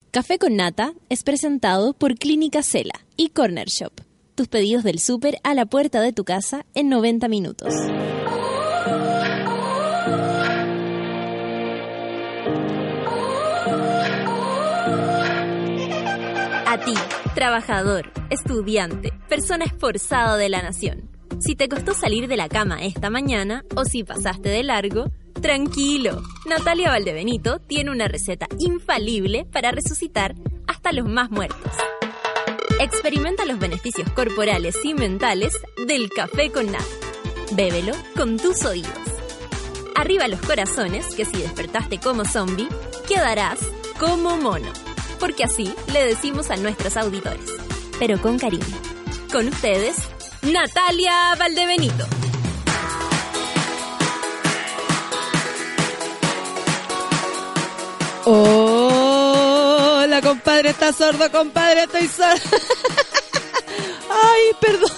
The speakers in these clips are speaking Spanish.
Café con Nata es presentado por Clínica Cela y Corner Shop. Tus pedidos del súper a la puerta de tu casa en 90 minutos. A ti, trabajador, estudiante, persona esforzada de la nación. Si te costó salir de la cama esta mañana o si pasaste de largo, tranquilo. Natalia Valdebenito tiene una receta infalible para resucitar hasta los más muertos. Experimenta los beneficios corporales y mentales del café con nata. Bébelo con tus oídos. Arriba los corazones, que si despertaste como zombie, quedarás como mono. Porque así le decimos a nuestros auditores, pero con cariño. Con ustedes, Natalia Valdebenito. Hola, compadre, ¿está sordo? Compadre, estoy sordo. Ay, perdón.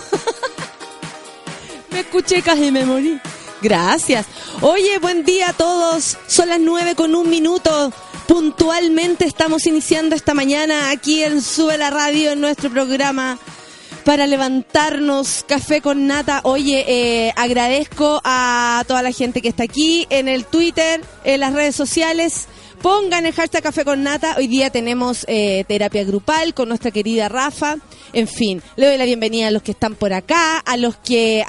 Me escuché, casi me morí. Gracias. Oye, buen día a todos. Son las 9:01. Puntualmente estamos iniciando esta mañana aquí en Sube la Radio, en nuestro programa para levantarnos, Café con Nata. Oye, agradezco a toda la gente que está aquí en el Twitter, en las redes sociales. Pongan el hashtag Café con Nata. Hoy día tenemos terapia grupal con nuestra querida Rafa. En fin, le doy la bienvenida a los que están por acá, a los que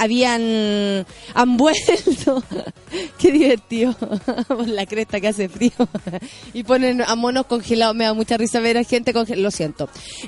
han vuelto. Qué divertido. Por la cresta que hace frío. Y ponen a monos congelados. Me da mucha risa ver a gente congelada. Lo siento.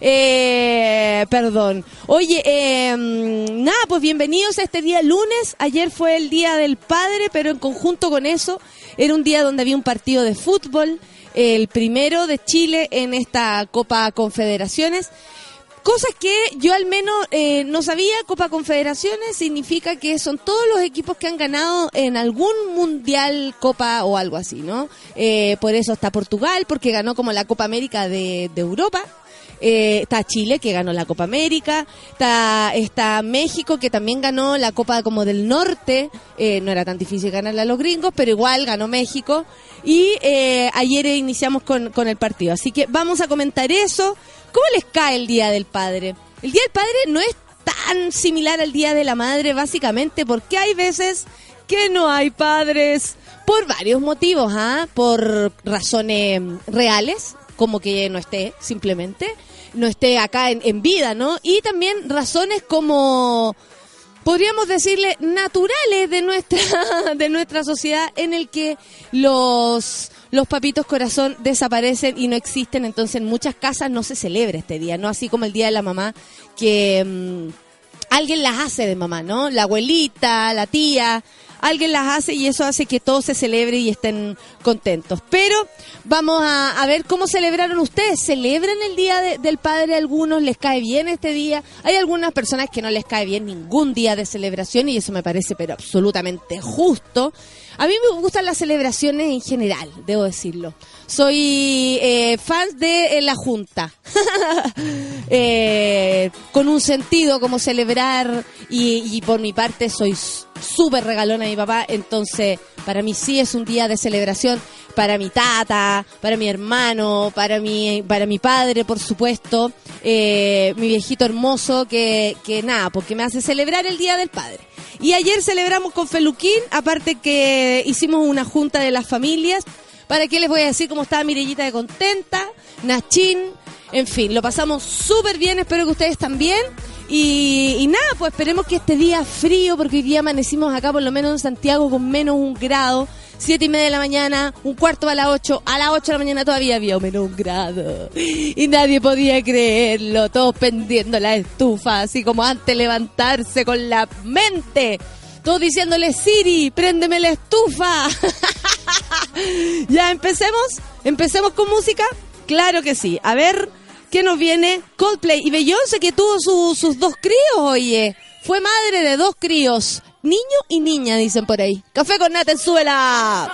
Perdón. Oye, nada, pues bienvenidos a este día lunes. Ayer fue el Día del Padre, pero en conjunto con eso, era un día donde había un partido de fútbol, el primero de Chile en esta Copa Confederaciones. Cosas que yo al menos no sabía. Copa Confederaciones significa que son todos los equipos que han ganado en algún mundial, Copa o algo así, ¿no? Por eso está Portugal, porque ganó como la Copa América de Europa. Está Chile, que ganó la Copa América. Está México, que también ganó la Copa como del Norte. No era tan difícil ganarla a los gringos, pero igual ganó México. Y ayer iniciamos con el partido. Así que vamos a comentar eso. ¿Cómo les cae el Día del Padre? El Día del Padre no es tan similar al Día de la Madre, básicamente, porque hay veces que no hay padres por varios motivos, por razones reales, como que no esté, simplemente, no esté acá en vida, ¿no? Y también razones como, podríamos decirle, naturales de nuestra sociedad, en el que los papitos corazón desaparecen y no existen. Entonces en muchas casas no se celebra este día, no así como el Día de la Mamá, que alguien las hace de mamá, ¿no? La abuelita, la tía, alguien las hace y eso hace que todo se celebre y estén contentos. Pero vamos a ver cómo celebraron ustedes. ¿Celebran el Día del Padre? ¿A algunos les cae bien este día? Hay algunas personas que no les cae bien ningún día de celebración y eso me parece pero absolutamente justo. A mí me gustan las celebraciones en general, debo decirlo. Soy fan de la Junta. Con un sentido como celebrar y por mi parte soy súper regalona a mi papá. Entonces, para mí sí es un día de celebración. Para mi tata, para mi hermano, para mi padre, por supuesto. Mi viejito hermoso que nada, porque me hace celebrar el Día del Padre. Y ayer celebramos con Feluquín, aparte que hicimos una junta de las familias. ¿Para qué les voy a decir cómo estaba Mirellita de contenta? Nachín, en fin, lo pasamos súper bien, espero que ustedes también. Y nada, pues esperemos que este día frío, porque hoy día amanecimos acá por lo menos en Santiago con menos 1 grado. 7:30 de la mañana, 7:45 a las 8. A las 8 de la mañana todavía había menos 1 grado. Y nadie podía creerlo. Todos pendiendo la estufa, así como antes levantarse con la mente. Todos diciéndole, Siri, préndeme la estufa. Ya, empecemos con música. Claro que sí. A ver, ¿qué nos viene? Coldplay y Beyoncé, que tuvo sus 2 críos, oye. Fue madre de 2 críos. Niño y niña, dicen por ahí. Café con Nata en Súbela.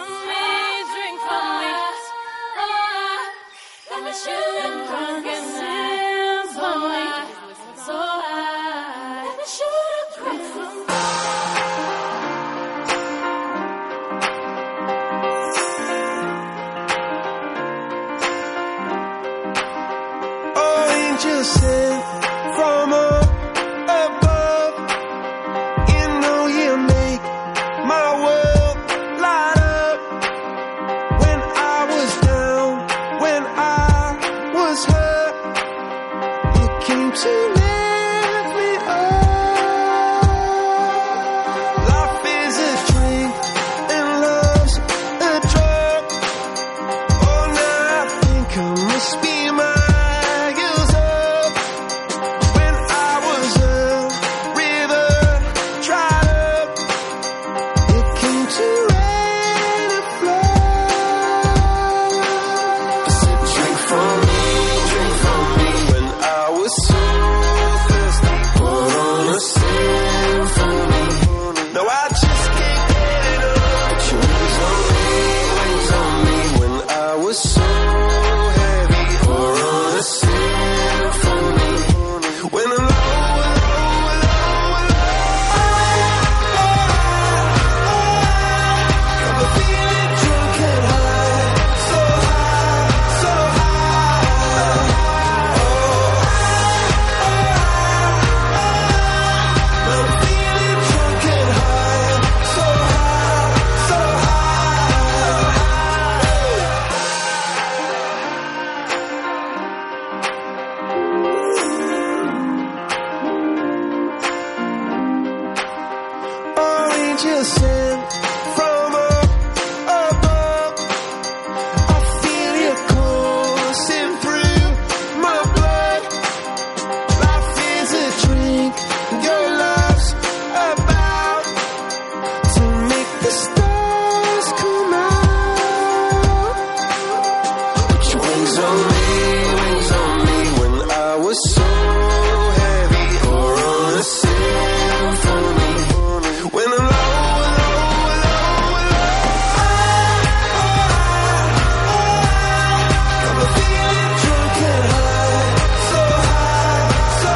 angel sent from up above. You know you make my world light up. When I was down, when I was hurt, you came to lift me up. Life is a drink and love's a drug. Oh, now I think I must be miles up. When I was a river dried up, it came to rain and flood. Drink from me when I was so thirsty. Pour on a symphony. No, I just can't get enough. Put your wings on me when I was so heavy. Pour on a symphony. When I'm low, I'm feeling drunk and high, so high, so high. I'm feeling drunk and high, so high, so high. Angel sent from up above. I feel you coursing through my blood. Life is a drink, your love's about to make the stars come out. Put your wings on me when I was so heavy. Or on a symphony. When I'm low, I'm feeling drunk and high, so high, so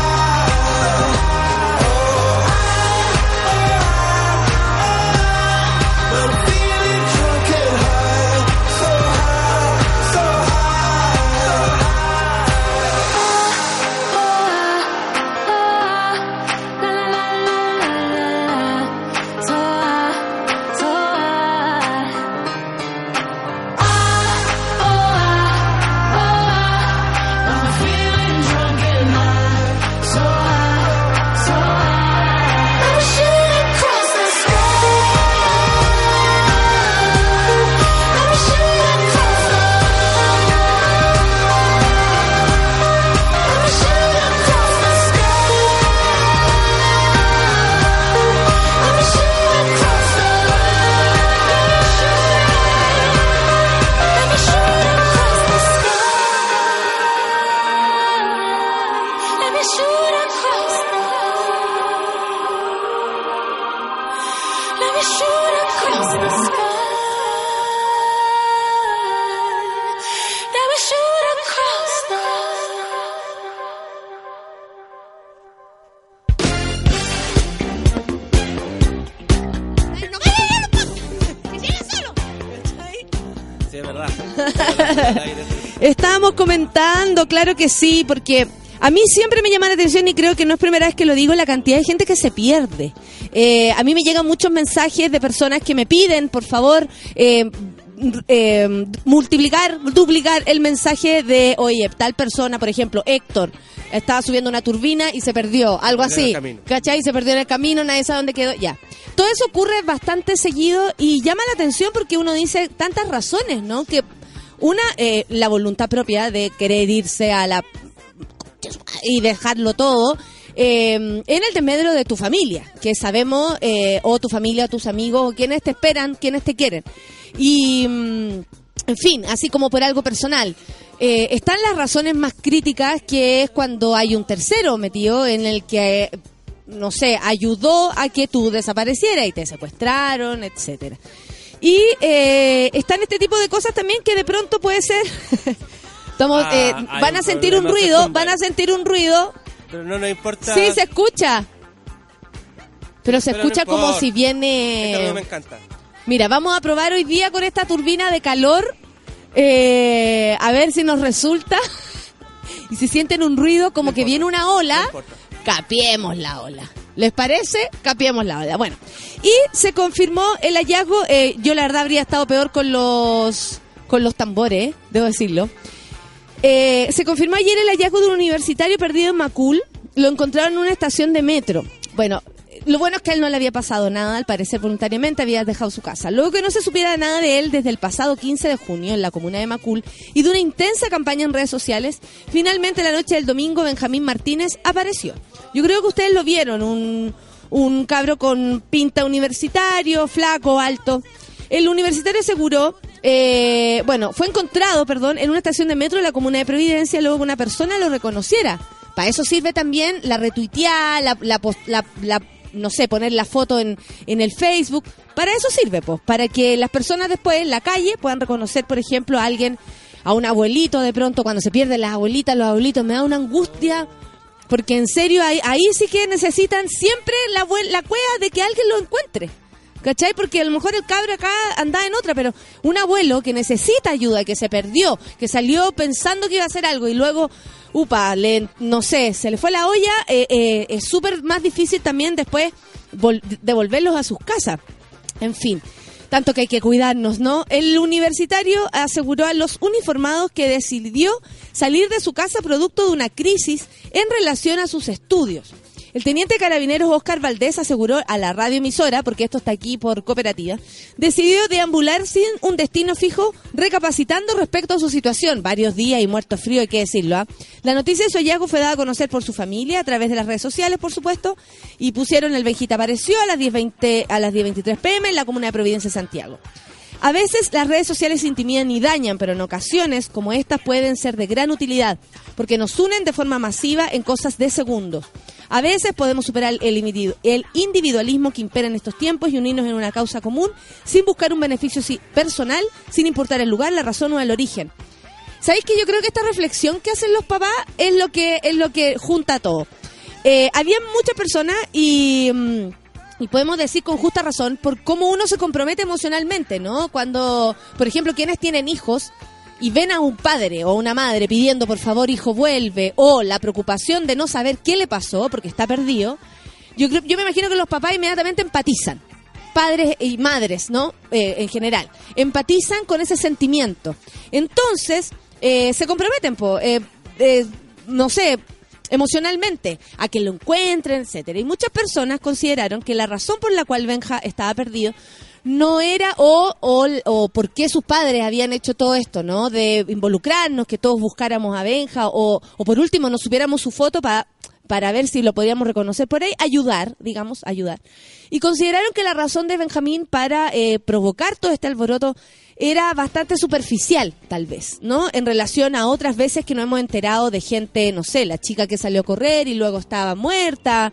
high. I'm feeling drunk and high, so high, so I'm feeling drunk and high, so high, so high. I'm shooting across the sky. I'm shooting across the I'm shooting across the sky. I'm shooting across the Let me shoot across the sky. Let me shoot across the Let me shoot across the sky. Let me shoot across the Sí, es verdad. Estábamos comentando, claro que sí, porque a mí siempre me llama la atención y creo que no es primera vez que lo digo, la cantidad de gente que se pierde. A mí me llegan muchos mensajes de personas que me piden, por favor, duplicar el mensaje de, oye, tal persona, por ejemplo, Héctor, estaba subiendo una turbina y se perdió, algo así, ¿cachai? Se perdió en el camino, nadie sabe dónde quedó, ya. Todo eso ocurre bastante seguido y llama la atención porque uno dice tantas razones, ¿no? Que una, la voluntad propia de querer irse a la... y dejarlo todo en el desmedro de tu familia, que sabemos, o tu familia, o tus amigos, o quienes te esperan, quienes te quieren. Y, en fin, así como por algo personal. Están las razones más críticas, que es cuando hay un tercero metido en el que, no sé, ayudó a que tú desaparecieras y te secuestraron, etcétera. Y están este tipo de cosas también que de pronto puede ser... van a sentir un ruido, Pero no nos importa. Sí, se escucha. Pero se escucha no como si viene... Esto me encanta. Mira, vamos a probar hoy día con esta turbina de calor. A ver si nos resulta. y si sienten un ruido como No que importa. viene una ola, No importa. capiemos la ola. ¿Les parece? Capiemos la ola. Bueno, y se confirmó el hallazgo. Yo la verdad habría estado peor con los tambores, debo decirlo. Se confirmó ayer el hallazgo de un universitario perdido en Macul. Lo encontraron en una estación de metro. Bueno, lo bueno es que a él no le había pasado nada, al parecer voluntariamente había dejado su casa. Luego que no se supiera nada de él desde el pasado 15 de junio en la comuna de Macul y de una intensa campaña en redes sociales, finalmente la noche del domingo Benjamín Martínez apareció. Yo creo que ustedes lo vieron, un cabro con pinta universitario, flaco, alto. El universitario aseguró, fue encontrado, en una estación de metro de la comuna de Providencia, luego que una persona lo reconociera. Para eso sirve también la retuiteada, no sé, poner la foto en el Facebook. Para eso sirve, pues, para que las personas después en la calle puedan reconocer, por ejemplo, a alguien, a un abuelito de pronto, cuando se pierden las abuelitas, los abuelitos, me da una angustia, porque en serio, ahí sí que necesitan siempre la cueva de que alguien lo encuentre. ¿Cachai? Porque a lo mejor el cabro acá andaba en otra, pero un abuelo que necesita ayuda, que se perdió, que salió pensando que iba a hacer algo y luego, no sé, se le fue la olla, es súper más difícil también después devolverlos a sus casas. En fin, tanto que hay que cuidarnos, ¿no? El universitario aseguró a los uniformados que decidió salir de su casa producto de una crisis en relación a sus estudios. El teniente de carabineros Óscar Valdés aseguró a la radioemisora, porque esto está aquí por cooperativa, decidió deambular sin un destino fijo, recapacitando respecto a su situación. Varios días y muerto frío, hay que decirlo. La noticia de su hallazgo fue dada a conocer por su familia, a través de las redes sociales, por supuesto, y pusieron el Benjita apareció a las 10:23 p.m. en la comuna de Providencia, Santiago. A veces las redes sociales intimidan y dañan, pero en ocasiones, como estas, pueden ser de gran utilidad, porque nos unen de forma masiva en cosas de segundos. A veces podemos superar el individualismo que impera en estos tiempos y unirnos en una causa común sin buscar un beneficio personal, sin importar el lugar, la razón o el origen. ¿Sabéis que yo creo que esta reflexión que hacen los papás es lo que junta todo? Había muchas personas y podemos decir con justa razón por cómo uno se compromete emocionalmente, ¿no? Cuando, por ejemplo, quienes tienen hijos y ven a un padre o una madre pidiendo por favor hijo vuelve, o la preocupación de no saber qué le pasó porque está perdido, yo me imagino que los papás inmediatamente empatizan, padres y madres, ¿no? En general, empatizan con ese sentimiento. Entonces, se comprometen, no sé, emocionalmente, a que lo encuentren, etcétera. Y muchas personas consideraron que la razón por la cual Benja estaba perdido no era o por qué sus padres habían hecho todo esto, ¿no? De involucrarnos, que todos buscáramos a Benja o por último nos supiéramos su foto para ver si lo podíamos reconocer por ahí, ayudar. Y consideraron que la razón de Benjamín para provocar todo este alboroto era bastante superficial, tal vez, ¿no? En relación a otras veces que nos hemos enterado de gente, no sé, la chica que salió a correr y luego estaba muerta,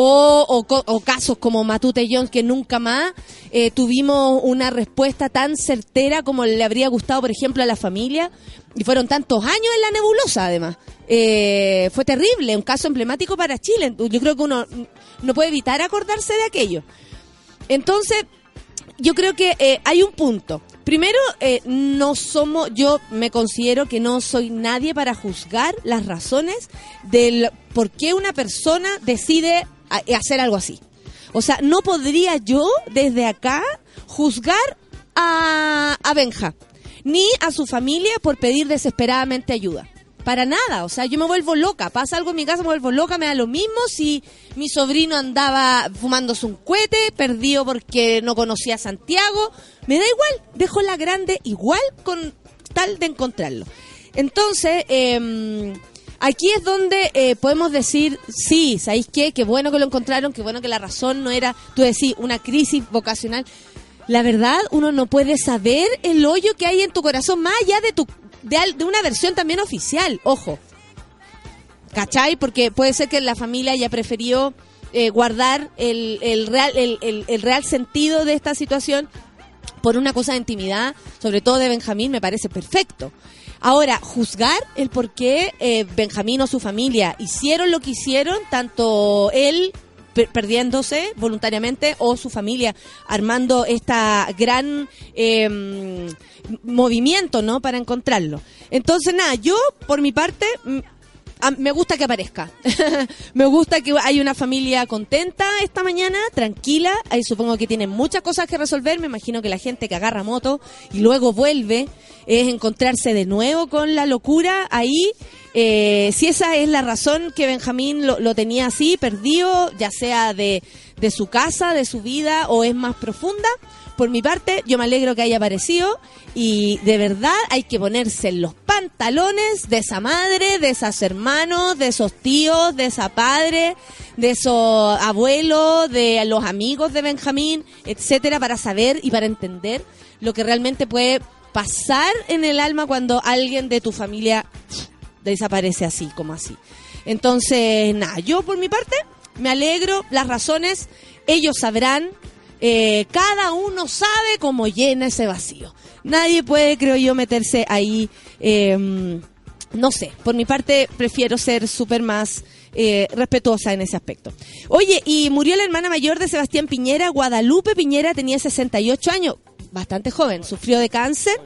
o casos como Matute Jones, que nunca más tuvimos una respuesta tan certera como le habría gustado, por ejemplo, a la familia, y fueron tantos años en la nebulosa, además. Fue terrible, un caso emblemático para Chile. Yo creo que uno no puede evitar acordarse de aquello. Entonces, yo creo que hay un punto. Primero, yo me considero que no soy nadie para juzgar las razones del por qué una persona decide hacer algo así. O sea, no podría yo desde acá juzgar a Benja, ni a su familia por pedir desesperadamente ayuda. Para nada, o sea, yo me vuelvo loca. Pasa algo en mi casa, me vuelvo loca, me da lo mismo si mi sobrino andaba fumándose un cohete, perdido porque no conocía a Santiago. Me da igual, dejo la grande igual con tal de encontrarlo. Entonces, aquí es donde podemos decir, sí, ¿sabéis qué? Qué bueno que lo encontraron, qué bueno que la razón no era, tú decís, una crisis vocacional. La verdad, uno no puede saber el hoyo que hay en tu corazón, más allá de una versión también oficial, ojo, ¿cachai? Porque puede ser que la familia haya preferido guardar el real sentido de esta situación por una cosa de intimidad, sobre todo de Benjamín, me parece perfecto. Ahora, juzgar el por qué Benjamín o su familia hicieron lo que hicieron, tanto él perdiéndose voluntariamente o su familia armando esta gran movimiento, ¿no? Para encontrarlo. Entonces, nada, yo por mi parte Me gusta que aparezca. Me gusta que hay una familia contenta esta mañana, tranquila. Ahí supongo que tienen muchas cosas que resolver. Me imagino que la gente que agarra moto y luego vuelve es encontrarse de nuevo con la locura ahí. Si esa es la razón que Benjamín lo tenía así, perdido, ya sea de su casa, de su vida, o es más profunda. Por mi parte, yo me alegro que haya aparecido y de verdad hay que ponerse en los pantalones de esa madre, de esos hermanos, de esos tíos, de esa padre, de esos abuelos, de los amigos de Benjamín, etcétera, para saber y para entender lo que realmente puede pasar en el alma cuando alguien de tu familia desaparece así, como así. Entonces, nada, yo por mi parte me alegro, las razones ellos sabrán. Cada uno sabe cómo llena ese vacío. Nadie puede, creo yo, meterse ahí. No sé, por mi parte prefiero ser súper más respetuosa en ese aspecto. Oye, y murió la hermana mayor de Sebastián Piñera. Guadalupe Piñera tenía 68 años, bastante joven, sufrió de cáncer.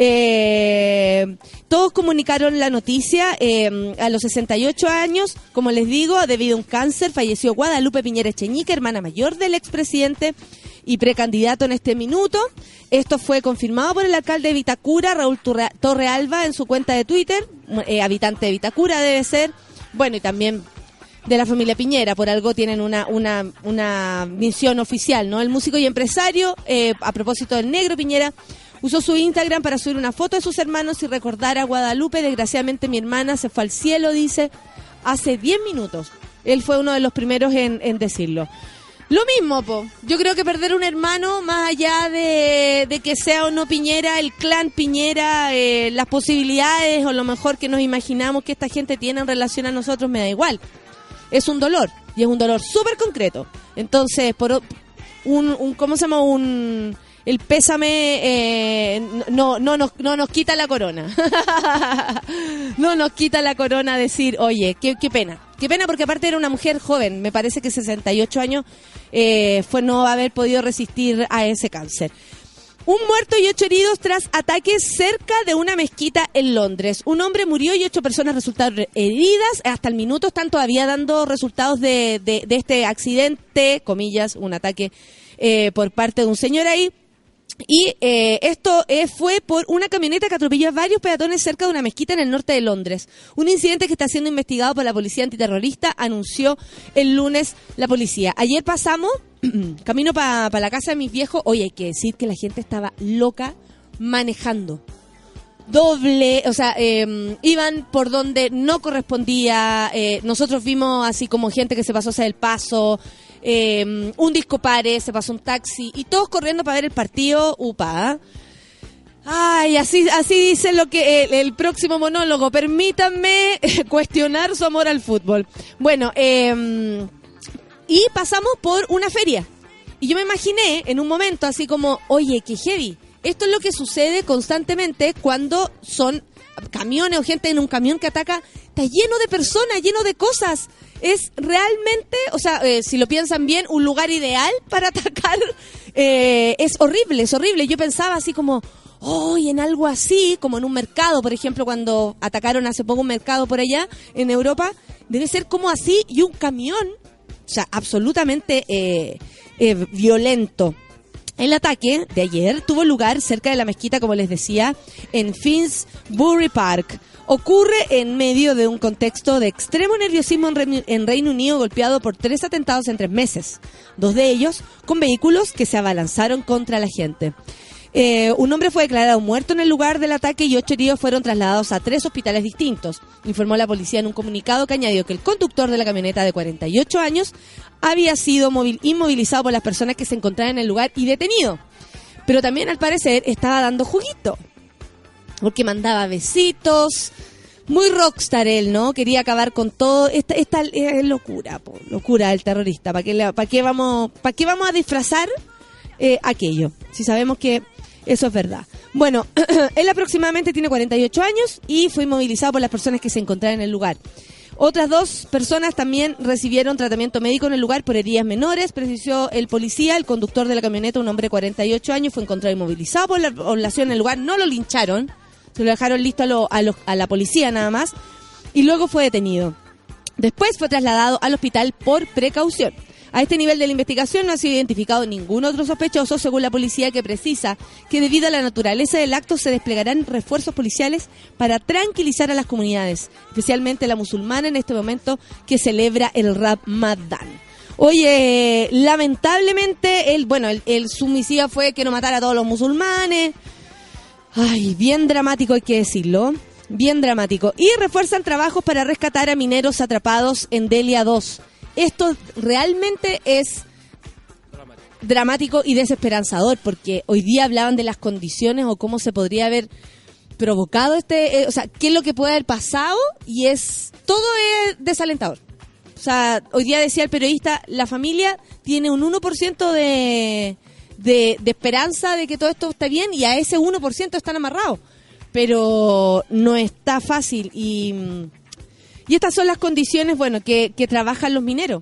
Todos comunicaron la noticia. A los 68 años, como les digo, debido a un cáncer, falleció Guadalupe Piñera Echeñique, hermana mayor del expresidente y precandidato en este minuto. Esto fue confirmado por el alcalde de Vitacura, Raúl Torrealba, en su cuenta de Twitter. Habitante de Vitacura debe ser. Bueno, y también de la familia Piñera, por algo tienen una misión oficial, ¿no? El músico y empresario, a propósito del negro Piñera, usó su Instagram para subir una foto de sus hermanos y recordar a Guadalupe. Desgraciadamente mi hermana se fue al cielo, dice, hace 10 minutos. Él fue uno de los primeros en decirlo. Lo mismo, po. Yo creo que perder un hermano, más allá de que sea o no Piñera, el clan Piñera, las posibilidades o lo mejor que nos imaginamos que esta gente tiene en relación a nosotros, me da igual. Es un dolor, y es un dolor súper concreto. Entonces, ¿cómo se llama? El pésame no nos quita la corona. No nos quita la corona decir, oye, qué pena. Qué pena, porque aparte era una mujer joven. Me parece que 68 años fue no haber podido resistir a ese cáncer. Un muerto y 8 heridos tras ataques cerca de una mezquita en Londres. Un hombre murió y 8 personas resultaron heridas. Hasta el minuto están todavía dando resultados de este accidente, comillas, un ataque por parte de un señor ahí. Y esto fue por una camioneta que atropelló a varios peatones cerca de una mezquita en el norte de Londres. Un incidente que está siendo investigado por la policía antiterrorista, anunció el lunes la policía. Ayer pasamos, camino para la casa de mis viejos. Oye, hay que decir que la gente estaba loca manejando. Doble, o sea, iban por donde no correspondía. Nosotros vimos así como gente que se pasó hacia el paso. Un disco pare, se pasó un taxi y todos corriendo para ver el partido. Upa. Ay, así dice lo que el próximo monólogo. Permítanme cuestionar su amor al fútbol. Bueno, y pasamos por una feria. Y yo me imaginé en un momento así como, oye, qué heavy. Esto es lo que sucede constantemente cuando son camiones o gente en un camión que ataca. Está lleno de personas, lleno de cosas. Es realmente, o sea, si lo piensan bien, un lugar ideal para atacar. Es horrible. Yo pensaba así como, en algo así, como en un mercado, por ejemplo, cuando atacaron hace poco un mercado por allá en Europa, debe ser como así, y un camión, o sea, absolutamente violento. El ataque de ayer tuvo lugar cerca de la mezquita, como les decía, en Finsbury Park. Ocurre en medio de un contexto de extremo nerviosismo en Reino Unido, golpeado por 3 atentados en 3 meses. 2 de ellos con vehículos que se abalanzaron contra la gente. Un hombre fue declarado muerto en el lugar del ataque y 8 heridos fueron trasladados a 3 hospitales distintos, informó la policía en un comunicado que añadió que el conductor de la camioneta de 48 años había sido inmovilizado por las personas que se encontraban en el lugar y detenido. Pero también, al parecer, estaba dando juguito, porque mandaba besitos. Muy rockstar él, ¿no? Quería acabar con todo. Esta locura, locura del terrorista. ¿Para qué vamos a disfrazar aquello? Si sabemos que eso es verdad. Bueno, él aproximadamente tiene 48 años y fue inmovilizado por las personas que se encontraban en el lugar. Otras 2 personas también recibieron tratamiento médico en el lugar por heridas menores, precisó el policía. El conductor de la camioneta, un hombre de 48 años, fue encontrado inmovilizado por la población en el lugar. No lo lincharon, se lo dejaron listo a la policía nada más. y luego fue detenido. Después fue trasladado al hospital por precaución. A este nivel de la investigación no ha sido identificado ningún otro sospechoso, según la policía, que precisa que debido a la naturaleza del acto se desplegarán refuerzos policiales para tranquilizar a las comunidades, especialmente la musulmana en este momento que celebra el Ramadán. Oye, lamentablemente, su homicidio fue que no matara a todos los musulmanes. Ay, bien dramático, hay que decirlo. Bien dramático. Y refuerzan trabajos para rescatar a mineros atrapados en Delia 2. Esto realmente es dramático y desesperanzador, porque hoy día hablaban de las condiciones o cómo se podría haber provocado qué es lo que puede haber pasado, y todo es desalentador. O sea, hoy día decía el periodista, la familia tiene un 1% de esperanza de que todo esto está bien, y a ese 1% están amarrados. Pero no está fácil, y estas son las condiciones, que trabajan los mineros.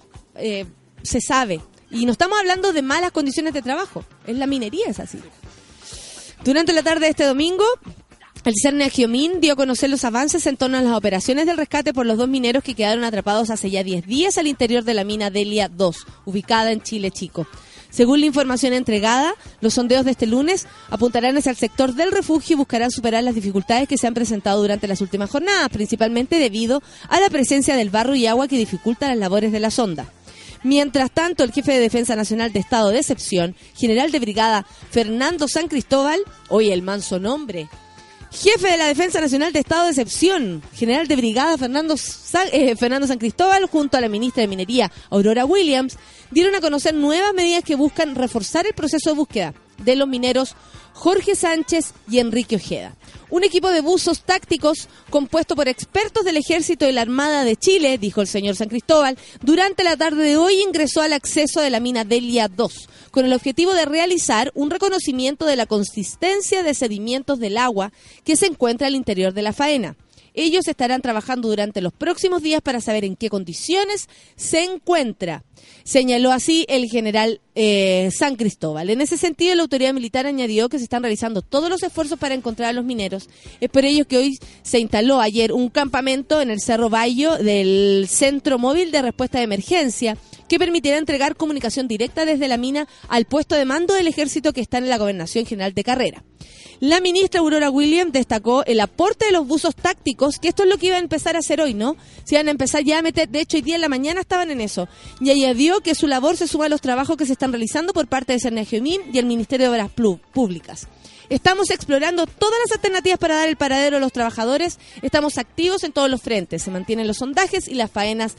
Se sabe. Y no estamos hablando de malas condiciones de trabajo. Es la minería, es así. Durante la tarde de este domingo, el Cernagiomín dio a conocer los avances en torno a las operaciones del rescate por los 2 mineros que quedaron atrapados hace ya 10 días al interior de la mina Delia 2, ubicada en Chile Chico. Según la información entregada, los sondeos de este lunes apuntarán hacia el sector del refugio y buscarán superar las dificultades que se han presentado durante las últimas jornadas, principalmente debido a la presencia del barro y agua que dificulta las labores de la sonda. Mientras tanto, el jefe de Defensa Nacional de Estado de Excepción, general de brigada Fernando San Cristóbal, oye, el manso nombre, jefe de la Defensa Nacional de Estado de Excepción, general de brigada Fernando San Cristóbal, junto a la ministra de Minería, Aurora Williams, dieron a conocer nuevas medidas que buscan reforzar el proceso de búsqueda de los mineros Jorge Sánchez y Enrique Ojeda. Un equipo de buzos tácticos compuesto por expertos del Ejército y la Armada de Chile, dijo el señor San Cristóbal, durante la tarde de hoy ingresó al acceso de la mina Delia 2, con el objetivo de realizar un reconocimiento de la consistencia de sedimentos del agua que se encuentra al interior de la faena. Ellos estarán trabajando durante los próximos días para saber en qué condiciones se encuentra, señaló así el general San Cristóbal. En ese sentido, la autoridad militar añadió que se están realizando todos los esfuerzos para encontrar a los mineros. Es por ello que hoy se instaló ayer un campamento en el Cerro Bayo del Centro Móvil de Respuesta de Emergencia, que permitirá entregar comunicación directa desde la mina al puesto de mando del ejército que está en la Gobernación General de Carrera. La ministra Aurora Williams destacó el aporte de los buzos tácticos, que esto es lo que iba a empezar a hacer hoy, ¿no? Se iban a empezar ya a meter, de hecho hoy día en la mañana estaban en eso, y añadió que su labor se suma a los trabajos que se están realizando por parte de Cernagiomín y el Ministerio de Obras Públicas. Estamos explorando todas las alternativas para dar el paradero a los trabajadores, estamos activos en todos los frentes, se mantienen los sondajes y las faenas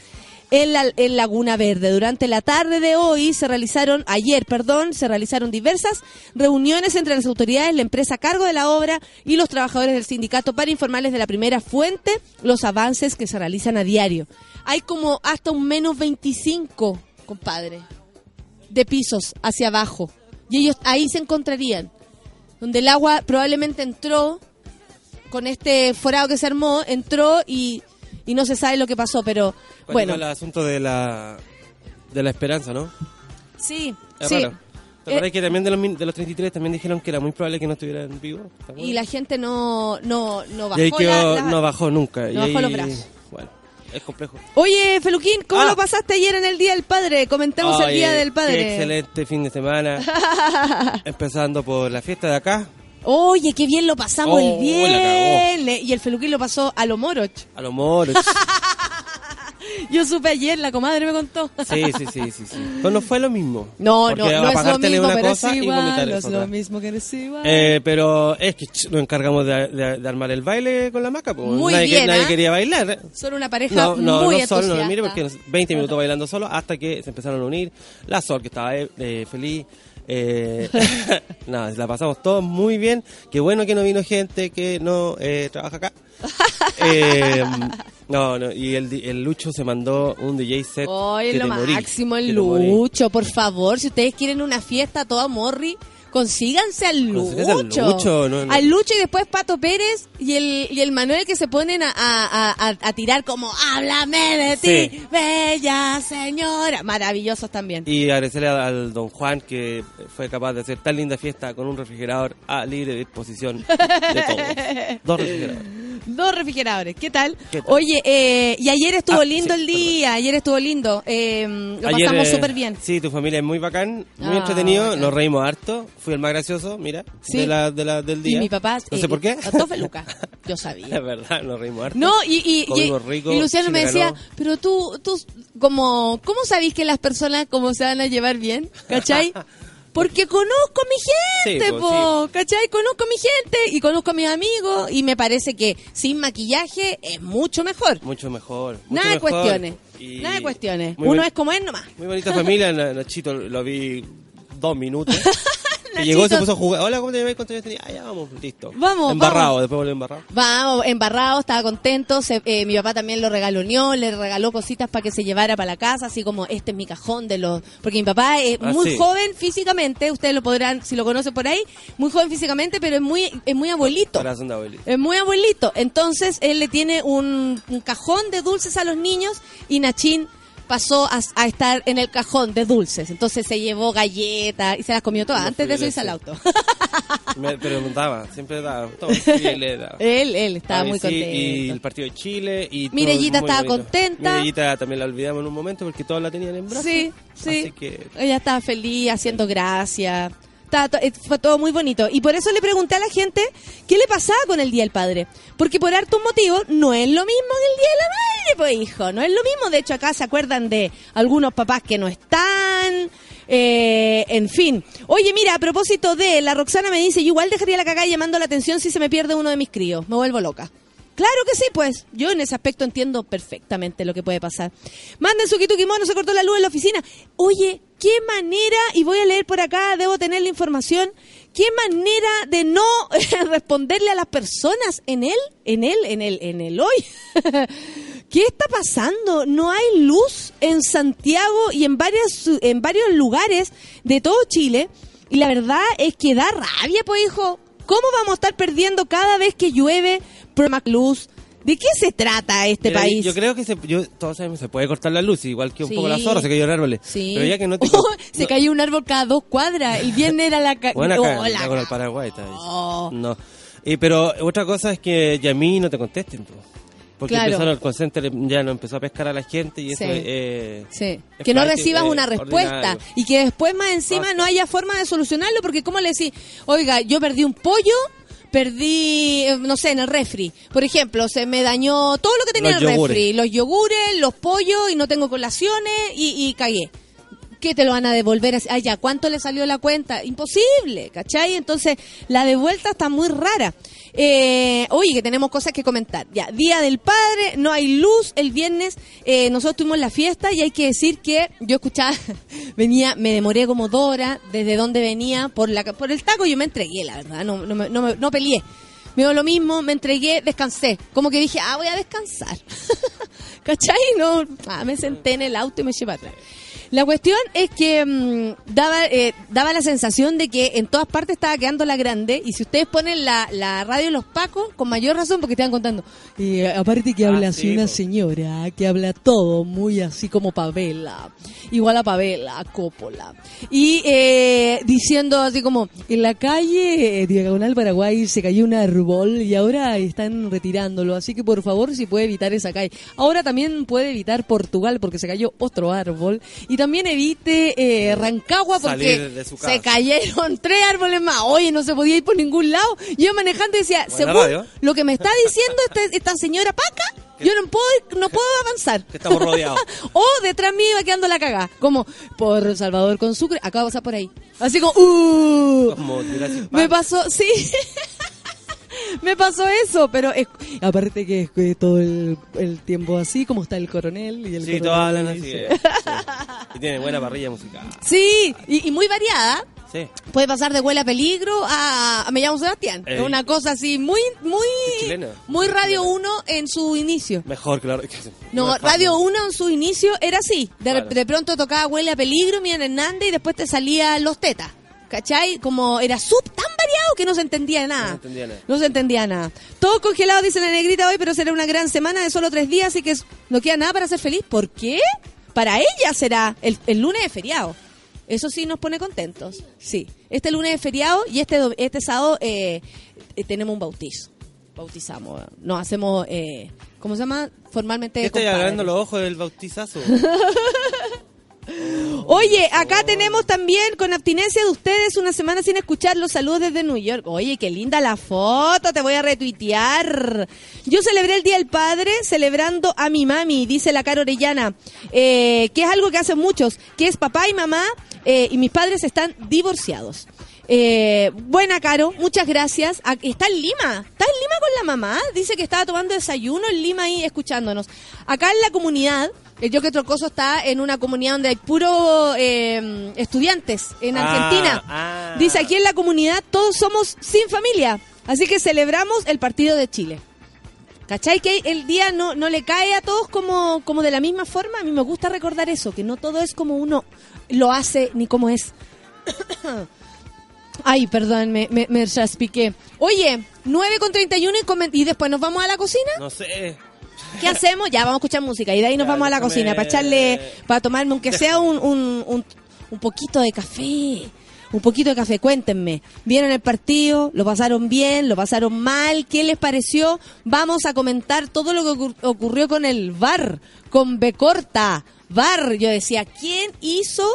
en Laguna Verde. Durante la tarde de hoy ayer, se realizaron diversas reuniones entre las autoridades, la empresa a cargo de la obra y los trabajadores del sindicato para informarles de la primera fuente los avances que se realizan a diario. Hay como hasta un menos 25, compadre, de pisos hacia abajo, y ellos ahí se encontrarían, donde el agua probablemente entró con este forado que se armó, entró y no se sabe lo que pasó, pero bueno. El asunto de la esperanza, ¿no? Sí, es sí. Raro. ¿Te acuerdas que también de los 33 también dijeron que era muy probable que no estuvieran vivos? Y la gente no bajó. Y ahí no bajó nunca. No bajó los brazos. Bueno, es complejo. Oye, Feluquín, ¿cómo lo pasaste ayer en el Día del Padre? Comentemos el Día del Padre. Qué excelente fin de semana. Empezando por la fiesta de acá. Oye, qué bien lo pasamos el viernes. La Y el Feluquín lo pasó a lo moroch. A lo moroch. Yo supe ayer, la comadre me contó. Sí. Pues no fue lo mismo. No es lo mismo, una pero cosa es igual. no es lo mismo que es igual. Pero es que nos encargamos de armar el baile con la maca. Pues. Muy nadie bien, quería bailar. Son una pareja muy entusiasta. No, mire, porque 20 minutos bailando solo hasta que se empezaron a unir. La Sol, que estaba feliz. Nada, la pasamos todos muy bien. Qué bueno que no vino gente que no trabaja acá. Y el Lucho se mandó un DJ set. Oye, lo máximo el Lucho, por favor, si ustedes quieren una fiesta toda morri, consíganse al Lucho. Al Lucho y después Pato Pérez y el Manuel, que se ponen a tirar como háblame de ti, bella señora. Maravillosos también. Y agradecerle al don Juan, que fue capaz de hacer tan linda fiesta con un refrigerador a libre disposición de todos. 2 refrigeradores. 2 refrigeradores. ¿Qué tal? ¿Qué tal? Oye, y ayer estuvo lindo sí, el día. Ayer estuvo lindo. Lo Ayer, pasamos súper bien. Sí, tu familia es muy bacán, muy Ah, entretenido. bacán. Nos reímos harto. Fui el más gracioso, mira, Sí. del día. Y mi papá... No sé por qué. Todo feluca. Yo sabía. Es verdad, nos reímos harto. No, y Comimos rico, Luciano me Chile decía, ganó. pero tú, ¿cómo sabís que las personas como se van a llevar bien? ¿Cachai? Porque conozco a mi gente, Sí, po, ¿cachai? Conozco a mi gente y conozco a mis amigos y me parece que sin maquillaje es mucho mejor. Mucho mejor. mucho Nada de mejor. cuestiones. Y Nada de cuestiones. muy Uno buen- es como es nomás. Muy bonita familia, Nachito lo vi 2 minutos. Y llegó y se Nachito. puso a jugar. Hola, ¿cómo te llamas? ¿Cuántos años tenías? Ah, ya vamos, listo. Vamos, Embarrado, vamos. después volvió embarrado. Vamos, embarrado, estaba contento. Mi papá también lo regaloneó, le regaló cositas para que se llevara para la casa, así como este es mi cajón de los... Porque mi papá es Ah, muy sí. joven físicamente, ustedes lo podrán, si lo conocen por ahí, muy joven físicamente, pero es muy abuelito. Corazón de abuelito. Es muy abuelito. Entonces, él le tiene un cajón de dulces a los niños y Nachín pasó a estar en el cajón de dulces. Entonces se llevó galletas y se las comió todas. No Antes de eso fui hice al ese. auto. Pero no daba, siempre daba. Todo, sí, le daba. Él estaba A mí muy sí, contento. Y el partido de Chile. Y todo Mirellita muy estaba bonito. contenta. Mirellita también la olvidamos en un momento porque todos la tenían en brazos. Sí, sí. Así que Ella estaba feliz, haciendo gracia. Fue todo muy bonito. Y por eso le pregunté a la gente qué le pasaba con el Día del Padre. Porque por hartos motivos no es lo mismo que el Día de la Madre, pues hijo. No es lo mismo. De hecho, acá se acuerdan de algunos papás que no están. En fin. Oye, mira, a propósito de... La Roxana me dice, yo igual dejaría la cagada llamando la atención si se me pierde uno de mis críos. Me vuelvo loca. Claro que sí, pues. Yo en ese aspecto entiendo perfectamente lo que puede pasar. Manden su kituki mono, se cortó la luz en la oficina. Oye, qué manera, y voy a leer por acá, debo tener la información, qué manera de no responderle a las personas en el hoy. ¿Qué está pasando? No hay luz en Santiago y en varios lugares de todo Chile. Y la verdad es que da rabia, pues, hijo. ¿Cómo vamos a estar perdiendo cada vez que llueve luz? ¿De qué se trata este mira, país? yo creo que todos sabemos se puede cortar la luz, igual que un Sí. poco la zorra, se cayó en árboles. Sí. Pero ya que no te... Se cayó un árbol cada 2 cuadras. El viernes era la... Bueno, acá, Oh, ya con el Paraguay está ahí. Oh. No. Pero otra cosa es que ya a mí no te contesten, po. Porque Claro. empezaron el call center, ya no empezó a pescar a la gente y eso Sí. es... Sí. es Que no fácil, recibas una respuesta ordinario. y que después más encima Basta. no haya forma de solucionarlo, porque ¿cómo le decís? Oiga, yo perdí un pollo, no sé, en el refri. Por ejemplo, se me dañó todo lo que tenía Los en el yogures. refri. Los yogures, los pollos y no tengo colaciones y cagué. ¿Qué te lo van a devolver? Ah, ya, ¿cuánto le salió la cuenta? Imposible, ¿cachai? Entonces, la devuelta está muy rara. Oye, que tenemos cosas que comentar. Ya, Día del Padre, no hay luz el viernes. Nosotros tuvimos la fiesta y hay que decir que yo escuchaba, me demoré como 2 horas desde donde venía por el taco. Yo me entregué, la verdad, no peleé. Me dio lo mismo, me entregué, descansé. Como que dije, voy a descansar. ¿Cachai? Me senté en el auto y me eché para atrás. La cuestión es que daba la sensación de que en todas partes estaba quedando la grande, y si ustedes ponen la radio Los Pacos, con mayor razón, porque estaban contando. Aparte que habla así sí, una po. señora, que habla todo muy así como Pavela, igual a Pavela, a Coppola. Y diciendo así como, en la calle Diagonal Paraguay se cayó un árbol y ahora están retirándolo, así que por favor si puede evitar esa calle. Ahora también puede evitar Portugal porque se cayó otro árbol. Y también evite Rancagua porque Salir de su casa. se cayeron 3 árboles más. Oye, no se podía ir por ningún lado. Yo manejando decía, Buena según radio. lo que me está diciendo esta señora Paca, yo no puedo avanzar. Que estamos rodeados. O detrás mío iba quedando la cagada. Como, por Salvador con Sucre, acabo de pasar por ahí. Así como, Como Jurassic me Park. pasó, sí. Me pasó eso, pero aparte que es todo el tiempo así, como está el coronel y el Sí, coronel todos hablan así. dice- Sí. Y tiene buena parrilla musical. Sí, y muy variada. Sí. Puede pasar de Huele a Peligro a Me llamo Sebastián. Es una cosa así muy chilena. muy Radio 1 en su inicio. Mejor, claro. No, Más Radio fácil. 1 en su inicio era así. Claro. De pronto tocaba Huele a Peligro, Miriam Hernández, y después te salía Los Tetas. ¿Cachai? Como era tan variado que no se entendía nada. No se entendía nada. No se entendía nada. Todo congelado, dice la negrita hoy, pero será una gran semana de solo 3 días, así que no queda nada para ser feliz. ¿Por qué? Para ella será el lunes de feriado. Eso sí nos pone contentos. Sí. Este lunes es feriado y este sábado tenemos un bautizo. bautizamos. Nos hacemos, ¿cómo se llama? Formalmente. ¿Qué estáis compadres. agarrando los ojos del bautizazo? Oye, acá tenemos también con abstinencia de ustedes una semana sin escuchar los saludos desde New York. Oye, qué linda la foto, te voy a retuitear. Yo celebré el Día del Padre celebrando a mi mami, dice la Caro Orellana, que es algo que hacen muchos, que es papá y mamá, y mis padres están divorciados. Buena, Caro, muchas gracias. Está en Lima con la mamá. Dice que estaba tomando desayuno en Lima ahí escuchándonos. Acá en la comunidad, el Yo Que Trocoso está en una comunidad donde hay puro estudiantes en Argentina. Dice, aquí en la comunidad todos somos sin familia, así que celebramos el partido de Chile. ¿Cachai? Que el día no le cae a todos como de la misma forma. A mí me gusta recordar eso, que no todo es como uno lo hace ni como es. Ay, perdón, me traspiqué. Oye, 9:31 y después nos vamos a la cocina. No sé. ¿Qué hacemos? Ya, vamos a escuchar música y de ahí nos vamos a la cocina para tomarme, aunque sea un poquito de café. Un poquito de café, cuéntenme. ¿Vieron el partido? ¿Lo pasaron bien? ¿Lo pasaron mal? ¿Qué les pareció? Vamos a comentar todo lo que ocurrió con el VAR, con B corta. VAR, yo decía, ¿quién hizo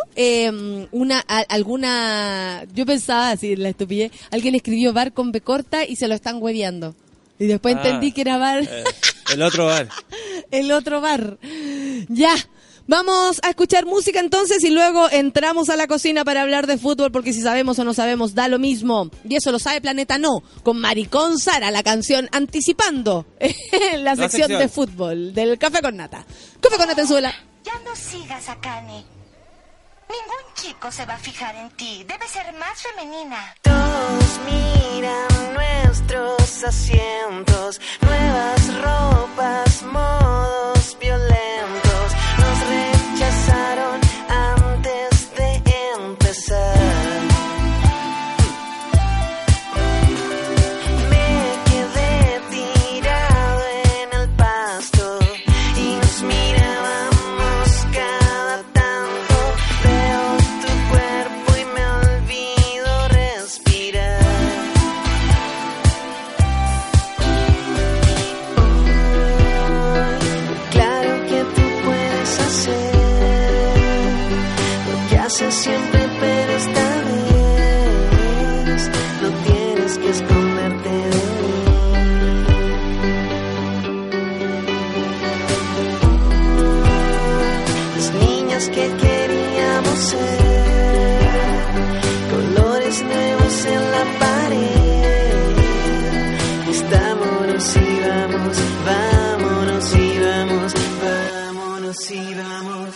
alguna... Yo pensaba así, la estupidez, alguien escribió VAR con B corta y se lo están hueveando. Y después entendí que era VAR. El otro VAR. El otro VAR. Ya. Vamos a escuchar música entonces y luego entramos a la cocina para hablar de fútbol, porque si sabemos o no sabemos, da lo mismo. Y eso lo sabe Planeta No, con Maricón Sara, la canción anticipando la sección de fútbol del Café con Nata. Café con Nata en suela. Ya no sigas, Akane. Ningún chico se va a fijar en ti. Debes ser más femenina. Todos miran nuestros asientos, nuevas ropas, modos violentos. Nos rechazaron antes de empezar. Me quedé tirado en el pasto y nos mirábamos cada tanto. Veo tu cuerpo y me olvido respirar. Claro que tú puedes hacer lo que haces siempre, pero esta vez no tienes que esconderte de mí. Las niñas que queríamos ser, colores nuevos en la pared. Estámonos y vamos, vámonos y vamos, vámonos y vamos.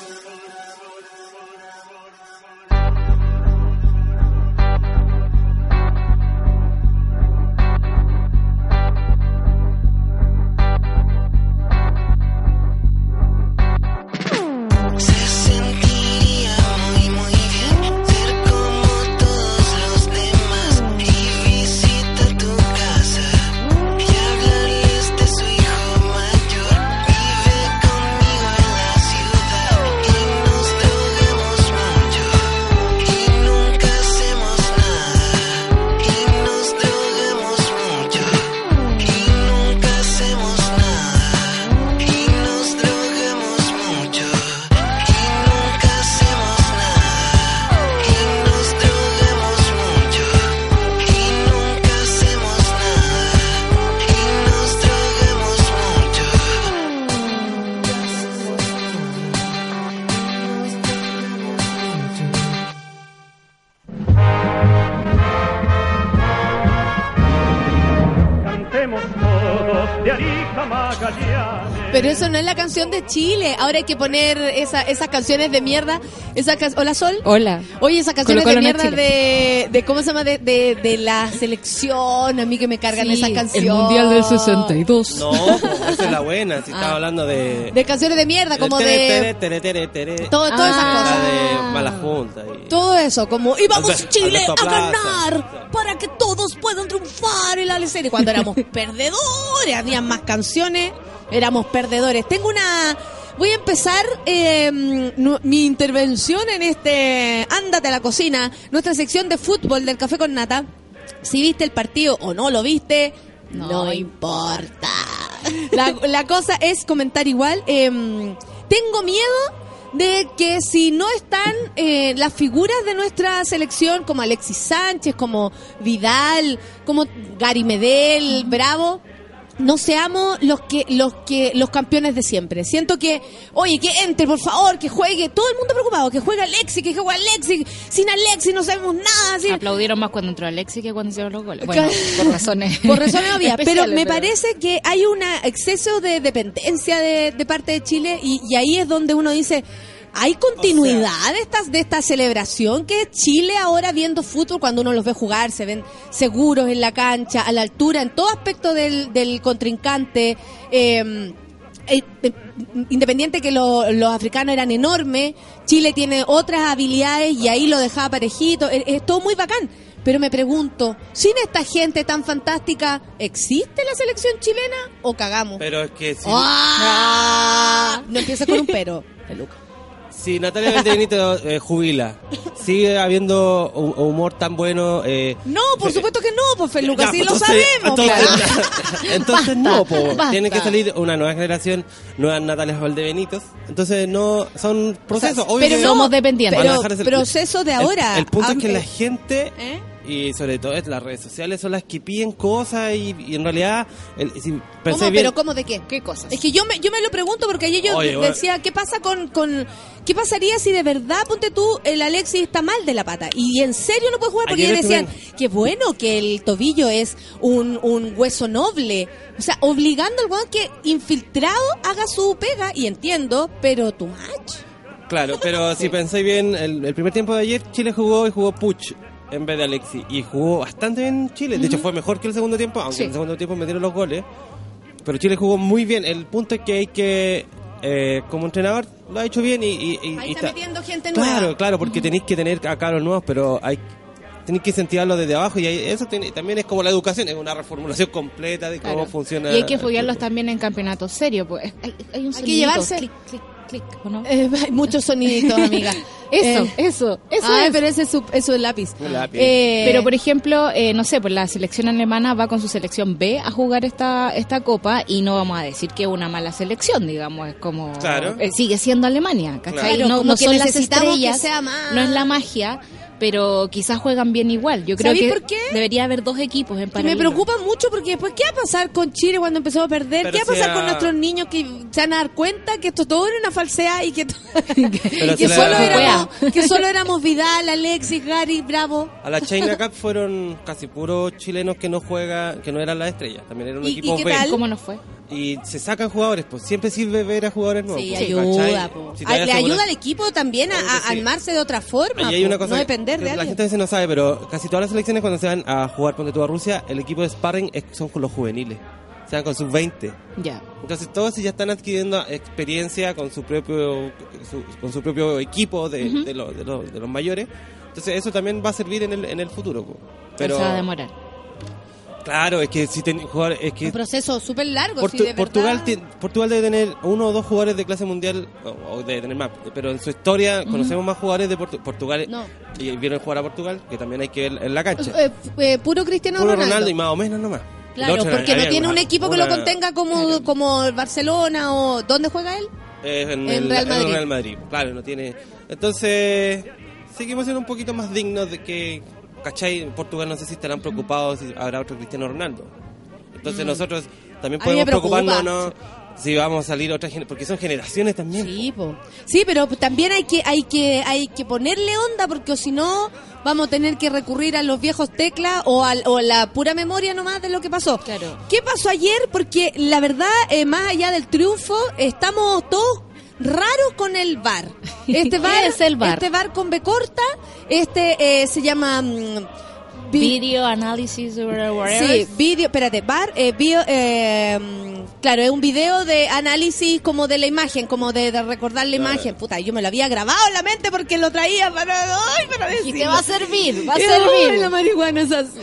Se sentiría muy muy bien ser como todos los demás y visita tu casa y hablarles de su hijo mayor. Vive conmigo en la ciudad y nos drogamos mucho y nunca hacemos nada. Y nos drogamos mucho y nunca hacemos nada. Y nos drogamos mucho y nunca hacemos nada. Y nos drogamos mucho y nunca hacemos nada. Y nos drogamos Cantemos todos de Arica a Magallanes. Pero eso no es la canción de Chile. Ahora hay que poner esas canciones de mierda. Hola, Sol. Hola. Oye, esas canciones Colo-Colo de no mierda es de ¿cómo se llama? De la selección. A mí que me cargan esas canciones. El Mundial del 62. No, esa es la buena. Si estaba hablando de... De canciones de mierda, como tere, de... tere. Todas esas La cosas. de Mala Junta. Y... Todo eso, como y vamos Chile Alberto a Plaza. ganar para que todos puedan triunfar en la serie. Cuando éramos perdedores, había más canciones, éramos perdedores. Voy a empezar mi intervención en este Ándate a la cocina, nuestra sección de fútbol del Café con Nata. Si viste el partido o no lo viste, No importa. La cosa es comentar igual. Tengo miedo de que si no están las figuras de nuestra selección, como Alexis Sánchez, como Vidal, como Gary Medel, Bravo, no seamos los campeones de siempre. Siento que, oye, que entre, por favor, que juegue, todo el mundo preocupado, que juegue Alexis, sin Alexis no sabemos nada. Sin... Aplaudieron más cuando entró Alexis que cuando hicieron los goles. Bueno, por razones obvias, pero me parece que hay un exceso de dependencia de parte de Chile y ahí es donde uno dice... ¿Hay continuidad de esta celebración que es Chile ahora viendo fútbol? Cuando uno los ve jugar, se ven seguros en la cancha, a la altura, en todo aspecto del contrincante. Independiente que los africanos eran enormes, Chile tiene otras habilidades y ahí lo dejaba parejito. Es todo muy bacán. Pero me pregunto, sin esta gente tan fantástica, ¿existe la selección chilena o cagamos? Pero es que si... No empieza con un pero, Peluca. Si Natalia Valdebenito jubila, sigue habiendo un humor tan bueno. No, por supuesto que no, pues Feluca, sí lo sabemos. Entonces no, tiene que salir una nueva generación, nuevas Natalias Valdebenitos. Entonces no, son procesos. O sea, pero somos dependientes. Pero proceso de ahora. El punto es que la gente... Y sobre todo las redes sociales son las que piden cosas y en realidad... ¿Cómo? Bien, ¿Pero cómo de qué? ¿Qué cosas? Es que yo me lo pregunto porque ayer yo decía, ¿qué pasa con qué pasaría si de verdad, ponte tú, el Alexis está mal de la pata? Y en serio no puede jugar porque ellos decían, qué bueno que el tobillo es un hueso noble. O sea, obligando al weón que infiltrado haga su pega, y entiendo, pero too much. Claro, pero si pensáis bien, el primer tiempo de ayer Chile jugó Puch en vez de Alexis, y jugó bastante bien Chile. De hecho fue mejor que el segundo tiempo, aunque en el segundo tiempo metieron los goles, pero Chile jugó muy bien. El punto es que hay que como entrenador lo ha hecho bien y ahí está metiendo gente nueva. Claro, porque tenéis que tener a cabros nuevos, pero tenéis que incentivarlo desde abajo, y eso también es como la educación, es una reformulación completa de cómo funciona. Y hay que foguearlos también en campeonatos serios, pues hay un hay que llevarse clic, clic, clic, ¿o no? Hay muchos soniditos, amiga. Eso es. Pero ese es el lápiz. Pero por ejemplo, no sé, pues la selección alemana va con su selección B a jugar esta copa, y no vamos a decir que es una mala selección, digamos, es como sigue siendo Alemania, ¿cachai? Claro, no son las estrellas, que sea más... no es la magia, pero quizás juegan bien igual. Yo creo que por qué? Debería haber dos equipos en paralelo. Me preocupa mucho porque después, ¿qué va a pasar con Chile cuando empezamos a perder? Pero ¿Qué va a pasar con nuestros niños que se van a dar cuenta que esto todo era una falsedad y que solo éramos Vidal, Alexis, Gary, Bravo? A la China Cup fueron casi puros chilenos que no eran las estrellas, también era un equipo B. ¿Cómo nos fue? Y se sacan jugadores, pues siempre sirve ver a jugadores nuevos. Sí, pues, ayuda. le ayuda al equipo también a armarse de otra forma, y hay una cosa no depender de la alguien. gente a veces no sabe, pero casi todas las selecciones cuando se van a jugar, ponte tú, a Rusia, el equipo de sparring son con los juveniles, se van con sus 20. Ya. Entonces todos ya están adquiriendo experiencia con su propio equipo de los mayores. Entonces eso también va a servir en el futuro. Pero se va a demorar. Claro, es que si jugadores, es que un proceso súper largo. Portugal debe tener uno o dos jugadores de clase mundial, o debe tener más, pero en su historia conocemos más jugadores de Portugal. No. Y vieron jugar a Portugal, que también hay que ver en la cancha. Puro Cristiano Puro Ronaldo y más o menos nomás. Claro, porque no tiene un equipo que lo contenga como el Barcelona, o ¿dónde juega él? En el Real Madrid. Claro, no tiene. Entonces seguimos siendo un poquito más dignos de que, ¿cachai? En Portugal no sé si estarán preocupados si habrá otro Cristiano Ronaldo. Entonces nosotros también podemos preocuparnos, ¿no? Si vamos a salir otra generación, porque son generaciones también. Sí, pero también hay que ponerle onda, porque si no vamos a tener que recurrir a los viejos teclas o a la pura memoria nomás de lo que pasó. Claro. ¿Qué pasó ayer? Porque la verdad, más allá del triunfo, estamos todos raros con el VAR. Este VAR es el VAR. Este VAR con B corta, se llama Video Analysis or whatever. Sí, VAR, claro, es un video de análisis como de la imagen, como de recordar la imagen. Puta, yo me lo había grabado en la mente porque lo traía para decirlo. Y te va a servir, La marihuana es así.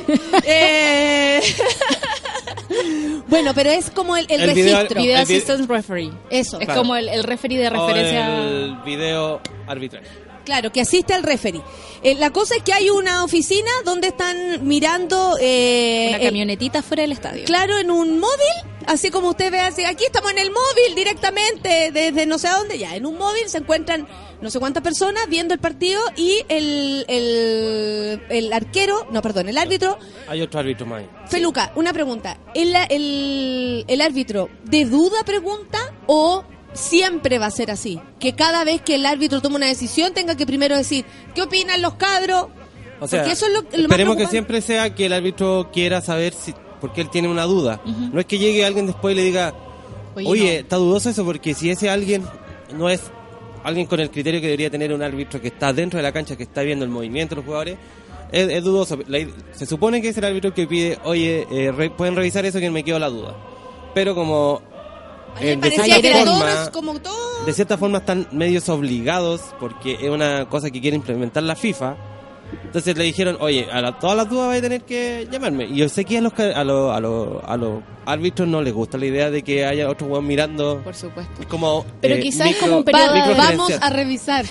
Bueno, pero es como el registro. Video Assistant Referee. Eso. Es como el referee de referencia. O el video arbitral. Claro, que asiste al referee. La cosa es que hay una oficina donde están mirando... una camionetita fuera del estadio. Claro, en un móvil, así como usted ve, así, aquí estamos en el móvil directamente, desde no sé a dónde ya. En un móvil se encuentran no sé cuántas personas viendo el partido y el árbitro... Hay otro árbitro más. Feluca, una pregunta. ¿El árbitro de duda pregunta o siempre va a ser así? Que cada vez que el árbitro toma una decisión tenga que primero decir, ¿qué opinan los cabros? O sea, porque eso es lo esperemos más que siempre sea que el árbitro quiera saber si porque él tiene una duda. No es que llegue alguien después y le diga, oye, está dudoso eso, porque si ese alguien no es alguien con el criterio que debería tener un árbitro que está dentro de la cancha, que está viendo el movimiento de los jugadores, es dudoso. Se supone que es el árbitro que pide, oye, pueden revisar eso, que me quedó la duda. Pero como... de cierta forma están medios obligados, porque es una cosa que quiere implementar la FIFA. Entonces le dijeron, oye, todas las dudas vais a tener que llamarme. Y yo sé que a los árbitros no les gusta la idea de que haya otro weón mirando. Por supuesto. Como, pero quizás es como un periodo de... Vamos a revisar.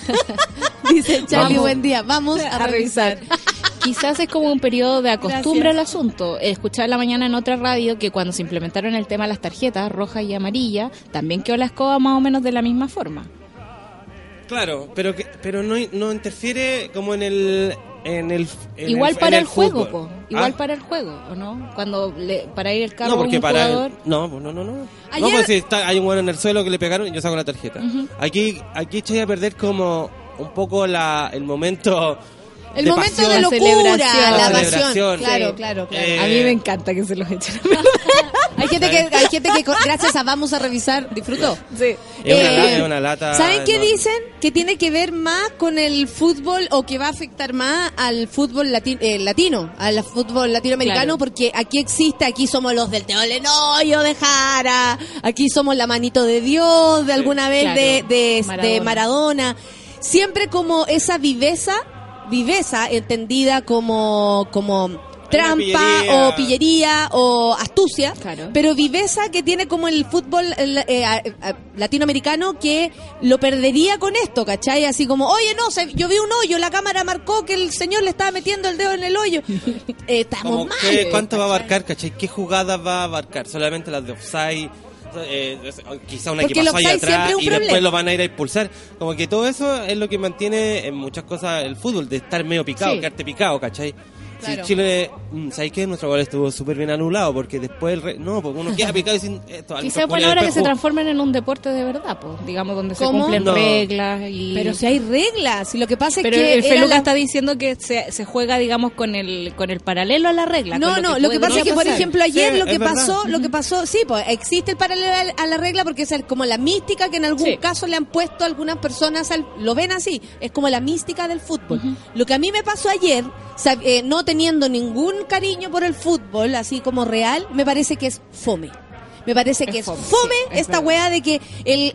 Dice Charlie, buen día. Vamos a revisar. Quizás es como un periodo de acostumbre al asunto. Escuchaba en la mañana en otra radio que cuando se implementaron el tema de las tarjetas roja y amarilla, también quedó la escoba más o menos de la misma forma. Claro, pero no interfiere como en el igual para el juego, fútbol. Igual para el juego, ¿o no? Cuando para ir el carro no, porque un jugador... No, pues si hay un bueno en el suelo que le pegaron, yo saco la tarjeta. Aquí eché a perder como un poco el momento... El momento pasión, de locura, la pasión. Claro. A mí me encanta que se los echen. Hay gente que gracias a Vamos a Revisar disfrutó. Sí. Es una lata. ¿Saben qué dicen? Que tiene que ver más con el fútbol, o que va a afectar más al fútbol latino, al fútbol latinoamericano, porque aquí somos los del Teo Lenoyo de Jara, aquí somos la manito de Dios de alguna vez de Maradona. Siempre como esa viveza entendida como trampa o pillería o astucia, pero viveza que tiene como el fútbol latinoamericano, que lo perdería con esto, ¿cachai? Así como, oye, no, yo vi un hoyo, la cámara marcó que el señor le estaba metiendo el dedo en el hoyo. Estamos mal. ¿Cuánto va a abarcar, cachai? ¿Qué jugadas va a abarcar? ¿Solamente las de offside? Quizá una que pasó ahí atrás y después lo van a ir a expulsar. Como que todo eso es lo que mantiene en muchas cosas el fútbol, de estar medio picado, quedarte picado, ¿cachai? Claro. Si Chile, ¿sabes qué? Nuestro gol estuvo súper bien anulado, porque después porque uno queda picado y sin esto. Quizás bueno ahora que se transformen en un deporte de verdad, pues, digamos, donde se cumplen reglas. Pero si hay reglas, y lo que pasa es que... el Feluca está diciendo que se juega, digamos, con el paralelo a la regla. No, lo que pasa es que, por ejemplo, ayer lo que pasó, sí, pues existe el paralelo a la regla, porque es como la mística que en algún caso le han puesto a algunas personas, lo ven así, es como la mística del fútbol. Lo que a mí me pasó ayer, no teniendo ningún cariño por el fútbol, así como real, me parece que es fome. Me parece que es fome esta weá de que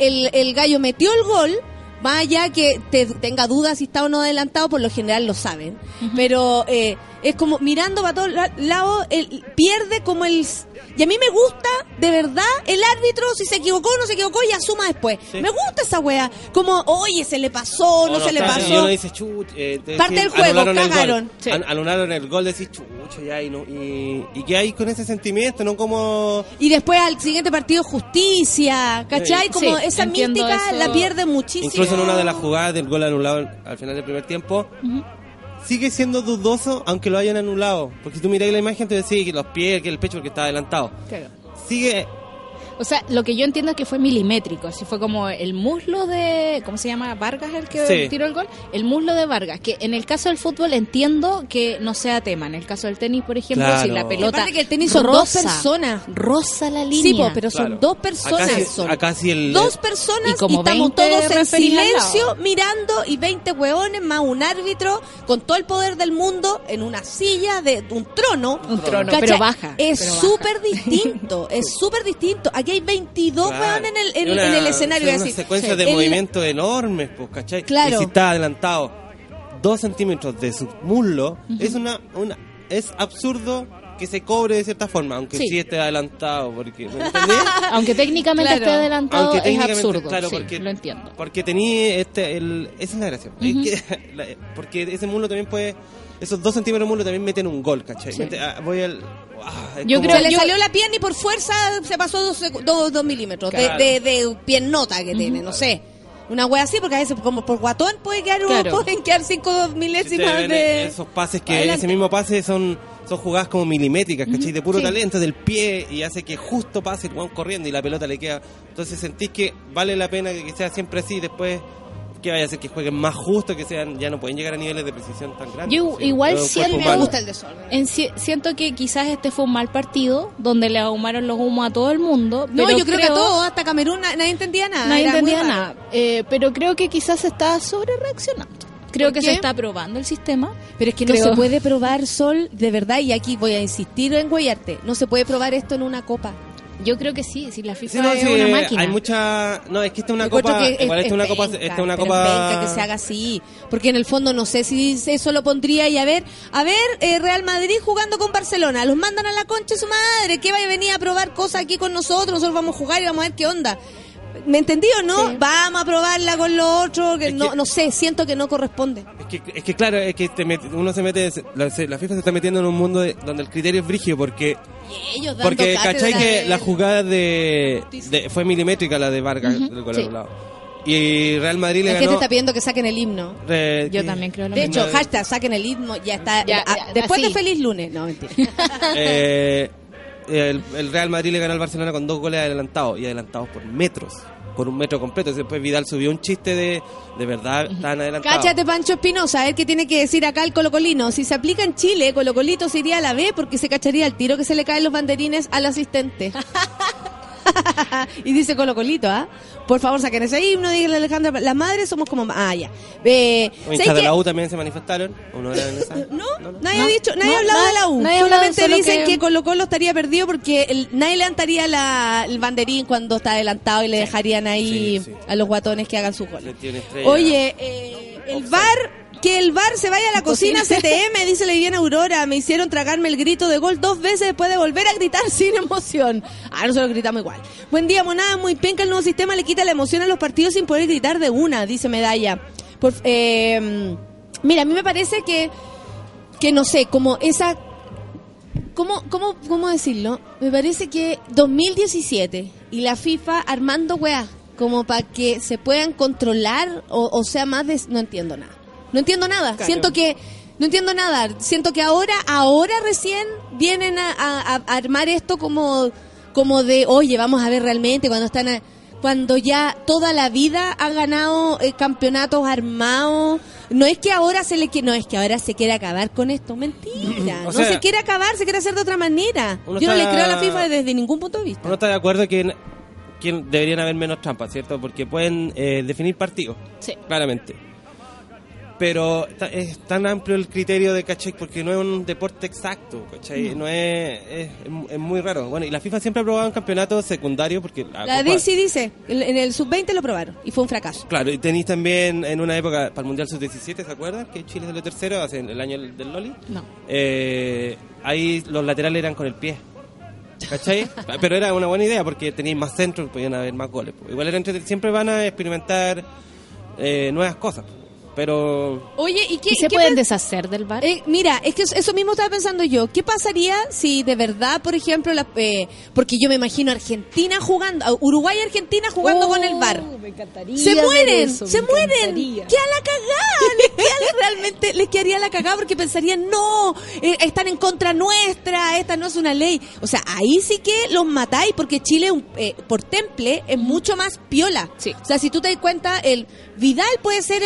el gallo metió el gol, más allá que tenga dudas si está o no adelantado, por lo general lo saben. Pero es como mirando para todos lados, pierde como el... Y a mí me gusta, de verdad, el árbitro, si se equivocó o no se equivocó, y asuma después. Sí. Me gusta esa wea. Como, oye, se le pasó, no se le pasó. Y uno dice, parte del juego, cagaron. Anularon el gol, decís, chucho, ya, y qué hay con ese sentimiento, no como... Y después al siguiente partido, justicia, ¿cachai? Como esa mística eso. La pierde muchísimo. Incluso en una de las jugadas del gol anulado al final del primer tiempo... Sigue siendo dudoso, aunque lo hayan anulado. Porque si tú miras la imagen, te decís que los pies, que el pecho, porque está adelantado. Claro. Sigue... O sea, lo que yo entiendo es que fue milimétrico. Así fue como el muslo de... ¿Cómo se llama? Vargas, el que tiró el gol. El muslo de Vargas. Que en el caso del fútbol entiendo que no sea tema. En el caso del tenis, por ejemplo, si la pelota... Que el tenis son dos personas. Roza la línea. Sí, pero son dos personas. Acá sí dos personas y estamos todos en silencio mirando, y 20 hueones más un árbitro con todo el poder del mundo en una silla de un trono. Un trono, pero baja. Es súper distinto. Es súper distinto. Aquí hay 22 hueones en el escenario. Una secuencia de movimientos enormes, pues, ¿cachai? Claro. Y si está adelantado 2 centímetros de su muslo, es absurdo que se cobre de cierta forma, aunque sí esté adelantado, porque ¿me entendés? Aunque técnicamente esté adelantado, es absurdo. Claro, sí, porque lo entiendo. Porque tenía esa es la gracia. Porque ese muslo también puede, esos 2 centímetros de muslo también meten un gol, ¿cachai? Sí. Yo creo que le salió la pierna y por fuerza se pasó 2 milímetros de piernota que tiene, no sé. Una wea así, porque a veces como por guatón pueden quedar 5 milésimas de... Esos pases que adelante. Ese mismo pase son jugadas como milimétricas, ¿cachai? De puro talento del pie y hace que justo pase el guan corriendo y la pelota le queda. Entonces sentís que vale la pena que sea siempre así. Después que vaya a hacer que jueguen más justo, que sean, ya no pueden llegar a niveles de precisión tan grandes. Yo igual siento, me gusta el desorden. Siento que quizás este fue un mal partido donde le ahumaron los humos a todo el mundo. No, yo creo que a todos, hasta Camerún, nadie entendía nada. Nadie entendía nada. Pero creo que quizás se está sobre reaccionando. Creo que se está probando el sistema. Pero es que no se puede probar, Sol, de verdad, y aquí voy a insistir en guayarte, no se puede probar esto en una copa. Yo creo que sí, si la FIFA es una máquina. Hay mucha... No, es que esta es una copa... Igual esta es una copa... que se haga así. Porque en el fondo no sé si eso lo pondría y a ver, Real Madrid jugando con Barcelona. Los mandan a la concha de su madre. Que vaya a venir a probar cosas aquí con nosotros vamos a jugar y vamos a ver qué onda. ¿Me entendí o no? Sí. Vamos a probarla con los otros, no sé, siento que no corresponde. Es que claro, es que uno se mete, la FIFA se está metiendo en un mundo donde el criterio es brígido porque ¿cachai que la jugada fue milimétrica la de Vargas del gol anulado? Y Real Madrid le ganó. La gente está pidiendo que saquen el himno. Yo también creo lo mismo. De hecho, hashtag saquen el himno, ya está. Después de Feliz Lunes. No, mentira. El Real Madrid le ganó al Barcelona con 2 goles adelantados, y adelantados por metros, por un metro completo. Después Vidal subió un chiste de verdad tan adelantado. Cáchate, Pancho Espinosa, a ver qué tiene que decir acá el colocolino. Si se aplica en Chile, Colocolito se iría a la B porque se cacharía el tiro que se le caen los banderines al asistente. Y dice Colocolito, por favor saquen ese himno, díganle a Alejandra, las madres somos como... ya. Hinchas de la U también se manifestaron. ¿O no eran esas? No, nadie ha dicho, nadie ha hablado de la U. Solamente dicen que Colo Colo estaría perdido porque nadie levantaría el banderín cuando está adelantado y le dejarían ahí a los guatones que hagan su gol. Oye, el VAR... Que el VAR se vaya a la cocina CTM, dice la Viviana Aurora. Me hicieron tragarme el grito de gol 2 veces después de volver a gritar sin emoción. Nosotros gritamos igual. Buen día, monada, muy penca. El nuevo sistema le quita la emoción a los partidos sin poder gritar de una, dice Medalla. Mira, a mí me parece que no sé, como esa... ¿Cómo decirlo? Me parece que 2017 y la FIFA armando weá como para que se puedan controlar o sea más de... No entiendo nada. No entiendo nada. Claro. No entiendo nada. Siento que ahora recién vienen a armar esto como de, oye, vamos a ver realmente cuando ya toda la vida han ganado campeonatos armados. No es que ahora ahora se quiere acabar con esto. Mentira. No se quiere acabar, se quiere hacer de otra manera. Yo no le creo a la FIFA desde ningún punto de vista. Uno está de acuerdo que deberían haber menos trampas, ¿cierto? Porque pueden definir partidos. Sí. Claramente. Pero es tan amplio el criterio de ¿cachai? Porque no es un deporte exacto, ¿cachai? No es muy raro. Bueno, y la FIFA siempre ha probado un campeonato secundario porque... La DICI dice, en el Sub-20 lo probaron y fue un fracaso. Claro, y tenéis también en una época para el Mundial Sub-17, ¿se acuerdan? Que Chile salió tercero hace el año del Loli. No. Ahí los laterales eran con el pie. ¿Cachai? Pero era una buena idea porque tenéis más centros, podían haber más goles. Igual siempre van a experimentar nuevas cosas. Pero... Oye, ¿y se pueden deshacer del VAR? Mira, es que eso mismo estaba pensando yo. ¿Qué pasaría si de verdad, por ejemplo, porque yo me imagino Argentina jugando, Uruguay y Argentina jugando con el VAR? Me encantaría. Se mueren. Queda la cagada. Realmente les quedaría la cagada porque pensarían, no, están en contra nuestra, esta no es una ley. O sea, ahí sí que los matáis porque Chile, por temple, es mucho más piola. Sí. O sea, si tú te das cuenta, el Vidal puede ser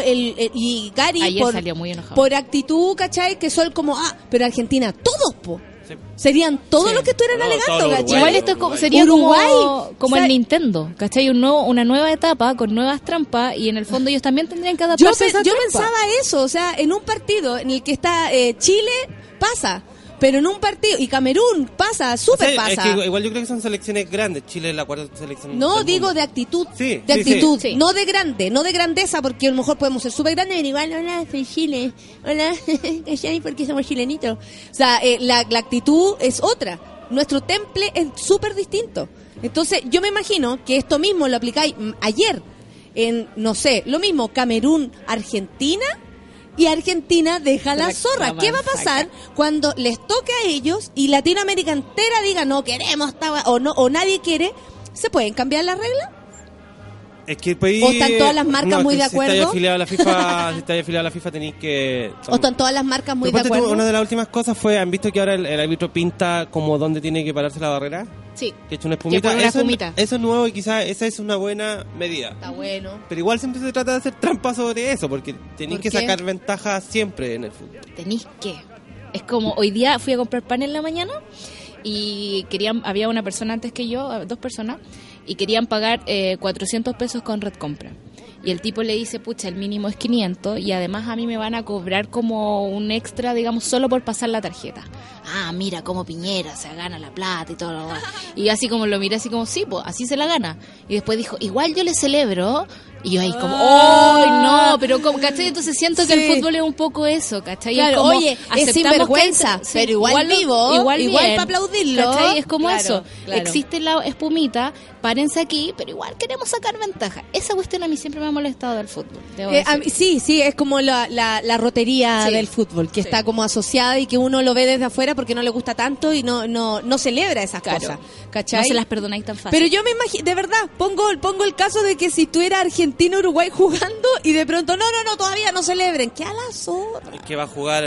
y Gary ayer salió muy enojado por actitud, ¿cachai? Que son como, pero Argentina, todos, sí. Serían todos los que estuvieran alegando, ¿cachai? Igual esto sería Uruguay, como el Nintendo, ¿cachai? Una nueva etapa con nuevas trampas y en el fondo ellos también tendrían que adaptarse a esa yo pensaba eso, o sea, en un partido en el que está Chile, pasa. Pero en un partido, y Camerún pasa, súper pasa. Es que igual yo creo que son selecciones grandes. Chile es la cuarta selección. No, digo mundo. De actitud. Sí, de actitud. Sí. No de grande, no de grandeza, porque a lo mejor podemos ser súper grandes y igual, hola, soy Chile. Hola, porque somos chilenitos. O sea, la actitud es otra. Nuestro temple es súper distinto. Entonces, yo me imagino que esto mismo lo aplicáis ayer en, no sé, lo mismo, Camerún, Argentina. Y Argentina deja la zorra. ¿Qué va a pasar cuando les toque a ellos y Latinoamérica entera diga no queremos o nadie quiere? ¿Se pueden cambiar las reglas? Es que el país, ¿O están todas las marcas muy de acuerdo? Si estáis afiliado a la FIFA tenéis que... ¿O están todas las marcas muy de acuerdo? Una de las últimas cosas fue, ¿han visto que ahora el árbitro pinta como dónde tiene que pararse la barrera? Sí. Que ha hecho una espumita. Eso es nuevo y quizás esa es una buena medida. Está bueno. Pero igual siempre se trata de hacer trampa sobre eso, porque tenéis que sacar ventaja siempre en el fútbol. Tenéis que. Es como, hoy día fui a comprar pan en la mañana y había una persona antes que yo, 2 personas, y querían pagar 400 pesos con Red Compra. Y el tipo le dice, pucha, el mínimo es 500 y además a mí me van a cobrar como un extra, digamos, solo por pasar la tarjeta. Ah, mira cómo Piñera se gana la plata y todo lo demás. Y así como lo miré, así como, sí, pues, así se la gana. Y después dijo, igual yo le celebro. Y yo ahí como, ¡oh, no! Pero, ¿cachai? Entonces siento que el fútbol es un poco eso, ¿cachai? Claro, es como, oye, es sinvergüenza, pero igual vivo, igual para aplaudirlo. ¿Cachai? Es como claro, eso. Claro. Existe la espumita, párense aquí, pero igual queremos sacar ventaja. Esa cuestión a mí siempre me ha molestado del fútbol. Sí, es como la rotería del fútbol, que está como asociada y que uno lo ve desde afuera porque no le gusta tanto y no celebra esas cosas, ¿cachai? No se las perdonáis tan fácil. Pero yo me imagino, de verdad, pongo el caso de que si tú eras Argentina-Uruguay jugando y de pronto, no, todavía no celebren. ¿Qué a la zorra? Es que va a jugar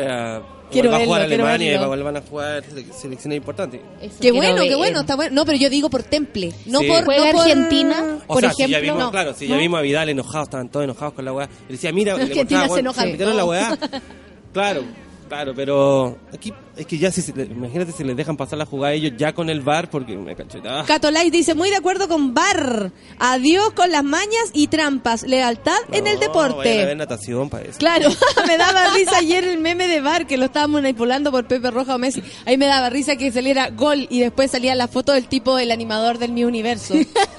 Alemania y van a jugar selecciones importantes. Qué bueno, está bueno. No, pero yo digo por temple. No por Argentina, por ejemplo. Si ya vimos, ya vimos a Vidal enojado, estaban todos enojados con la weá. Y decía, mira, Argentina se enoja. Metieron la weá. Claro, pero aquí es que ya imagínate si les dejan pasar la jugada a ellos ya con el VAR, porque me cachetaba. Catolay dice, muy de acuerdo con VAR. Adiós con las mañas y trampas. Lealtad en el deporte. Vayan a ver natación para eso. Claro, me daba risa ayer el meme de VAR que lo estábamos manipulando por Pepe Roja o Messi. Ahí me daba risa que saliera gol y después salía la foto del tipo, el animador del Mi Universo.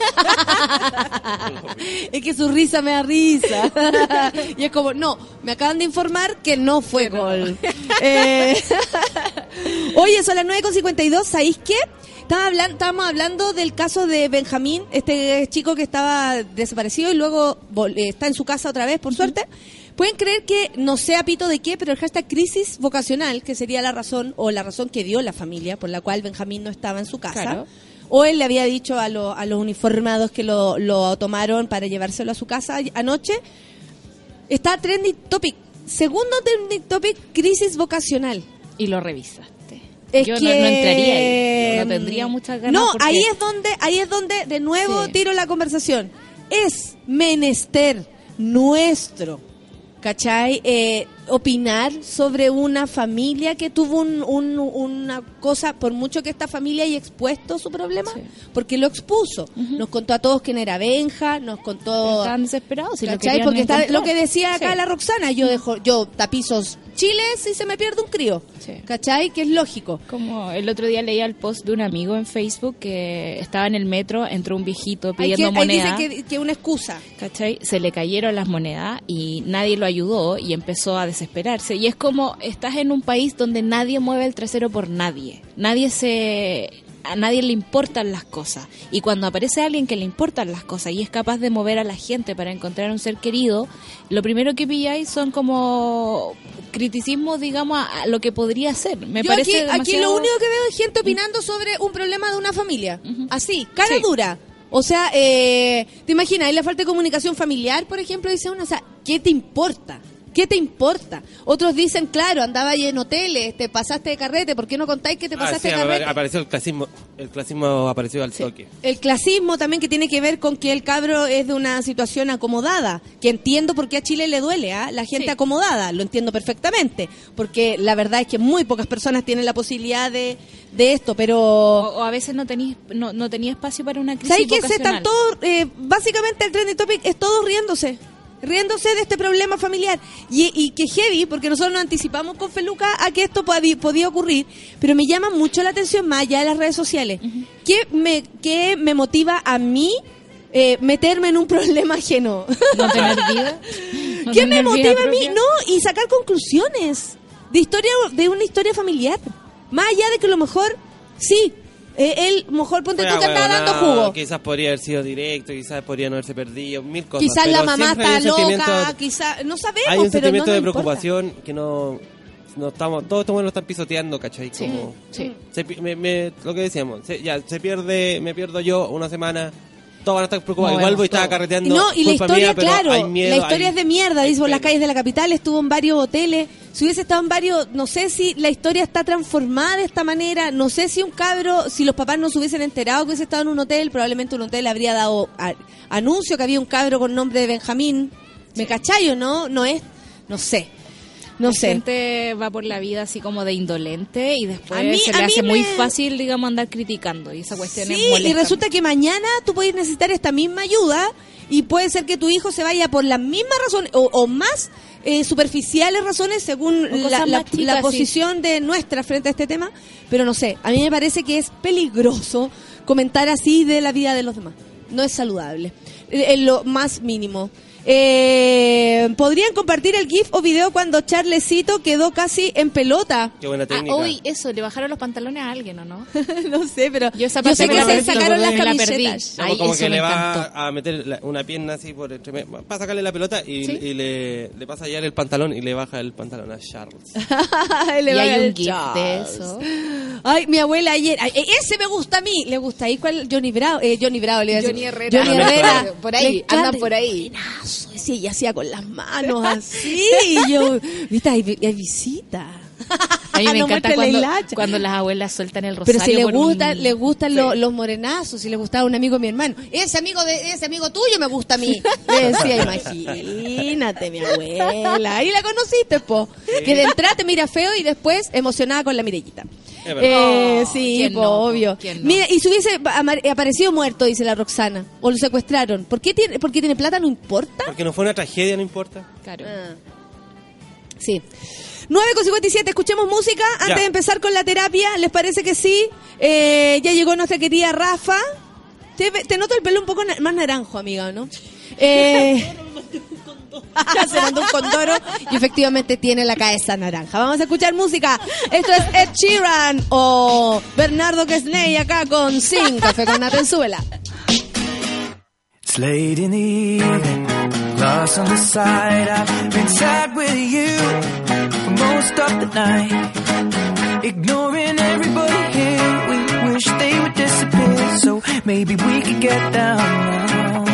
Es que su risa me da risa. Y es como, no, me acaban de informar que no fue gol. Oye, son las 9:52, ¿sabéis qué? Estábamos hablando del caso de Benjamín, este chico que estaba desaparecido y luego está en su casa otra vez, por suerte. Pueden creer que no sé a pito de qué, pero el hashtag crisis vocacional, que sería la razón que dio la familia por la cual Benjamín no estaba en su casa. Claro. O él le había dicho a los uniformados que lo tomaron para llevárselo a su casa anoche. Está trending topic. Segundo trending topic, crisis vocacional. Y lo revisaste. Yo no entraría ahí. No tendría muchas ganas. No, porque... ahí es donde de nuevo tiro la conversación. Es menester nuestro, ¿cachai? Opinar sobre una familia que tuvo una cosa, por mucho que esta familia haya expuesto su problema, porque lo expuso. Nos contó a todos quién era Benja, nos contó... Están desesperados. Si ¿cachai? Porque está lo que decía acá la Roxana, yo tapizos Chile si se me pierde un crío, ¿cachai? Que es lógico. Como el otro día leía el post de un amigo en Facebook que estaba en el metro, entró un viejito pidiendo monedas. Ahí dice que una excusa. ¿Cachai? Se le cayeron las monedas y nadie lo ayudó y empezó a desesperarse. Y es como, estás en un país donde nadie mueve el trasero por nadie. A nadie le importan las cosas. Y cuando aparece alguien que le importan las cosas y es capaz de mover a la gente para encontrar un ser querido, lo primero que pilláis son como criticismos, digamos, a lo que podría ser. Aquí lo único que veo es gente opinando sobre un problema de una familia. Así, cara dura. O sea, ¿te imaginas? Hay la falta de comunicación familiar, por ejemplo, dice uno. O sea, ¿qué te importa? ¿Qué te importa? Otros dicen, claro, andaba ahí en hoteles, te pasaste de carrete, ¿por qué no contáis que te pasaste de carrete? Apareció el clasismo apareció al toque. El clasismo también, que tiene que ver con que el cabro es de una situación acomodada, que entiendo por qué a Chile le duele, la gente acomodada, lo entiendo perfectamente, porque la verdad es que muy pocas personas tienen la posibilidad de esto, pero... O a veces no tenía espacio para una crisis vocacional. ¿Sabes qué? Están todos, básicamente el trending topic es todos riéndose. riéndose de este problema familiar. Y que heavy, porque nosotros nos anticipamos con Feluca a que esto podía ocurrir, pero me llama mucho la atención más allá de las redes sociales. ¿Qué me motiva a mí meterme en un problema ajeno? ¿No tener vida? ¿Qué me motiva a mí? No, y sacar conclusiones de una historia familiar. Más allá de que a lo mejor, sí, él, mejor ponte tú que andaba dando jugo. Quizás podría haber sido directo, quizás podría no haberse perdido, mil cosas. Quizás la mamá está loca, quizás, no sabemos, hay un pero sentimiento no de importa. preocupación que no estamos, todos estos buenos están pisoteando, ¿cachai? Sí, como, sí. Lo que decíamos, me pierdo yo una semana. Todos van a estar preocupados. No, Igual voy a todo. estar carreteando. No, y la historia, mía, pero claro, hay miedo, la historia es de mierda, dice, por las pena. calles de la capital, estuvo en varios hoteles, si hubiese estado en varios, no sé si la historia está transformada de esta manera, no sé si un cabro, si los papás no se hubiesen enterado que hubiese estado en un hotel, probablemente un hotel habría dado anuncio que había un cabro con nombre de Benjamín, ¿me cachayo, no? No es, no sé. No La sé. gente va por la vida así como de indolente y después A mí- se a le mí hace muy me- fácil, digamos, andar criticando y esa cuestión es Sí, molesta. y resulta que mañana tú puedes necesitar esta misma ayuda y puede ser que tu hijo se vaya por las mismas razones o más superficiales razones según O cosas más chicas, la sí. posición de nuestra frente a este tema, pero no sé, a mí me parece que es peligroso comentar así de la vida de los demás. No es saludable, en lo más mínimo. Podrían compartir el GIF o video cuando Charlecito quedó casi en pelota. Qué buena técnica. Hoy eso, le bajaron los pantalones a alguien, ¿o no? No sé, pero Yo esa sé parte que me la se perdí, sacaron las la perdí. camisetas. No, Ay, como eso que me le va encantó. a meter una pierna así por entre para sacarle la pelota y, ¿Sí? y le pasa ya el pantalón y le baja el pantalón a Charles. Le Y va a hay dar un el GIF chas. de eso. Ay, mi abuela ayer. Ay, ese me gusta a mí. Le gusta. ¿Y cuál? Johnny Bravo. Johnny Bravo le iba a decir. Johnny Herrera. Johnny Herrera. Por ahí, Le encanta. andan por ahí. Buenazo. Sí, ella hacía con las manos así. Y yo, viste, hay visita. A mí me No encanta muestre la hilacha. cuando las abuelas sueltan el rosario. Pero si le por un- gustan, le gustan los morenazos, si le gustaba un amigo de mi hermano. Ese amigo tuyo me gusta a mí. Le decía, imagínate, mi abuela. Ahí la conociste, po. Que de entrada te mira feo y después emocionada con la Mirellita. Es verdad. Sí, ¿quién po, no, po? obvio. ¿Quién no? Mira, y si hubiese aparecido muerto, dice la Roxana, o lo secuestraron. Porque tiene plata, no importa. Porque no fue una tragedia, no importa. Claro. Sí. 9:57, escuchemos música antes Ya. de empezar con la terapia. ¿Les parece que sí? Ya llegó nuestra querida Rafa. Te noto el pelo un poco más naranjo, amiga, ¿no? Se mandó un condoro y efectivamente tiene la cabeza naranja. Vamos a escuchar música. Esto es Ed Sheeran o Bernardo Kesney acá con Sin Café con Natenzuela. It's late in the evening, lost on the side. I've been sad with you for most of the night, ignoring everybody here. We wish they would disappear, so maybe we could get down now.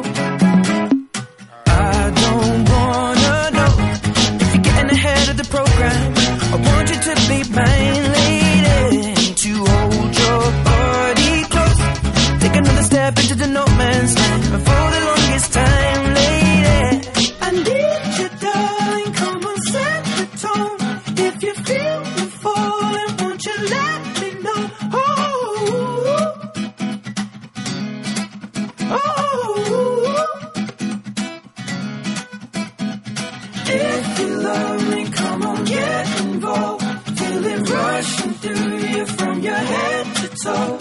I don't wanna know if you're getting ahead of the program. I want you to be mine, lady, to hold your body close. Take another step into the no man's land. For the longest time, lady, I need you, darling. Come on, set the tone. If you feel me falling, won't you let me know? If you love me, come on, get involved. Feel it rushing through you from your head to toe.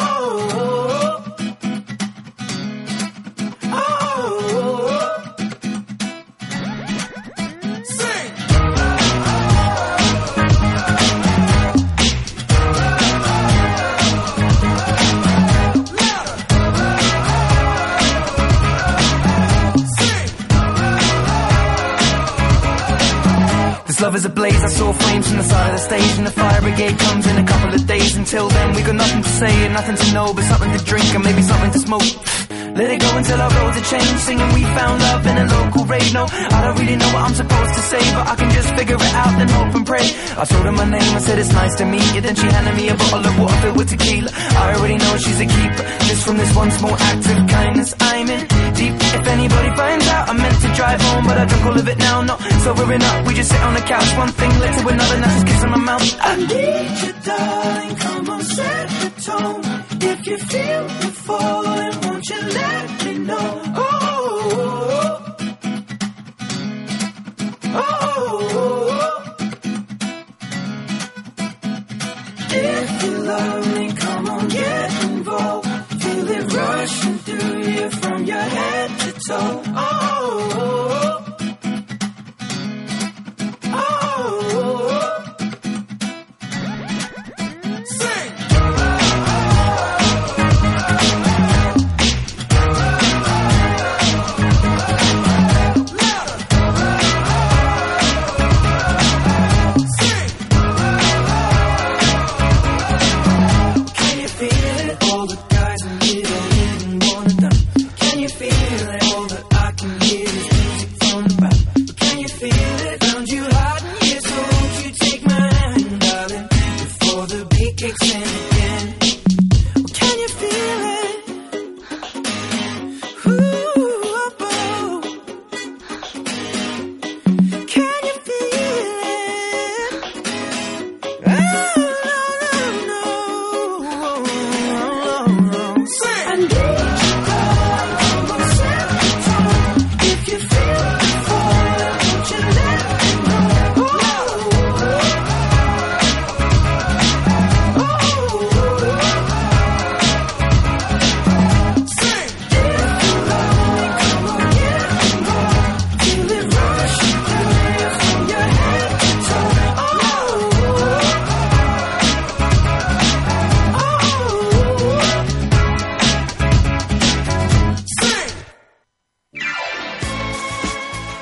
This love is ablaze, I saw flames from the side of the stage, and the fire brigade comes in a couple of days. Until then we got nothing to say and nothing to know, but something to drink and maybe something to smoke. Let it go until our roads are changed, singing we found love in a local rave. No, I don't really know what I'm supposed to say, but I can just figure it out and hope and pray. I told her my name, I said it's nice to meet you, then she handed me a bottle of water filled with tequila. I already know she's a keeper, just from this one small act of kindness. I'm in deep, if anybody finds out, I meant to drive home, but I drunk all of it now. Not sobering up, we just sit on the couch, one thing led to another, now just kissing my mouth. I need you, darling, come on, set the tone. If you feel me falling, won't you let me know?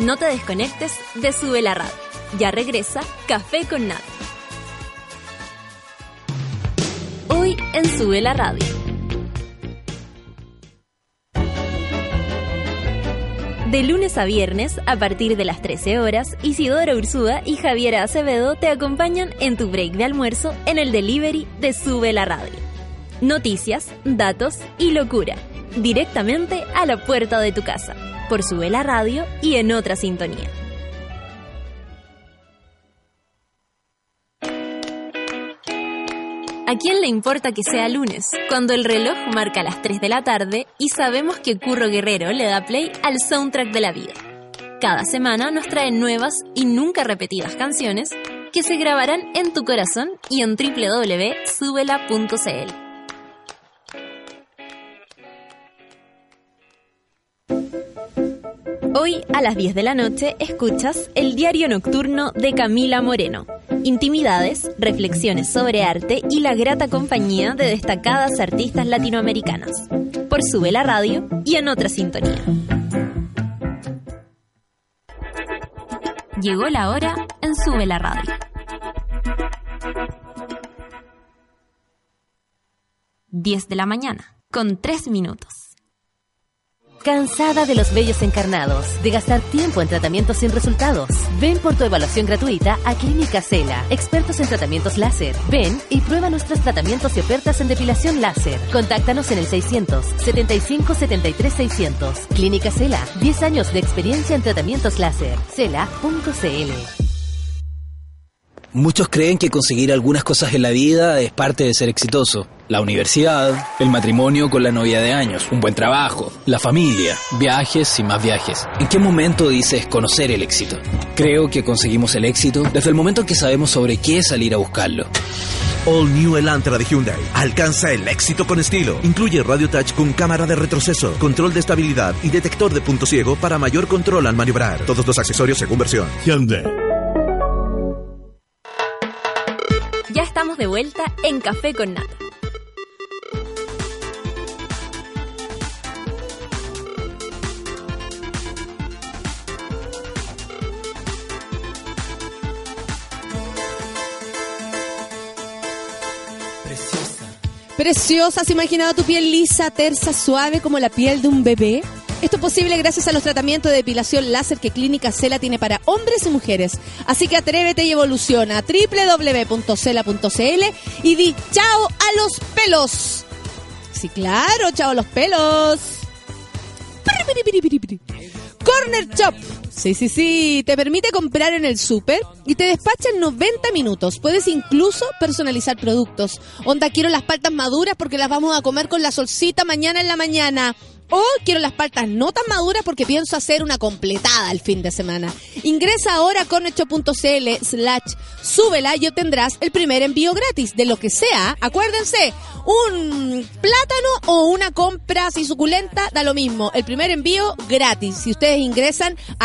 No te desconectes de Sube la Radio. Ya regresa Café con Nata. Hoy en Sube la Radio. De lunes a viernes, a partir de las 13 horas, Isidora Ursúa y Javiera Acevedo te acompañan en tu break de almuerzo en el delivery de Sube la Radio. Noticias, datos y locura, directamente a la puerta de tu casa, por Sube la Radio y en otra sintonía. ¿A quién le importa que sea lunes, cuando el reloj marca las 3 de la tarde y sabemos que Curro Guerrero le da play al soundtrack de la vida? Cada semana nos traen nuevas y nunca repetidas canciones que se grabarán en tu corazón y en www.subela.cl. Hoy a las 10 de la noche escuchas El Diario Nocturno de Camila Moreno. Intimidades, reflexiones sobre arte y la grata compañía de destacadas artistas latinoamericanas. Por Sube la Radio y en otra sintonía. Llegó la hora en Sube la Radio. 10 de la mañana, con 3 minutos. ¿Cansada de los vellos encarnados? ¿De gastar tiempo en tratamientos sin resultados? Ven por tu evaluación gratuita a Clínica Cela, expertos en tratamientos láser. Ven y prueba nuestros tratamientos y ofertas en depilación láser. Contáctanos en el 600-75-73-600. Clínica Cela, 10 años de experiencia en tratamientos láser. Cela.cl. Muchos creen que conseguir algunas cosas en la vida es parte de ser exitoso. La universidad, el matrimonio con la novia de años, un buen trabajo, la familia, viajes y más viajes. ¿En qué momento dices conocer el éxito? Creo que conseguimos el éxito desde el momento en que sabemos sobre qué salir a buscarlo. All New Elantra de Hyundai. Alcanza el éxito con estilo. Incluye radio touch con cámara de retroceso, control de estabilidad y detector de punto ciego para mayor control al maniobrar. Todos los accesorios según versión. Hyundai. Ya estamos de vuelta en Café con Nata. Preciosa, ¿has imaginado tu piel lisa, tersa, suave como la piel de un bebé? Esto es posible gracias a los tratamientos de depilación láser que Clínica Cela tiene para hombres y mujeres. Así que atrévete y evoluciona a www.cela.cl y di chao a los pelos. Sí, claro, chao a los pelos. Corner Shop. Sí, te permite comprar en el súper y te despacha en 90 minutos. Puedes incluso personalizar productos. Onda, quiero las paltas maduras porque las vamos a comer con la solcita mañana en la mañana. O quiero las paltas no tan maduras porque pienso hacer una completada el fin de semana. Ingresa ahora a cornershop.cl/súbela y obtendrás el primer envío gratis de lo que sea. Acuérdense, un plátano o una compra así suculenta, da lo mismo. El primer envío gratis si ustedes ingresan a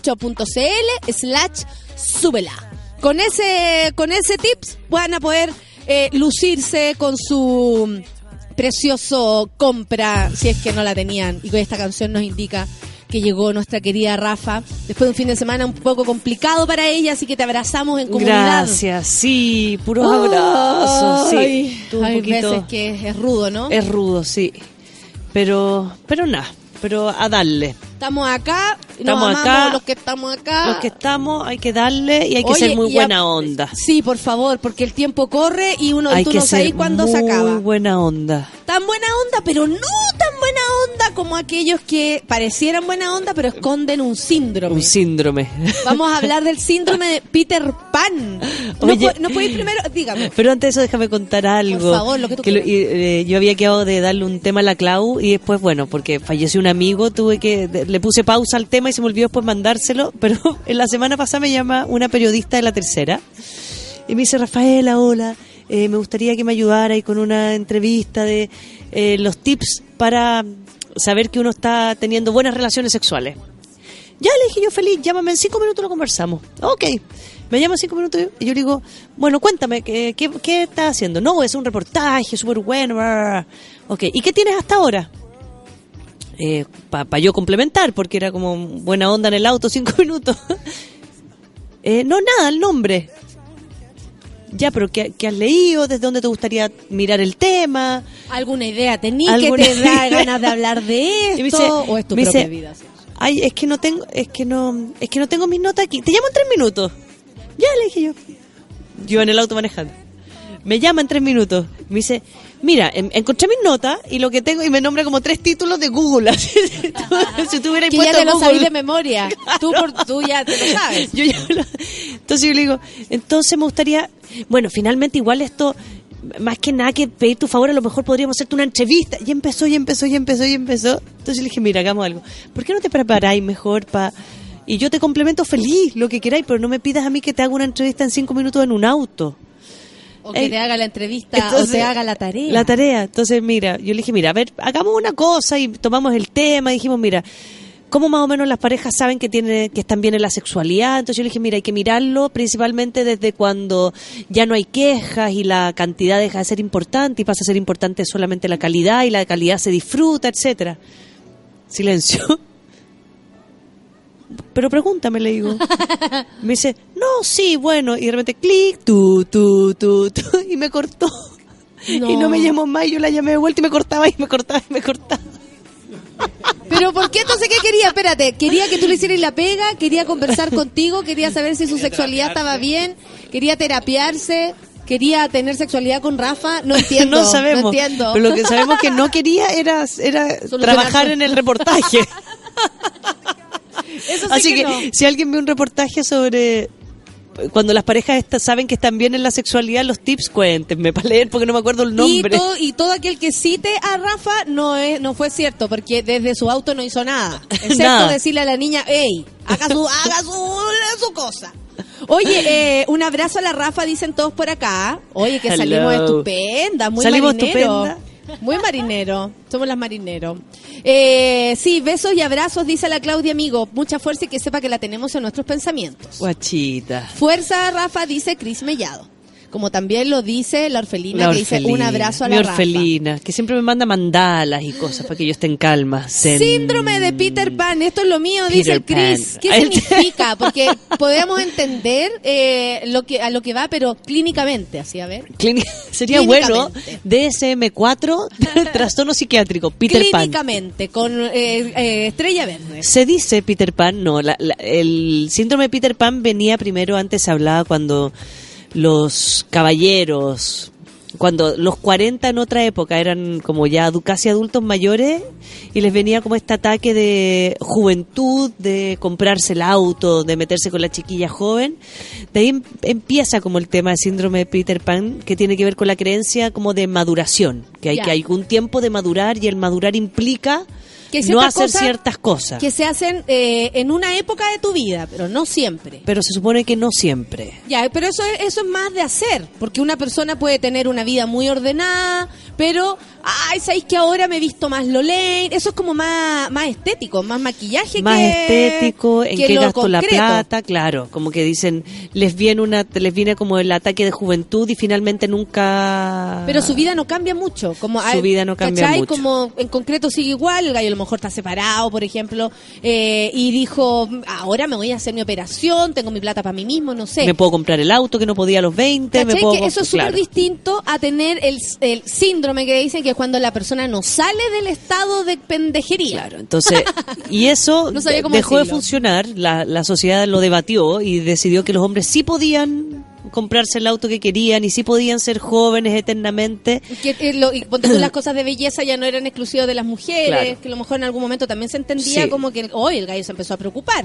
cornershop.cl/súbela. Con ese tips van a poder lucirse con su precioso compra, si es que no la tenían. Y con esta canción nos indica que llegó nuestra querida Rafa, después de un fin de semana un poco complicado para ella, así que te abrazamos en comunidad. Gracias, sí, puros abrazos, sí. Hay veces que es rudo, ¿no? Es rudo, sí, pero nada, pero a darle. Estamos acá, estamos nos amamos acá, los que estamos acá. Los que estamos, hay que darle y hay que ser muy buena onda. Sí, por favor, porque el tiempo corre y tú no sabes cuándo se acaba. Muy buena onda. Tan buena onda, pero no tan buena onda como aquellos que parecieran buena onda, pero esconden un síndrome. Un síndrome. Vamos a hablar del síndrome de Peter Pan. Oye, ¿No puedes primero? Dígame. Pero antes de eso, déjame contar algo. Por favor, lo que tú quieras. Yo había quedado de darle un tema a la Clau y después, bueno, porque falleció un amigo, le puse pausa al tema y se me olvidó después mandárselo, pero en la semana pasada me llama una periodista de La Tercera y me dice: Rafaela, hola, me gustaría que me ayudara y con una entrevista de los tips para saber que uno está teniendo buenas relaciones sexuales. Ya le dije yo, feliz, llámame en 5 minutos, lo conversamos. Ok, me llama en 5 minutos y yo le digo: bueno, cuéntame, ¿qué estás haciendo? No, es un reportaje súper bueno. Ok, ¿y qué tienes hasta ahora? para yo complementar, porque era como buena onda en el auto, 5 minutos. No, nada, el nombre. Ya, pero ¿qué has leído? ¿Desde dónde te gustaría mirar el tema? ¿Alguna idea tenías que te da ganas de hablar de esto? Dice, ¿O es tu propia vida? Ay, es que no tengo mis notas aquí. Te llamo en 3 minutos. Ya, le dije yo. Yo en el auto manejando. Me llama en 3 minutos. Me dice, mira, encontré mis notas y lo que tengo, y me nombra como 3 títulos de Google. Si tú hubieras que puesto ya te lo Google. sabes de memoria. Tú ya te lo sabes. Entonces yo le digo, entonces me gustaría, bueno, finalmente igual esto, más que nada que pedir tu favor, a lo mejor podríamos hacerte una entrevista. Y empezó. Entonces le dije, mira, hagamos algo. ¿Por qué no te preparáis mejor y yo te complemento feliz, lo que queráis, pero no me pidas a mí que te haga una entrevista en 5 minutos en un auto? O que te haga la entrevista, entonces, o te haga la tarea. La tarea. Entonces, mira, yo le dije, mira, a ver, hagamos una cosa y tomamos el tema y dijimos, mira, ¿cómo más o menos las parejas saben que están bien en la sexualidad? Entonces yo le dije, mira, hay que mirarlo principalmente desde cuando ya no hay quejas y la cantidad deja de ser importante y pasa a ser importante solamente la calidad y la calidad se disfruta, etcétera. Silencio. Pero pregúntame, le digo. Me dice, no, sí, bueno. Y de repente, clic, tú, y me cortó. No. Y no me llamó más, y yo la llamé de vuelta y me cortaba. ¿Pero por qué entonces qué quería? Espérate, ¿quería que tú le hicieras la pega? ¿Quería conversar contigo? ¿Quería saber si su sexualidad estaba bien? ¿Quería terapiarse? ¿Quería tener sexualidad con Rafa? No entiendo. No sabemos. No entiendo. Pero lo que sabemos que no quería era trabajar en el reportaje. Eso sí. Así que no. Si alguien ve un reportaje sobre cuando las parejas saben que están bien en la sexualidad, los tips, cuéntenme para leer porque no me acuerdo el nombre. Y todo aquel que cite a Rafa no fue cierto, porque desde su auto no hizo nada, excepto decirle a la niña, hey, haga su cosa. Oye, un abrazo a la Rafa, dicen todos por acá. Oye, que salimos estupenda, muy salimos marinero. Estupenda. Muy marinero, somos las marineros. Sí, besos y abrazos, dice la Claudia Amigo. Mucha fuerza y que sepa que la tenemos en nuestros pensamientos. Guachita. Fuerza, Rafa, dice Cris Mellado. Como también lo dice la orfelina, que dice un abrazo a la Rafa. Mi orfelina, que siempre me manda mandalas y cosas para que yo esté en calma. Síndrome de Peter Pan, esto es lo mío, dice el Cris. ¿Qué significa? Porque podemos entender a lo que va, pero clínicamente, así, a ver. Sería bueno, DSM-4, trastorno psiquiátrico, Peter Pan. Clínicamente, con estrella verde. Se dice Peter Pan, no, el síndrome de Peter Pan venía primero, antes se hablaba cuando los caballeros, cuando los 40 en otra época eran como ya casi adultos mayores y les venía como este ataque de juventud, de comprarse el auto, de meterse con la chiquilla joven. De ahí empieza como el tema del síndrome de Peter Pan, que tiene que ver con la creencia como de maduración, que hay un tiempo de madurar y el madurar implica no hacer ciertas cosas. Que se hacen en una época de tu vida, pero no siempre. Pero se supone que no siempre. Ya, pero eso es más de hacer, porque una persona puede tener una vida muy ordenada, pero, ¿sabéis que ahora me he visto más Lolane? Eso es como más estético, más maquillaje más estético, en qué gasto concreto. La plata, claro, como que dicen, les viene como el ataque de juventud y finalmente nunca... Pero su vida no cambia mucho. Su vida no cambia ¿cachai? mucho. Como en concreto sigue igual, el gallo a lo mejor está separado, por ejemplo, y dijo, ahora me voy a hacer mi operación, tengo mi plata para mí mismo, no sé. Me puedo comprar el auto que no podía a los 20. ¿Cachai? Que eso es súper distinto a tener el síndrome que dicen que es cuando la persona no sale del estado de pendejería. Claro, entonces, y eso no dejó de funcionar, la sociedad lo debatió y decidió que los hombres sí podían comprarse el auto que querían y sí podían ser jóvenes eternamente. Y ponte tú, las cosas de belleza ya no eran exclusivas de las mujeres, claro. Que a lo mejor en algún momento también se entendía como que hoy el gallo se empezó a preocupar.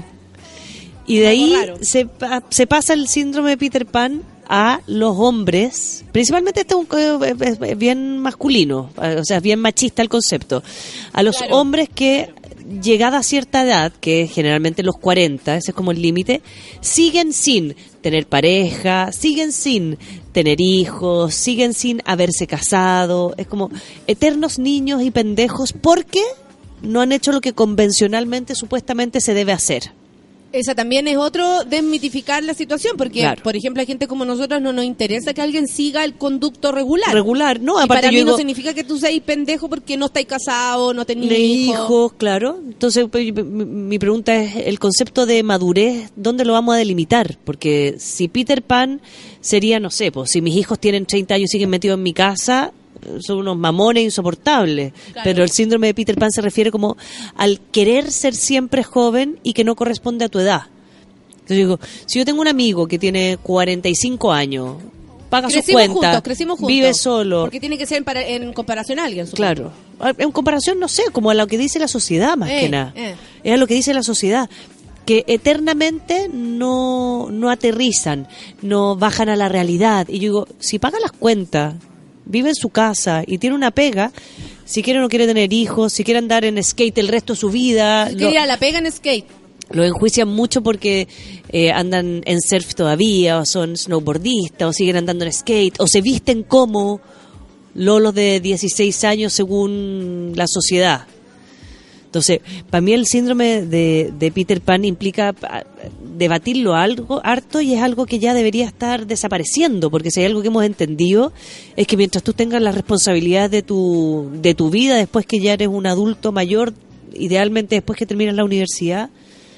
Y de ahí se pasa el síndrome de Peter Pan a los hombres, principalmente este es bien masculino, o sea, es bien machista el concepto, a los hombres que llegada a cierta edad, que es generalmente los 40, ese es como el límite, siguen sin tener pareja, siguen sin tener hijos, siguen sin haberse casado, es como eternos niños y pendejos porque no han hecho lo que convencionalmente supuestamente se debe hacer. Esa también es otro desmitificar la situación, porque, por ejemplo, hay gente como nosotros no nos interesa que alguien siga el conducto regular. No, y aparte para mí yo no significa que tú seas pendejo porque no estáis casado, no tenés hijos. Claro. Entonces, mi pregunta es, el concepto de madurez, ¿dónde lo vamos a delimitar? Porque si Peter Pan sería, no sé, pues si mis hijos tienen 30 años y siguen metidos en mi casa, son unos mamones insoportables. Claro. Pero el síndrome de Peter Pan se refiere como al querer ser siempre joven y que no corresponde a tu edad. Entonces digo, si yo tengo un amigo que tiene 45 años, paga sus cuentas, crecimos juntos, vive solo. Porque tiene que ser en comparación a alguien, supongo. Claro. En comparación, no sé, como a lo que dice la sociedad más que nada. Es a lo que dice la sociedad. Que eternamente no aterrizan, no bajan a la realidad. Y yo digo, si paga las cuentas, vive en su casa y tiene una pega, si quiere o no quiere tener hijos, si quiere andar en skate el resto de su vida. Si quiere ir a la pega en skate. Lo enjuician mucho porque andan en surf todavía, o son snowboardistas, o siguen andando en skate, o se visten como lolos de 16 años según la sociedad. Entonces, para mí el síndrome de Peter Pan implica debatirlo algo harto, y es algo que ya debería estar desapareciendo, porque si hay algo que hemos entendido es que mientras tú tengas las responsabilidades de tu vida, después que ya eres un adulto mayor, idealmente después que terminas la universidad,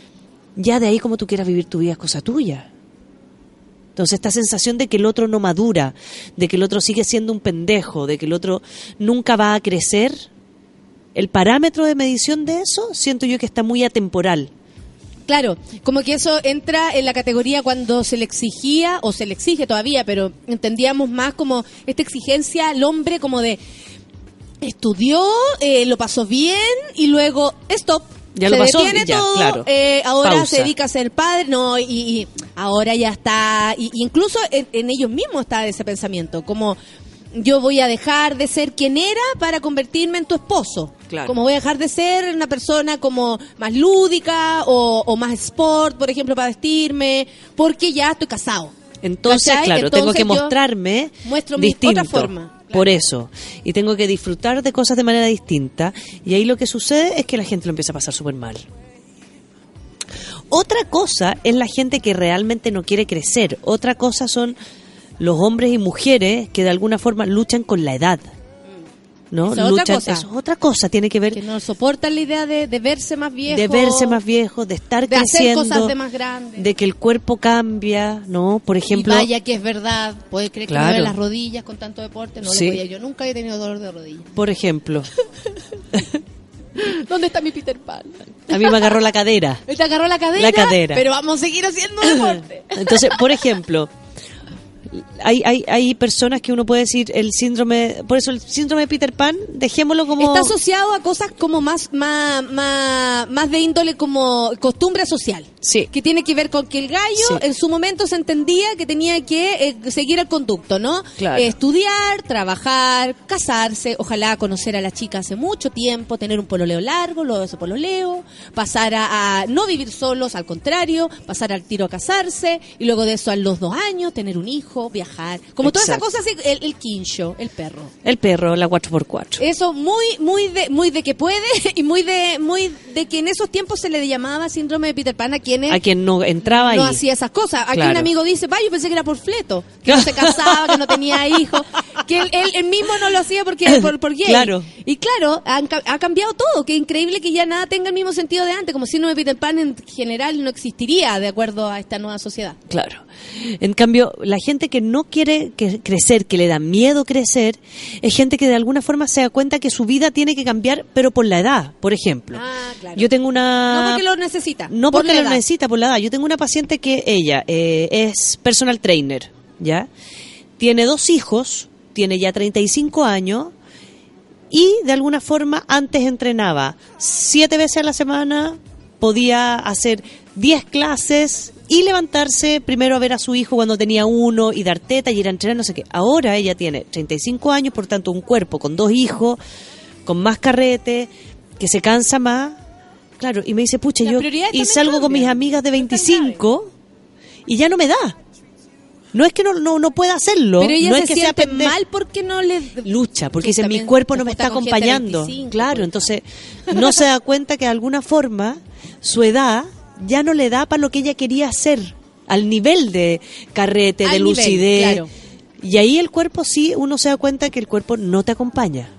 ya de ahí como tú quieras vivir tu vida es cosa tuya. Entonces esta sensación de que el otro no madura, de que el otro sigue siendo un pendejo, de que el otro nunca va a crecer, el parámetro de medición de eso siento yo que está muy atemporal. Claro, como que eso entra en la categoría cuando se le exigía, o se le exige todavía, pero entendíamos más como esta exigencia al hombre como de estudió, lo pasó bien y luego stop. Ya lo pasó, detiene ya, todo, claro. Ahora Pausa. se dedica a ser padre, no, y ahora ya está, y incluso en ellos mismos está ese pensamiento, como yo voy a dejar de ser quien era para convertirme en tu esposo. Claro. Como voy a dejar de ser una persona como más lúdica o más sport, por ejemplo, para vestirme, porque ya estoy casado. Entonces, ¿cachai? claro, Entonces tengo que mostrarme muestro distinto. otra forma. Claro. Por eso. Y tengo que disfrutar de cosas de manera distinta. Y ahí lo que sucede es que la gente lo empieza a pasar súper mal. Otra cosa es la gente que realmente no quiere crecer. Otra cosa son los hombres y mujeres que de alguna forma luchan con la edad. ¿No? Eso Eso es otra cosa, tiene que ver. Que no soportan la idea de verse más viejo. De verse más viejo, de estar de creciendo. hacer cosas de más grandes. De que el cuerpo cambia, ¿no? Por ejemplo. Y vaya que es verdad. Puede creer Claro. que me duelen las rodillas con tanto deporte. No Sí. lo podía. Yo nunca he tenido dolor de rodillas. Por ejemplo. ¿Dónde está mi Peter Pan? A mí me agarró la cadera. ¿Te agarró la cadera? La cadera. Pero vamos a seguir haciendo deporte. Entonces, por ejemplo, hay personas que uno puede decir el síndrome, por eso el síndrome de Peter Pan, dejémoslo como... Está asociado a cosas como más de índole como costumbre social. Sí. Que tiene que ver con que el gallo en su momento se entendía que tenía que seguir el conducto, ¿no? Claro. Estudiar, trabajar, casarse, ojalá conocer a la chica hace mucho tiempo, tener un pololeo largo, luego de ese pololeo, pasar a no vivir solos, al contrario, pasar al tiro a casarse, y luego de eso a los 2 años tener un hijo, viajar, como todas esas cosas, el quincho, el perro. El perro, la 4x4. Eso muy de que puede y muy de que en esos tiempos se le llamaba síndrome de Peter Pan a quienes A quien no entraba ahí. no hacía esas cosas. Aquí Claro. un amigo dice, yo pensé que era por fleto, que no se casaba, que no tenía hijos, que él mismo no lo hacía porque por gay. Claro. Y claro, ha cambiado todo, que increíble que ya nada tenga el mismo sentido de antes, como síndrome de Peter Pan en general no existiría de acuerdo a esta nueva sociedad. Claro. En cambio, la gente que no quiere crecer, que le da miedo crecer, es gente que de alguna forma se da cuenta que su vida tiene que cambiar, pero por la edad, por ejemplo. Claro. Yo tengo una... No porque lo necesita. No por porque la lo edad. necesita, por la edad. Yo tengo una paciente que ella es personal trainer, ¿ya? Tiene 2 hijos, tiene ya 35 años y de alguna forma antes entrenaba 7 veces a la semana, podía hacer 10 clases y levantarse primero a ver a su hijo cuando tenía 1 y dar teta y ir a entrenar, no sé qué. Ahora ella tiene 35 años, por tanto un cuerpo con 2 hijos, con más carrete, que se cansa más. Claro, y me dice, pucha, La yo prioridad y también salgo con cambia. mis amigas de 25 y ya no me da. No es que no pueda hacerlo. Pero ella no se es que sea siente pendeja. mal porque no le... Lucha, porque dice, mi también cuerpo se no me junta está con gente de acompañando. 25, Claro, pues. entonces no se da cuenta que de alguna forma su edad ya no le da para lo que ella quería hacer, al nivel de carrete, de lucidez. Claro. Y ahí el cuerpo sí, uno se da cuenta que el cuerpo no te acompaña.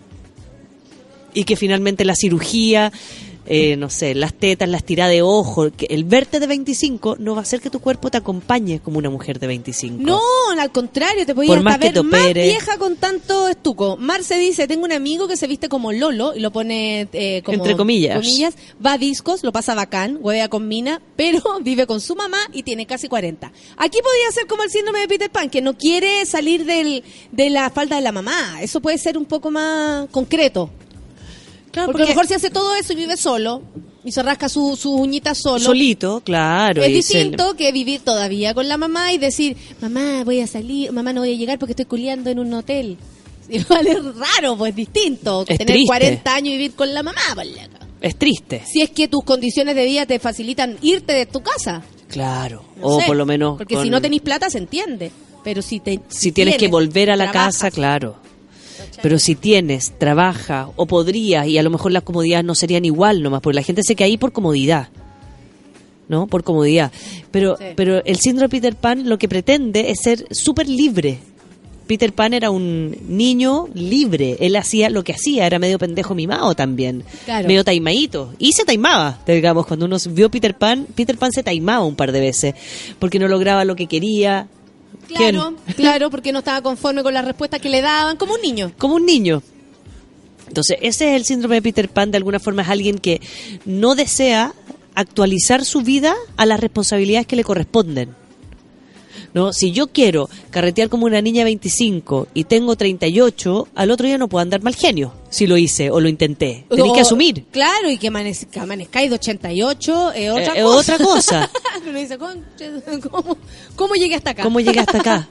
Y que finalmente la cirugía, no sé, las tetas, las tiradas de ojo, que el verte de 25 no va a hacer que tu cuerpo te acompañe como una mujer de 25. No, al contrario, te podías hasta ver más vieja con tanto estuco. Marce dice, tengo un amigo que se viste como Lolo, y lo pone como entre comillas, va a discos, lo pasa bacán, huevea con mina, pero vive con su mamá y tiene casi 40. Aquí podría ser como el síndrome de Peter Pan, que no quiere salir de la falda de la mamá. Eso puede ser un poco más concreto. Claro, porque a lo mejor se hace todo eso y vive solo y se rasca sus uñitas solo. Solito, claro. Es distinto que vivir todavía con la mamá y decir, mamá, voy a salir, mamá, no voy a llegar porque estoy culiando en un hotel. Igual es raro, pues distinto. Es tener triste. 40 años y vivir con la mamá. Es triste. Si es que tus condiciones de vida te facilitan irte de tu casa. Claro, no o sé, por lo menos... Porque si no tenés plata se entiende, pero si tienes que volver a la casa, claro. Pero si tienes, trabaja o podrías, y a lo mejor las comodidades no serían igual nomás, porque la gente se queda ahí por comodidad, ¿no? Por comodidad. Pero el síndrome de Peter Pan lo que pretende es ser súper libre. Peter Pan era un niño libre. Él hacía lo que hacía, era medio pendejo mimado también. Claro. Medio taimadito. Y se taimaba, digamos, cuando uno vio Peter Pan se taimaba un par de veces, porque no lograba lo que quería. Claro, porque no estaba conforme con las respuestas que le daban, como un niño. Como un niño. Entonces, ese es el síndrome de Peter Pan. De alguna forma es alguien que no desea actualizar su vida a las responsabilidades que le corresponden. ¿No? Si yo quiero carretear como una niña de 25 y tengo 38, al otro día no puedo andar mal genio si lo hice o lo intenté. Tenés que asumir. Clay y que amanezcáis de 88 es otra cosa. Uno dice, ¿cómo llegué hasta acá? ¿Cómo llegué hasta acá?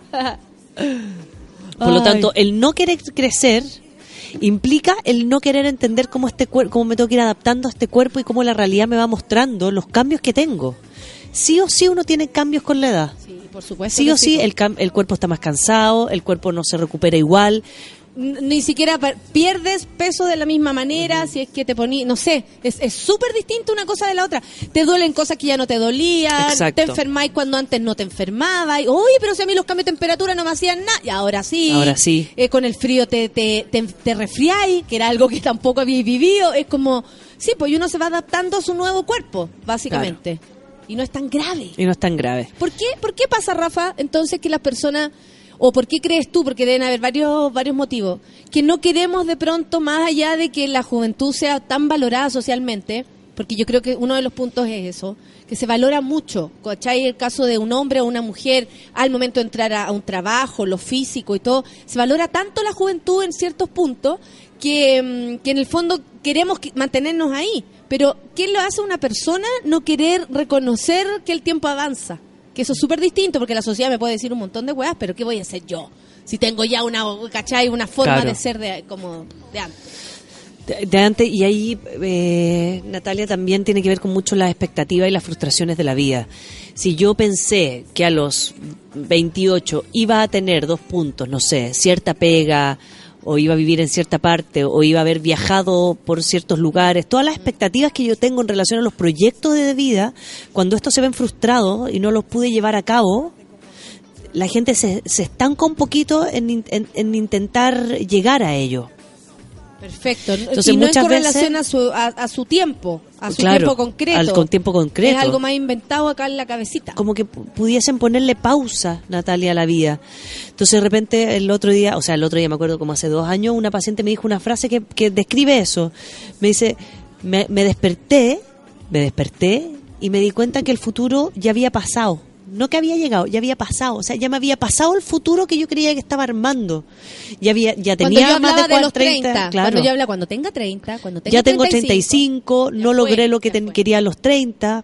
Por lo tanto, el no querer crecer implica el no querer entender cómo cómo me tengo que ir adaptando a este cuerpo y cómo la realidad me va mostrando los cambios que tengo. Sí o sí uno tiene cambios con la edad. Sí, por supuesto. Sí o sí, el cuerpo está más cansado, el cuerpo no se recupera igual. Ni siquiera pierdes peso de la misma manera, si es que te poní, no sé, es súper distinto una cosa de la otra. Te duelen cosas que ya no te dolían. Exacto. Te enfermáis cuando antes no te enfermabas. Oye, pero si a mí los cambios de temperatura no me hacían nada, y ahora sí. Con el frío te resfriáis, que era algo que tampoco habíais vivido. Es como, sí, pues uno se va adaptando a su nuevo cuerpo, básicamente. Claro. Y no es tan grave. ¿Por qué pasa, Rafa, entonces que las personas, o por qué crees tú, porque deben haber varios motivos, que no queremos de pronto, más allá de que la juventud sea tan valorada socialmente, porque yo creo que uno de los puntos es eso, que se valora mucho, ¿cachai? El caso de un hombre o una mujer, al momento de entrar a un trabajo, lo físico y todo, se valora tanto la juventud en ciertos puntos, que en el fondo queremos mantenernos ahí. Pero, ¿qué lo hace una persona no querer reconocer que el tiempo avanza? Que eso es súper distinto, porque la sociedad me puede decir un montón de weas, pero ¿qué voy a hacer yo? Si tengo ya una forma de ser como de antes. De antes, y ahí, Natalia, también tiene que ver con mucho las expectativas y las frustraciones de la vida. Si yo pensé que a los 28 iba a tener 2 puntos, no sé, cierta pega, o iba a vivir en cierta parte, o iba a haber viajado por ciertos lugares, todas las expectativas que yo tengo en relación a los proyectos de vida, cuando estos se ven frustrados y no los pude llevar a cabo, la gente se estanca un poquito en intentar llegar a ello. Perfecto. Entonces, y no en correlación a su tiempo, a su tiempo concreto. Con tiempo concreto. Es algo más inventado acá en la cabecita. Como que pudiesen ponerle pausa, Natalia, a la vida. Entonces, de repente, el otro día me acuerdo como hace 2 años, una paciente me dijo una frase que describe eso. Me dice, me desperté y me di cuenta que el futuro ya había pasado. No que había llegado, ya había pasado. O sea, ya me había pasado el futuro que yo creía que estaba armando. Ya tenía más de 30. Claro. Cuando tenga 30, cuando tenga ya tengo 35, no logré lo que quería a los 30.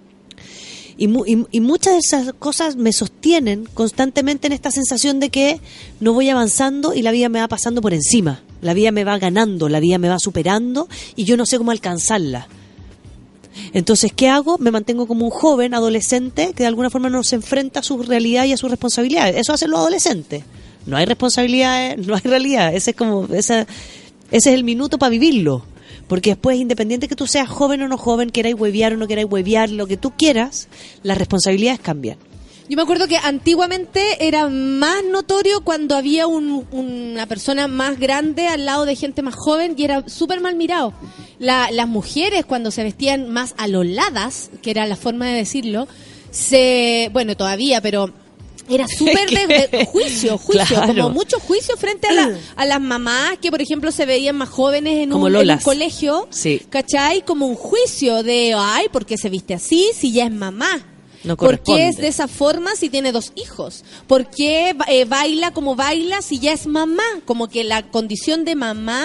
Y muchas de esas cosas me sostienen constantemente en esta sensación de que no voy avanzando y la vida me va pasando por encima. La vida me va ganando, la vida me va superando y yo no sé cómo alcanzarla. Entonces, ¿qué hago? Me mantengo como un joven adolescente que de alguna forma no se enfrenta a su realidad y a sus responsabilidades. Eso hacen los adolescentes. No hay responsabilidades, no hay realidad. Ese es el minuto para vivirlo. Porque después, independiente que tú seas joven o no joven, queráis huevear o no queráis huevear, lo que tú quieras, las responsabilidades cambian. Yo me acuerdo que antiguamente era más notorio cuando había una persona más grande al lado de gente más joven y era súper mal mirado. Las mujeres cuando se vestían más aloladas, que era la forma de decirlo, bueno, todavía, pero era súper de juicio, claro. Como mucho juicio frente a las mamás que, por ejemplo, se veían más jóvenes en un colegio, sí. ¿Cachai? Como un juicio de, ay, ¿por qué se viste así si ya es mamá? No ¿Por qué es de esa forma si tiene 2 hijos? ¿Por qué baila como baila si ya es mamá? Como que la condición de mamá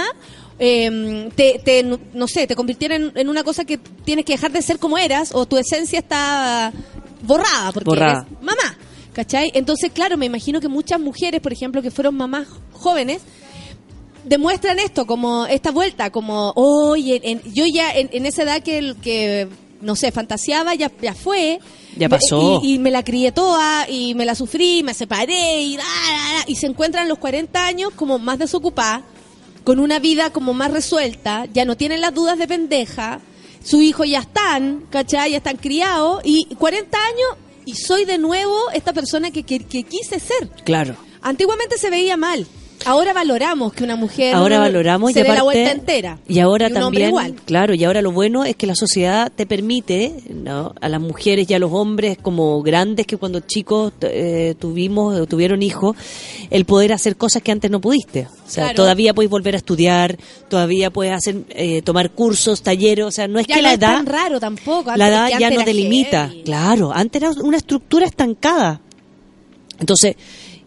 no sé, te convirtiera en una cosa que tienes que dejar de ser como eras, o tu esencia está borrada porque eres mamá, ¿cachai? Entonces, claro, me imagino que muchas mujeres, por ejemplo, que fueron mamás jóvenes, demuestran esto, como esta vuelta, como, oye, yo ya en esa edad que no sé, fantaseaba, ya fue. Ya pasó. Y me la crié toda, y me la sufrí, me separé, y se encuentran los 40 años como más desocupada, con una vida como más resuelta, ya no tienen las dudas de pendeja, su hijo ya están, ¿cachai? Ya están criados, y 40 años, y soy de nuevo esta persona que quise ser. Claro. Antiguamente se veía mal. Ahora valoramos que una mujer se dé la vuelta entera. Y ahora y también, claro, y ahora lo bueno es que la sociedad te permite, ¿no?, a las mujeres y a los hombres como grandes que cuando chicos tuvieron hijos, el poder hacer cosas que antes no pudiste. O sea, claro. Todavía puedes volver a estudiar, todavía puedes hacer tomar cursos, talleres, o sea, no es ya que no la es edad tan raro tampoco. La edad ya no era te limita. heavy. Claro, antes era una estructura estancada. Entonces,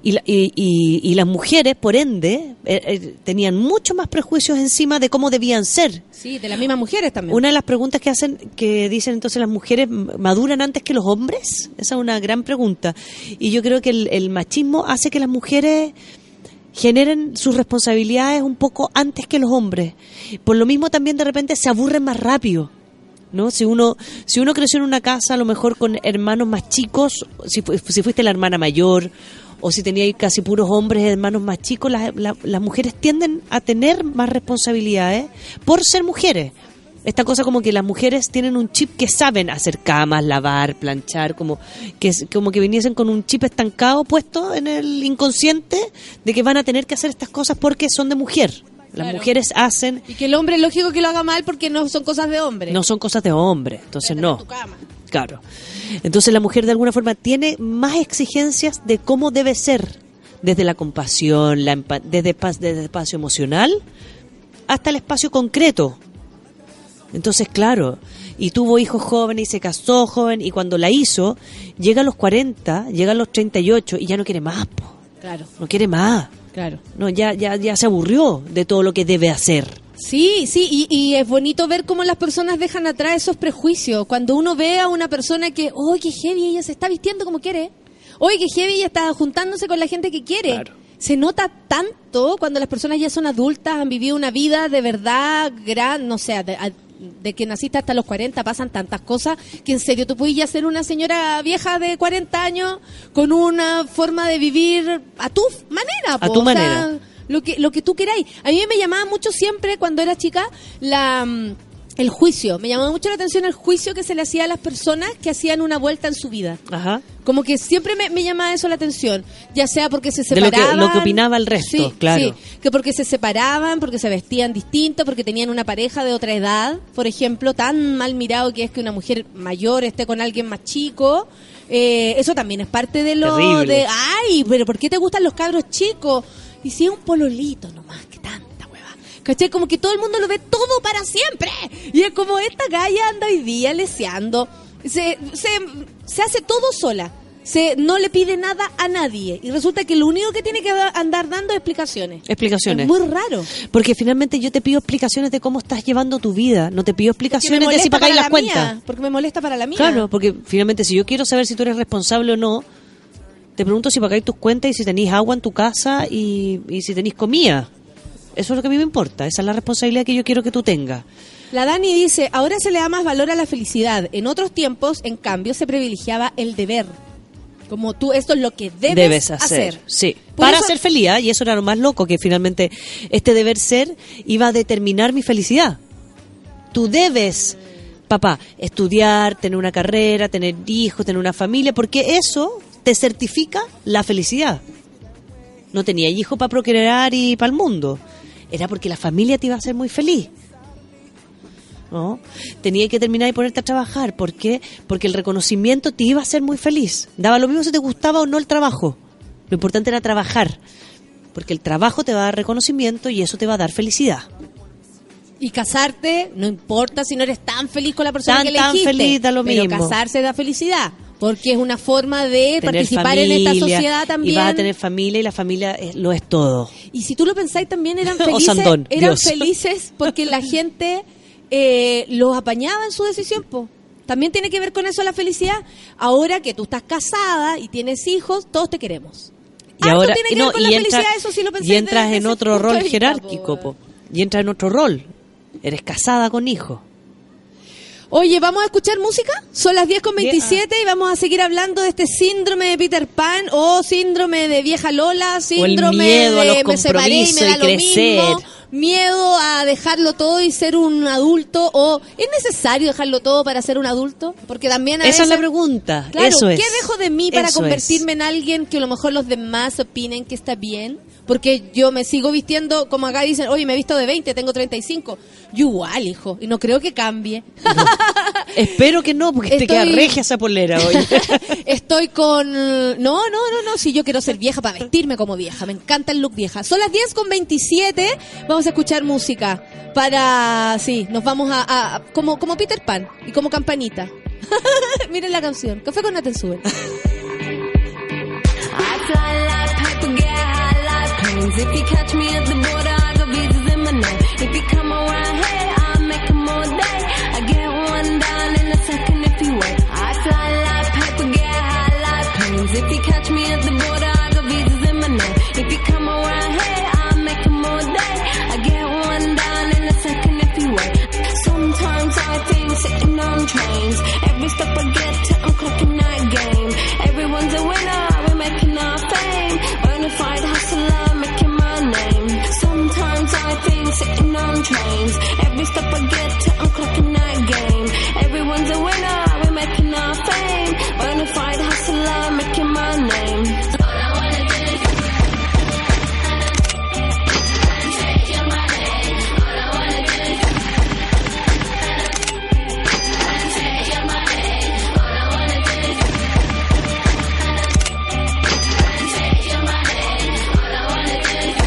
y las mujeres, por ende, tenían mucho más prejuicios encima de cómo debían ser. Sí, de las mismas mujeres también. Una de las preguntas que dicen entonces las mujeres, ¿maduran antes que los hombres? Esa es una gran pregunta. Y yo creo que el machismo hace que las mujeres generen sus responsabilidades un poco antes que los hombres. Por lo mismo también de repente se aburren más rápido, ¿no? Si uno creció en una casa a lo mejor con hermanos más chicos, si fuiste la hermana mayor, o si tenías casi puros hombres, hermanos más chicos, las mujeres tienden a tener más responsabilidades por ser mujeres. Esta cosa como que las mujeres tienen un chip que saben hacer camas, lavar, planchar, como que viniesen con un chip estancado puesto en el inconsciente de que van a tener que hacer estas cosas porque son de mujer. Las mujeres hacen... Y que el hombre es lógico que lo haga mal porque no son cosas de hombre. No son cosas de hombre, entonces no. Tu cama. Claro. Entonces la mujer de alguna forma tiene más exigencias de cómo debe ser, desde la compasión, desde el espacio emocional hasta el espacio concreto. Entonces, claro, y tuvo hijos jóvenes y se casó joven, y cuando la hizo, llega a los 40, llega a los 38 y ya no quiere más, po. Claro. No quiere más. Claro. No, ya se aburrió de todo lo que debe hacer. Sí, y es bonito ver cómo las personas dejan atrás esos prejuicios. Cuando uno ve a una persona que, ¡oye, qué heavy! Ella se está vistiendo como quiere. ¡Oye, qué heavy! Ella está juntándose con la gente que quiere. Claro. Se nota tanto cuando las personas ya son adultas, han vivido una vida de verdad gran, no sé, de que naciste hasta los 40 pasan tantas cosas que en serio tú puedes ya ser una señora vieja de 40 años con una forma de vivir a tu manera. A tu manera. Lo que tú queráis. A mí me llamaba mucho siempre, cuando era chica, el juicio. Me llamaba mucho la atención el juicio que se le hacía a las personas que hacían una vuelta en su vida. Ajá. Como que siempre me llamaba eso la atención. Ya sea porque se separaban. De lo que opinaba el resto, sí, claro. Sí, que porque se separaban, porque se vestían distinto, porque tenían una pareja de otra edad, por ejemplo, tan mal mirado que es que una mujer mayor esté con alguien más chico. Eso también es parte de lo terrible. de, ay, pero ¿por qué te gustan los cabros chicos? Y si es un pololito nomás, que tanta hueva. ¿Cachai? Como que todo el mundo lo ve todo para siempre. Y es como esta galla anda hoy día leseando. Se hace todo sola. No le pide nada a nadie. Y resulta que lo único que tiene que andar dando es explicaciones. Explicaciones. Es muy raro. Porque finalmente yo te pido explicaciones de cómo estás llevando tu vida. No te pido explicaciones de si pagáis las cuentas. Porque me molesta para la mía. Claro, porque finalmente si yo quiero saber si tú eres responsable o no, te pregunto si pagáis tus cuentas y si tenéis agua en tu casa y si tenéis comida. Eso es lo que a mí me importa. Esa es la responsabilidad que yo quiero que tú tengas. La Dani dice, ahora se le da más valor a la felicidad. En otros tiempos, en cambio, se privilegiaba el deber. Como tú, esto es lo que debes hacer. Sí, Por para eso, ser feliz, y eso era lo más loco, que finalmente este deber ser iba a determinar mi felicidad. tú debes, papá, estudiar, tener una carrera, tener hijos, tener una familia, porque eso te certifica la felicidad. No tenía hijos para procrear y para el mundo. Era porque la familia te iba a hacer muy feliz. ¿No? Tenía que terminar y ponerte a trabajar. ¿Por qué? Porque el reconocimiento te iba a hacer muy feliz. Daba lo mismo si te gustaba o no el trabajo. Lo importante era trabajar. Porque el trabajo te va a dar reconocimiento y eso te va a dar felicidad. Y casarte, no importa si no eres tan feliz con la persona que elegiste. Tan feliz, da lo pero mismo. Casarse da felicidad. Porque es una forma de tener participar familia, en esta sociedad también. Y vas a tener familia y la familia lo es todo. Y si tú lo pensáis, también eran O felices. Sandón, eran Dios. felices porque la gente los apañaba en su decisión, po. También tiene que ver con eso la felicidad. Ahora que tú estás casada y tienes hijos, todos te queremos. Y ahora tiene que ver con la felicidad, eso sí lo pensáis y entras desde en ese otro punto rol de vista, jerárquico, po. Y entras en otro rol. Eres casada con hijos. Oye, ¿vamos a escuchar música? Son las 10:27 y vamos a seguir hablando de este síndrome de Peter Pan o síndrome de vieja Lola, síndrome miedo a los de me separé y me compromisos da y lo crecer. mismo, miedo a dejarlo todo y ser un adulto, o ¿es necesario dejarlo todo para ser un adulto? Porque también a Esa veces, es la pregunta. claro, Eso es. ¿qué dejo de mí para Eso convertirme en alguien que a lo mejor los demás opinen que está bien? Porque yo me sigo vistiendo, como acá dicen, oye, me he visto de 20, tengo 35. Yo igual, hijo, y no creo que cambie. Espero que no, porque te queda regia esa polera hoy. Estoy con... No, si yo quiero ser vieja para vestirme como vieja. Me encanta el look vieja. Son las 10:27. Vamos a escuchar música para... Sí, nos vamos a como Peter Pan y como Campanita. Miren la canción. Café con Natensue. If you catch me at the border, I got visas in my name. If you come around here, I'll make them all day. I get one down in a second if you wait. I fly like paper, get high like planes. If you catch me at the border, I got visas in my name. If you come around here, I'll make them all day. I get one down in a second if you wait. Sometimes I think sitting on trains. Every step I get to, I'm clocking that game. Everyone's a winner, we're making our fame. Bonafide hustler. Sometimes I think sitting on trains. Every step I get to, I'm clocking that game. Everyone's a winner, we're making our fame. Bonafide hustler, making my name. All I wanna do is take your money. All I wanna do is take your money. All I wanna do is take your money. All I wanna do is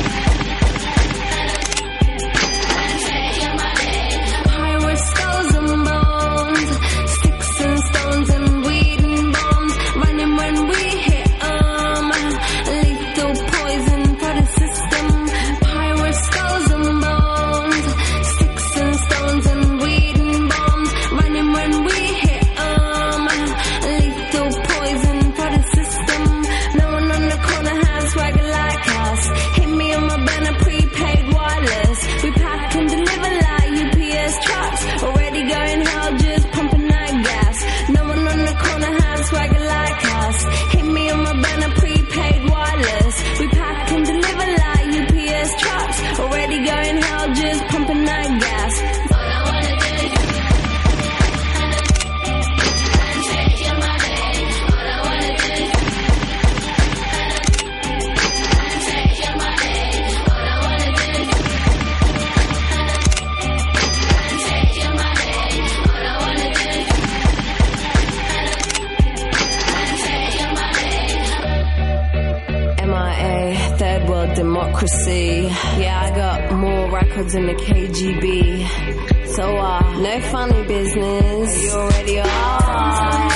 democracy. Yeah, I got more records than the KGB. So, no funny business. You already are.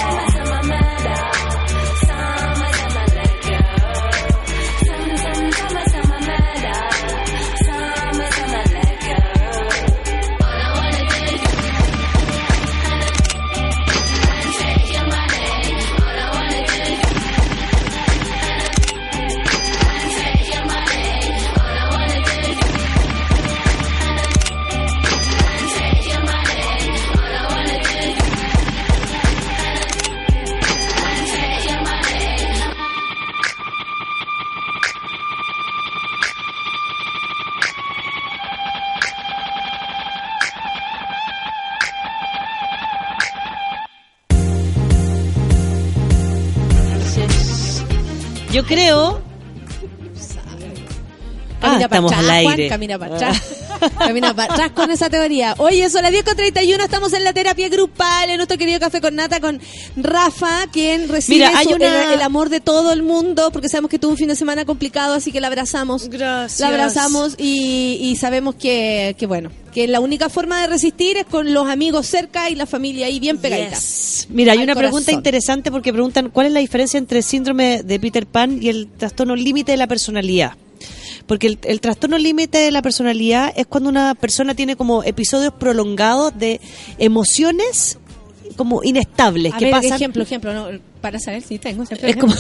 Yo creo... Camina para estamos atrás, al Juan, aire. camina para atrás. Camina para atrás con esa teoría. Oye, son las 10:31, estamos en la terapia grupal, en nuestro querido Café con Nata con Rafa, quien recibe Mira, hay el amor de todo el mundo, porque sabemos que tuvo un fin de semana complicado, así que la abrazamos. Gracias. La abrazamos y sabemos que bueno, que la única forma de resistir es con los amigos cerca y la familia ahí bien pegadita. Yes. Mira, hay Al una pregunta corazón. interesante porque preguntan cuál es la diferencia entre el síndrome de Peter Pan y el trastorno límite de la personalidad. Porque el trastorno límite de la personalidad es cuando una persona tiene como episodios prolongados de como inestables. A que ver, pasan. ejemplo, no, para saber si tengo. Es como...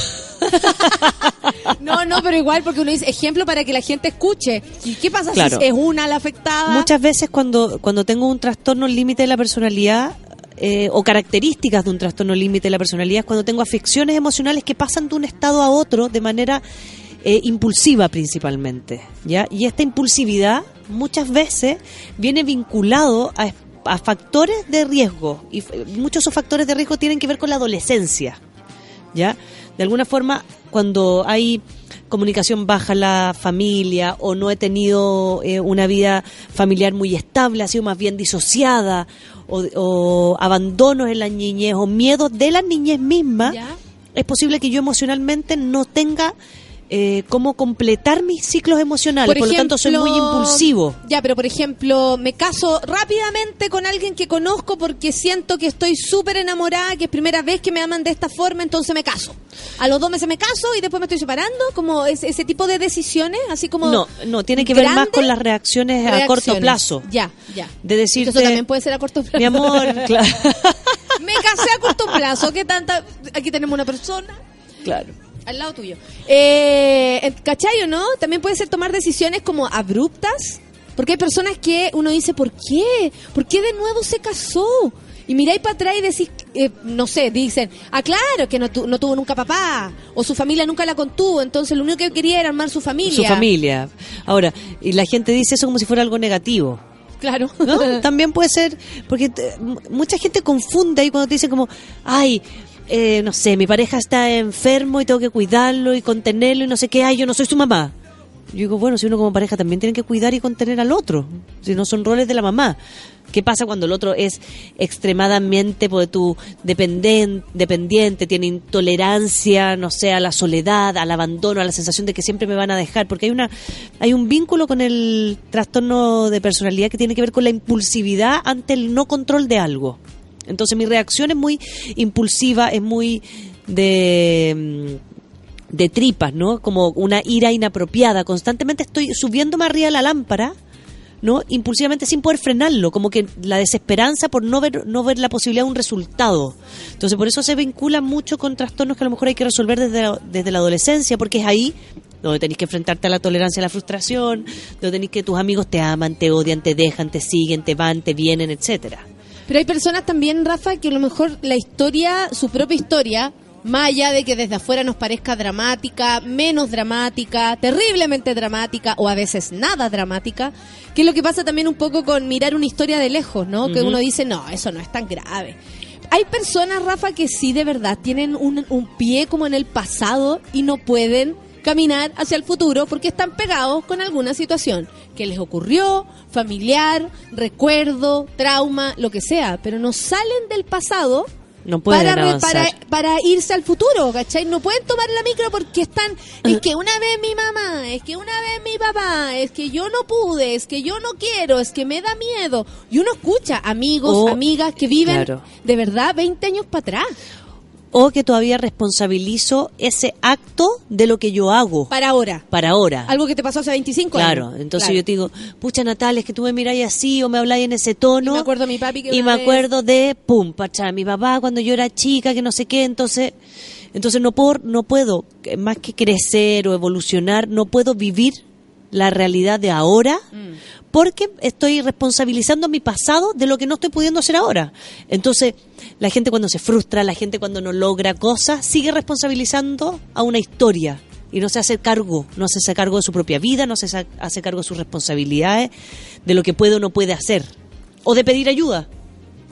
No, pero igual porque uno dice ejemplo para que la gente escuche. ¿Y qué pasa Claro. si es una la afectada? Muchas veces cuando tengo un trastorno límite de la personalidad o características de un trastorno límite de la personalidad es cuando tengo afecciones emocionales que pasan de un estado a otro de manera impulsiva principalmente, ¿ya? Y esta impulsividad muchas veces viene vinculado a factores de riesgo y muchos de esos factores de riesgo tienen que ver con la adolescencia, ¿ya? De alguna forma, cuando hay comunicación baja en la familia o no he tenido una vida familiar muy estable, ha sido más bien disociada o abandonos en la niñez o miedos de la niñez misma, ¿Ya? es posible que yo emocionalmente no tenga cómo completar mis ciclos emocionales, por lo tanto soy muy impulsivo. Ya, pero por ejemplo, me caso rápidamente con alguien que conozco porque siento que estoy súper enamorada, que es primera vez que me aman de esta forma, entonces me caso. A los 2 meses me caso y después me estoy separando, como ese tipo de decisiones, así como... No, tiene que ver más grandes con las reacciones a corto plazo. Ya. De decirte, eso también puede ser a corto plazo. mi amor, claro. Me casé a corto plazo, ¿qué tanta? Aquí tenemos una persona. Claro. Al lado tuyo. ¿Cachai o no? También puede ser tomar decisiones como abruptas. Porque hay personas que uno dice, ¿por qué? ¿Por qué de nuevo se casó? Y miráis para atrás y decís, no sé, dicen, claro, que no tuvo nunca papá. O su familia nunca la contuvo. Entonces lo único que quería era armar su familia. Su familia. Ahora, y la gente dice eso como si fuera algo negativo. Claro. ¿No? También puede ser, porque mucha gente confunde ahí cuando te dicen como, ay... no sé, mi pareja está enfermo y tengo que cuidarlo y contenerlo y no sé qué, yo no soy su mamá. Yo digo, bueno, si uno como pareja también tiene que cuidar y contener al otro, si no son roles de la mamá. ¿Qué pasa cuando el otro es extremadamente dependiente, tiene intolerancia, no sé, a la soledad, al abandono, a la sensación de que siempre me van a dejar? Porque hay un vínculo con el trastorno de personalidad que tiene que ver con la impulsividad ante el no control de algo. Entonces mi reacción es muy impulsiva, es muy de tripas, ¿no? Como una ira inapropiada. Constantemente estoy subiéndome arriba de la lámpara, ¿no? Impulsivamente sin poder frenarlo, como que la desesperanza por no ver la posibilidad de un resultado. Entonces por eso se vincula mucho con trastornos que a lo mejor hay que resolver desde la adolescencia, porque es ahí donde tenés que enfrentarte a la tolerancia a la frustración, donde tenés que tus amigos te aman, te odian, te dejan, te siguen, te van, te vienen, etcétera. Pero hay personas también, Rafa, que a lo mejor la historia, su propia historia, más allá de que desde afuera nos parezca dramática, menos dramática, terriblemente dramática o a veces nada dramática, que es lo que pasa también un poco con mirar una historia de lejos, ¿no? Que uno dice, no, eso no es tan grave. Hay personas, Rafa, que sí de verdad tienen un pie como en el pasado y no pueden caminar hacia el futuro porque están pegados con alguna situación que les ocurrió, familiar, recuerdo, trauma, lo que sea, pero no salen del pasado no pueden para irse al futuro, ¿cachai? No pueden tomar la micro porque están, es que una vez mi mamá, es que una vez mi papá, es que yo no pude, es que yo no quiero, es que me da miedo. Y uno escucha amigos, amigas que viven de verdad 20 años para atrás. O que todavía responsabilizo ese acto de lo que yo hago. Para ahora. Algo que te pasó hace 25 años. Claro, entonces yo te digo, pucha Natalia, es que tú me miráis así o me habláis en ese tono. Y me acuerdo de mi papi que y me acuerdo de, pacha, mi papá cuando yo era chica, que no sé qué, entonces no puedo, más que crecer o evolucionar, no puedo vivir la realidad de ahora porque estoy responsabilizando a mi pasado de lo que no estoy pudiendo hacer ahora. Entonces, la gente cuando se frustra, la gente cuando no logra cosas, sigue responsabilizando a una historia y no se hace cargo de su propia vida, no se hace cargo de sus responsabilidades, de lo que puede o no puede hacer, o de pedir ayuda.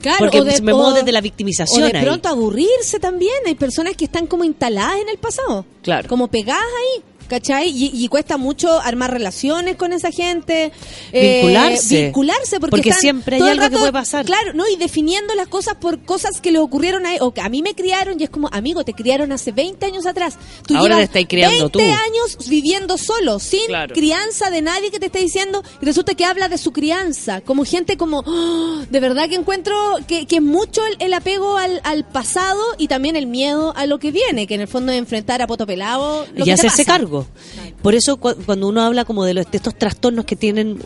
Claro, porque me muevo desde la victimización. O de pronto aburrirse también. Hay personas que están como instaladas en el pasado. Claro. Como pegadas ahí. ¿Cachai? Y cuesta mucho armar relaciones con esa gente. Vincularse porque siempre hay todo el algo rato, que puede pasar. Claro, ¿no? Y definiendo las cosas por cosas que le ocurrieron a él, o que a mí me criaron, y es como, amigo, te criaron hace 20 años atrás. Tú ahora llevas te estás criando 20 años viviendo solo, sin crianza de nadie que te esté diciendo, y resulta que habla de su crianza, como gente como, de verdad que encuentro que es mucho el apego al pasado y también el miedo a lo que viene, que en el fondo es enfrentar a poto pelado lo y que hacerse te pasa. cargo. Por eso cuando uno habla como de estos trastornos que tienen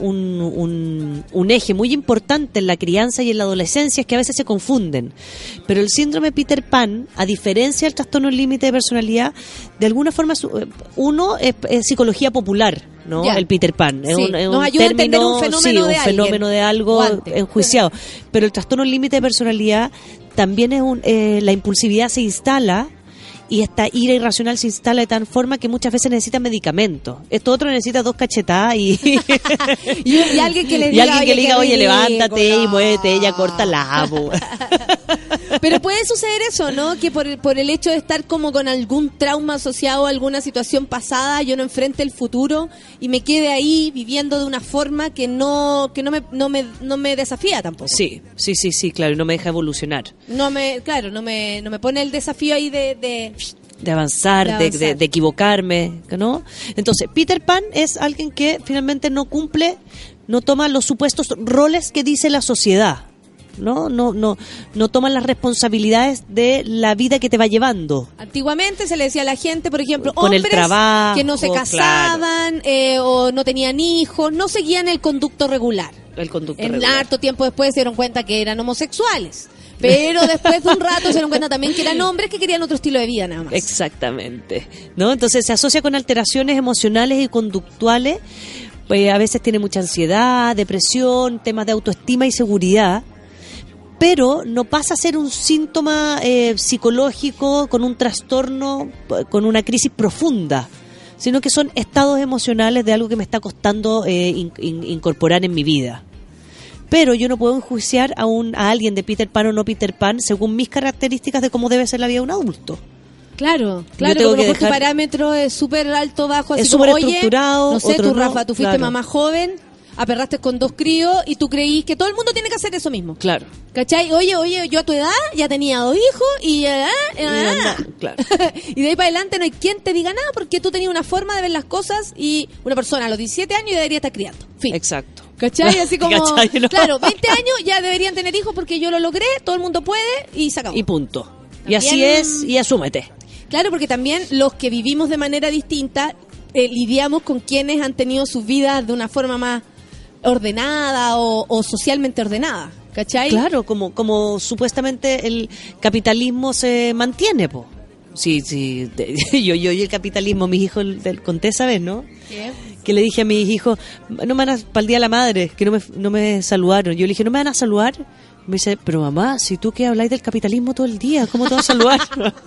un eje muy importante en la crianza y en la adolescencia, es que a veces se confunden. Pero el síndrome Peter Pan, a diferencia del trastorno límite de personalidad, de alguna forma uno es psicología popular, ¿no? Ya. El Peter Pan es un nos ayuda a entender un fenómeno de algo enjuiciado. Pero el trastorno límite de personalidad también es la impulsividad se instala. Y esta ira irracional se instala de tal forma que muchas veces necesita medicamentos. Esto otro necesita 2 cachetadas y alguien que le diga, oye, levántate y muévete, ella corta la abo. Pero puede suceder eso, ¿no? Que por el hecho de estar como con algún trauma asociado a alguna situación pasada, yo no enfrente el futuro y me quede ahí viviendo de una forma que no me desafía tampoco. Sí, claro, y no me deja evolucionar. No me pone el desafío ahí de avanzar, de equivocarme, ¿no? Entonces, Peter Pan es alguien que finalmente no toma los supuestos roles que dice la sociedad. No toman las responsabilidades de la vida que te va llevando. Antiguamente se le decía a la gente, por ejemplo, con hombres el trabajo, que no se casaban, o no tenían hijos, no seguían el conducto regular. En harto tiempo después se dieron cuenta que eran homosexuales. Pero después de un rato se dieron cuenta también que eran hombres que querían otro estilo de vida nada más. Exactamente, ¿no? Entonces se asocia con alteraciones emocionales y conductuales. Pues a veces tiene mucha ansiedad, depresión, temas de autoestima y seguridad. Pero no pasa a ser un síntoma psicológico con un trastorno, con una crisis profunda, sino que son estados emocionales de algo que me está costando incorporar en mi vida. Pero yo no puedo enjuiciar a alguien de Peter Pan o no Peter Pan según mis características de cómo debe ser la vida de un adulto. Claro, porque a lo mejor tu parámetro es súper alto, bajo, así es como, súper estructurado. No sé, tú, Rafa, tú fuiste claro. mamá joven, aperraste con 2 críos y tú creís que todo el mundo tiene que hacer eso mismo. Claro. ¿Cachai? Oye, yo a tu edad ya tenía 2 hijos y claro. Y de ahí para adelante no hay quien te diga nada porque tú tenías una forma de ver las cosas y una persona a los 17 años ya debería estar criando. Fin. Exacto. ¿Cachai? Así como, ¿Cachai? No. Claro, 20 años ya deberían tener hijos porque yo lo logré, todo el mundo puede y se acabó. Y punto. También, y así es, y asúmete. Claro, porque también los que vivimos de manera distinta lidiamos con quienes han tenido sus vidas de una forma más ordenada o socialmente ordenada, ¿cachai? Claro, como supuestamente el capitalismo se mantiene, po. Sí, yo y el capitalismo, mis hijos, conté esa vez, ¿no? ¿Qué? Que le dije a mis hijos, no me van a, para el Día de la Madre, que no me saludaron. Yo le dije, ¿no me van a saludar? Me dice, pero mamá, si tú que habláis del capitalismo todo el día, ¿cómo te vas a saludar?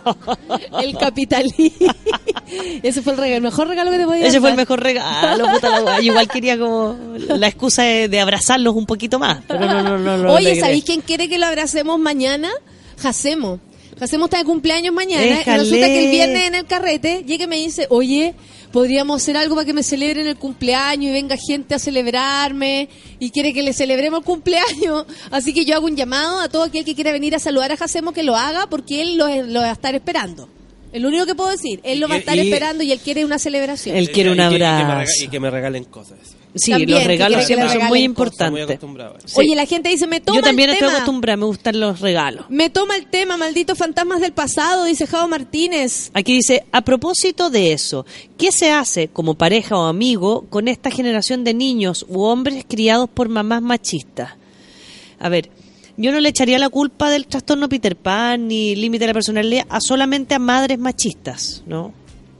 El capitalismo. Ese fue el mejor regalo que te podía dar. Ese fue el mejor regalo, puta la wea. Igual quería como la excusa de abrazarlos un poquito más, pero no. Oye, ¿sabéis quién quiere que lo abracemos mañana? Jacemo está de cumpleaños mañana. Y resulta que el viernes en el carrete llega y me dice, oye, podríamos hacer algo para que me celebren el cumpleaños y venga gente a celebrarme y quiere que le celebremos el cumpleaños. Así que yo hago un llamado a todo aquel que quiera venir a saludar a Jacemo que lo haga porque él lo va a estar esperando. Es lo único que puedo decir. Él lo va a estar esperando y él quiere una celebración. Él quiere un abrazo. Y que me regalen cosas. Sí, también, los regalos siempre son muy importantes. Sí. Oye, la gente dice, me toma el tema. Yo también estoy acostumbrada, me gustan los regalos. Me toma el tema, malditos fantasmas del pasado, dice Jao Martínez. Aquí dice, a propósito de eso, ¿qué se hace como pareja o amigo con esta generación de niños u hombres criados por mamás machistas? A ver, yo no le echaría la culpa del trastorno Peter Pan ni límite de la personalidad solamente a madres machistas, ¿no?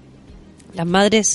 Las madres...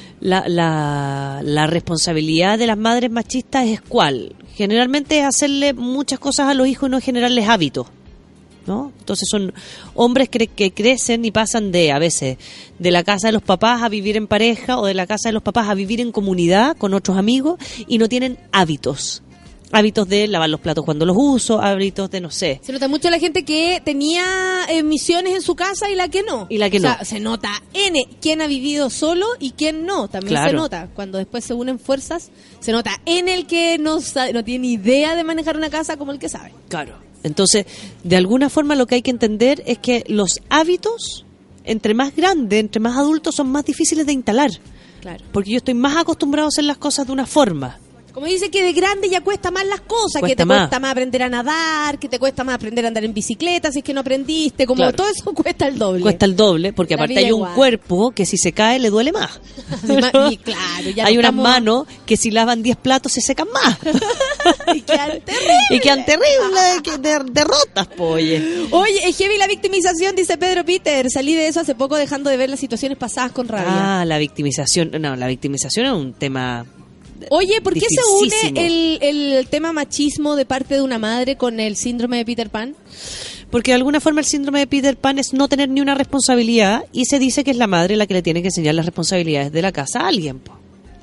La responsabilidad de las madres machistas es ¿cuál? Generalmente es hacerle muchas cosas a los hijos y no generarles hábitos, ¿no? Entonces son hombres que crecen y pasan a veces de la casa de los papás a vivir en pareja o de la casa de los papás a vivir en comunidad con otros amigos y no tienen hábitos. hábitos de lavar los platos cuando los uso, hábitos de, no sé. Se nota mucho la gente que tenía misiones en su casa y la que no. Y la que no. O sea, se nota quién ha vivido solo y quién no. También Claro. se nota. Cuando después se unen fuerzas, se nota en el que no tiene idea de manejar una casa como el que sabe. Claro. Entonces, de alguna forma lo que hay que entender es que los hábitos, entre más grandes, entre más adultos, son más difíciles de instalar. Claro. Porque yo estoy más acostumbrado a hacer las cosas de una forma. Como dice que de grande ya cuesta más las cosas, que Cuesta te más. cuesta más aprender a nadar, que te cuesta más aprender a andar en bicicleta si es que no aprendiste, como Claro. todo eso cuesta el doble. Cuesta el doble, porque La aparte vida hay un igual. cuerpo que si se cae le duele más. Y claro, ya Hay no unas estamos- manos que si lavan 10 platos se secan más. y quedan terribles. Y quedan terribles derrotas, oye. Oye, es heavy la victimización, dice Pedro Peter. Salí de eso hace poco dejando de ver las situaciones pasadas con rabia. Ah, la victimización. No, la victimización es un tema. Oye, ¿por qué se dificilísimo. une el tema machismo de parte de una madre con el síndrome de Peter Pan? Porque de alguna forma el síndrome de Peter Pan es no tener ni una responsabilidad y se dice que es la madre la que le tiene que enseñar las responsabilidades de la casa a alguien, po,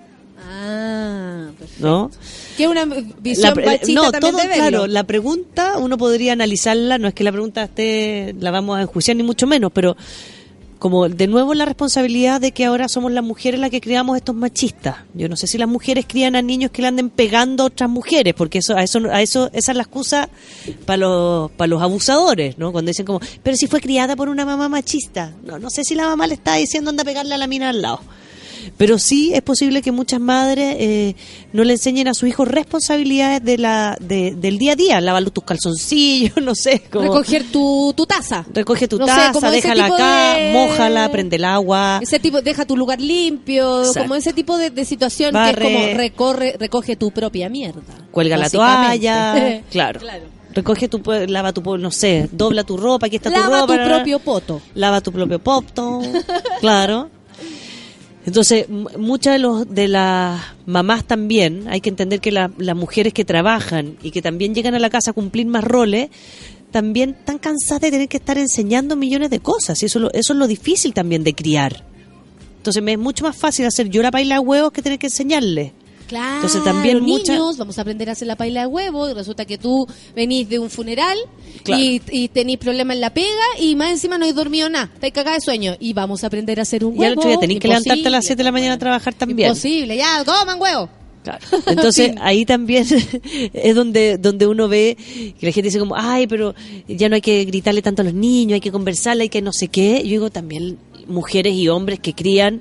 Ah, perfecto. ¿no? Que es una visión machista no, también todo de verlo. claro, la pregunta uno podría analizarla, no es que la pregunta la vamos a enjuiciar ni mucho menos, pero como de nuevo la responsabilidad de que ahora somos las mujeres las que criamos estos machistas. Yo no sé si las mujeres crían a niños que le anden pegando a otras mujeres, porque esa es la excusa para los abusadores, ¿no? Cuando dicen como, pero si fue criada por una mamá machista. No sé si la mamá le está diciendo anda a pegarle a la mina al lado. Pero sí es posible que muchas madres no le enseñen a sus hijos responsabilidades del día a día. Lavar tus calzoncillos, no sé. Como Recoger tu taza. recoge tu No sé, taza, como ese déjala tipo acá, de- mójala, prende el agua. Ese tipo, deja tu lugar limpio, Exacto. como ese tipo de situación Barre. que es como recoge tu propia mierda. Cuelga la básicamente. toalla, claro. Recoge lava no sé, dobla tu ropa, aquí está tu Lava ropa. tu propio poto. Lava tu propio poto, claro. Entonces, muchas de las mamás también, hay que entender que las mujeres que trabajan y que también llegan a la casa a cumplir más roles, también están cansadas de tener que estar enseñando millones de cosas. Y eso es lo difícil también de criar. Entonces, me es mucho más fácil hacer yo la paila de huevos que tener que enseñarle. Claro, Entonces, también niños, vamos a aprender a hacer la paila de huevo y resulta que tú venís de un funeral Claro. y tenís problemas en la pega y más encima no hay dormido nada, estáis cagada de sueño y vamos a aprender a hacer un Y al huevo. otro día tenés que levantarte a las Imposible, 7 de la mañana a trabajar también. Imposible, ya, coman huevo. Claro. Entonces Sí. ahí también es donde uno ve que la gente dice como, ay, pero ya no hay que gritarle tanto a los niños, hay que conversarle, hay que no sé qué. Yo digo también mujeres y hombres que crían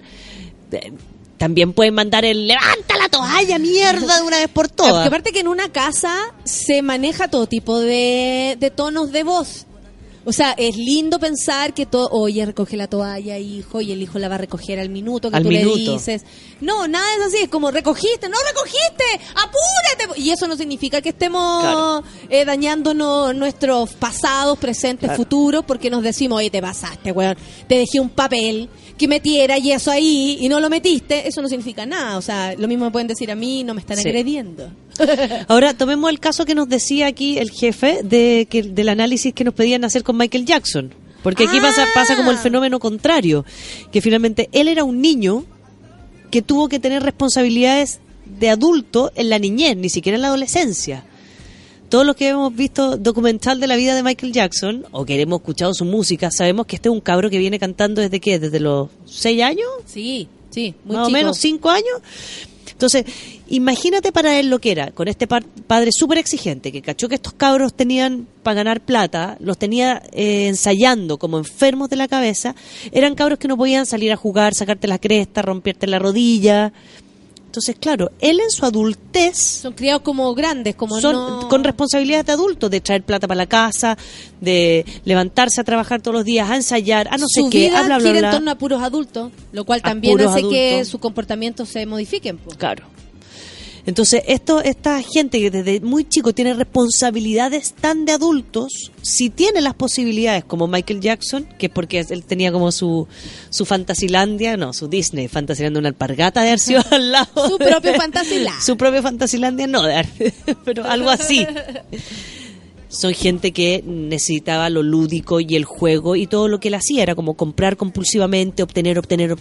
también pueden mandar el levanta la toalla, mierda, de una vez por todas. Porque aparte que en una casa se maneja todo tipo de tonos de voz. O sea, es lindo pensar que todo, oye, recoge la toalla, hijo, y el hijo la va a recoger al minuto que Al tú minuto. le dices. No, nada es así, es como recogiste, no recogiste, apúrate. Y eso no significa que estemos Claro. dañándonos nuestros pasados, presentes, Claro. futuros, porque nos decimos, oye, te pasaste, weón, te dejé un papel que metiera y eso ahí y no lo metiste. Eso no significa nada. O sea, lo mismo me pueden decir a mí, no me están Sí. agrediendo. Ahora tomemos el caso que nos decía aquí el jefe del análisis que nos pedían hacer con Michael Jackson. Porque aquí pasa como el fenómeno contrario, que finalmente él era un niño que tuvo que tener responsabilidades de adulto en la niñez, ni siquiera en la adolescencia. Todos los que hemos visto documental de la vida de Michael Jackson o que hemos escuchado su música, sabemos que este es un cabro que viene cantando desde los 6 años, Sí, sí, muy más chico. o menos 5 años. Entonces, imagínate para él lo que era, con este padre súper exigente, que cachó que estos cabros tenían para ganar plata, los tenía ensayando como enfermos de la cabeza, eran cabros que no podían salir a jugar, sacarte la cresta, romperte la rodilla. Entonces, claro, él en su adultez Son criados como grandes, como son no... con responsabilidades de adultos, de traer plata para la casa, de levantarse a trabajar todos los días, a ensayar, a no sé Su qué, vida a bla, bla, gira bla. en torno a puros adultos, lo cual A también puros hace que adultos. su comportamiento se modifiquen. Po. Claro. Entonces, esta gente que desde muy chico tiene responsabilidades tan de adultos, si tiene las posibilidades, como Michael Jackson, que es porque él tenía como su Fantasilandia, no, su Disney, Fantasilandia, una alpargata de haber sido al lado. Su propio Fantasilandia. Su propio Fantasilandia, no, pero algo así. son gente que necesitaba lo lúdico y el juego, y todo lo que él hacía era como comprar compulsivamente, obtener, tener.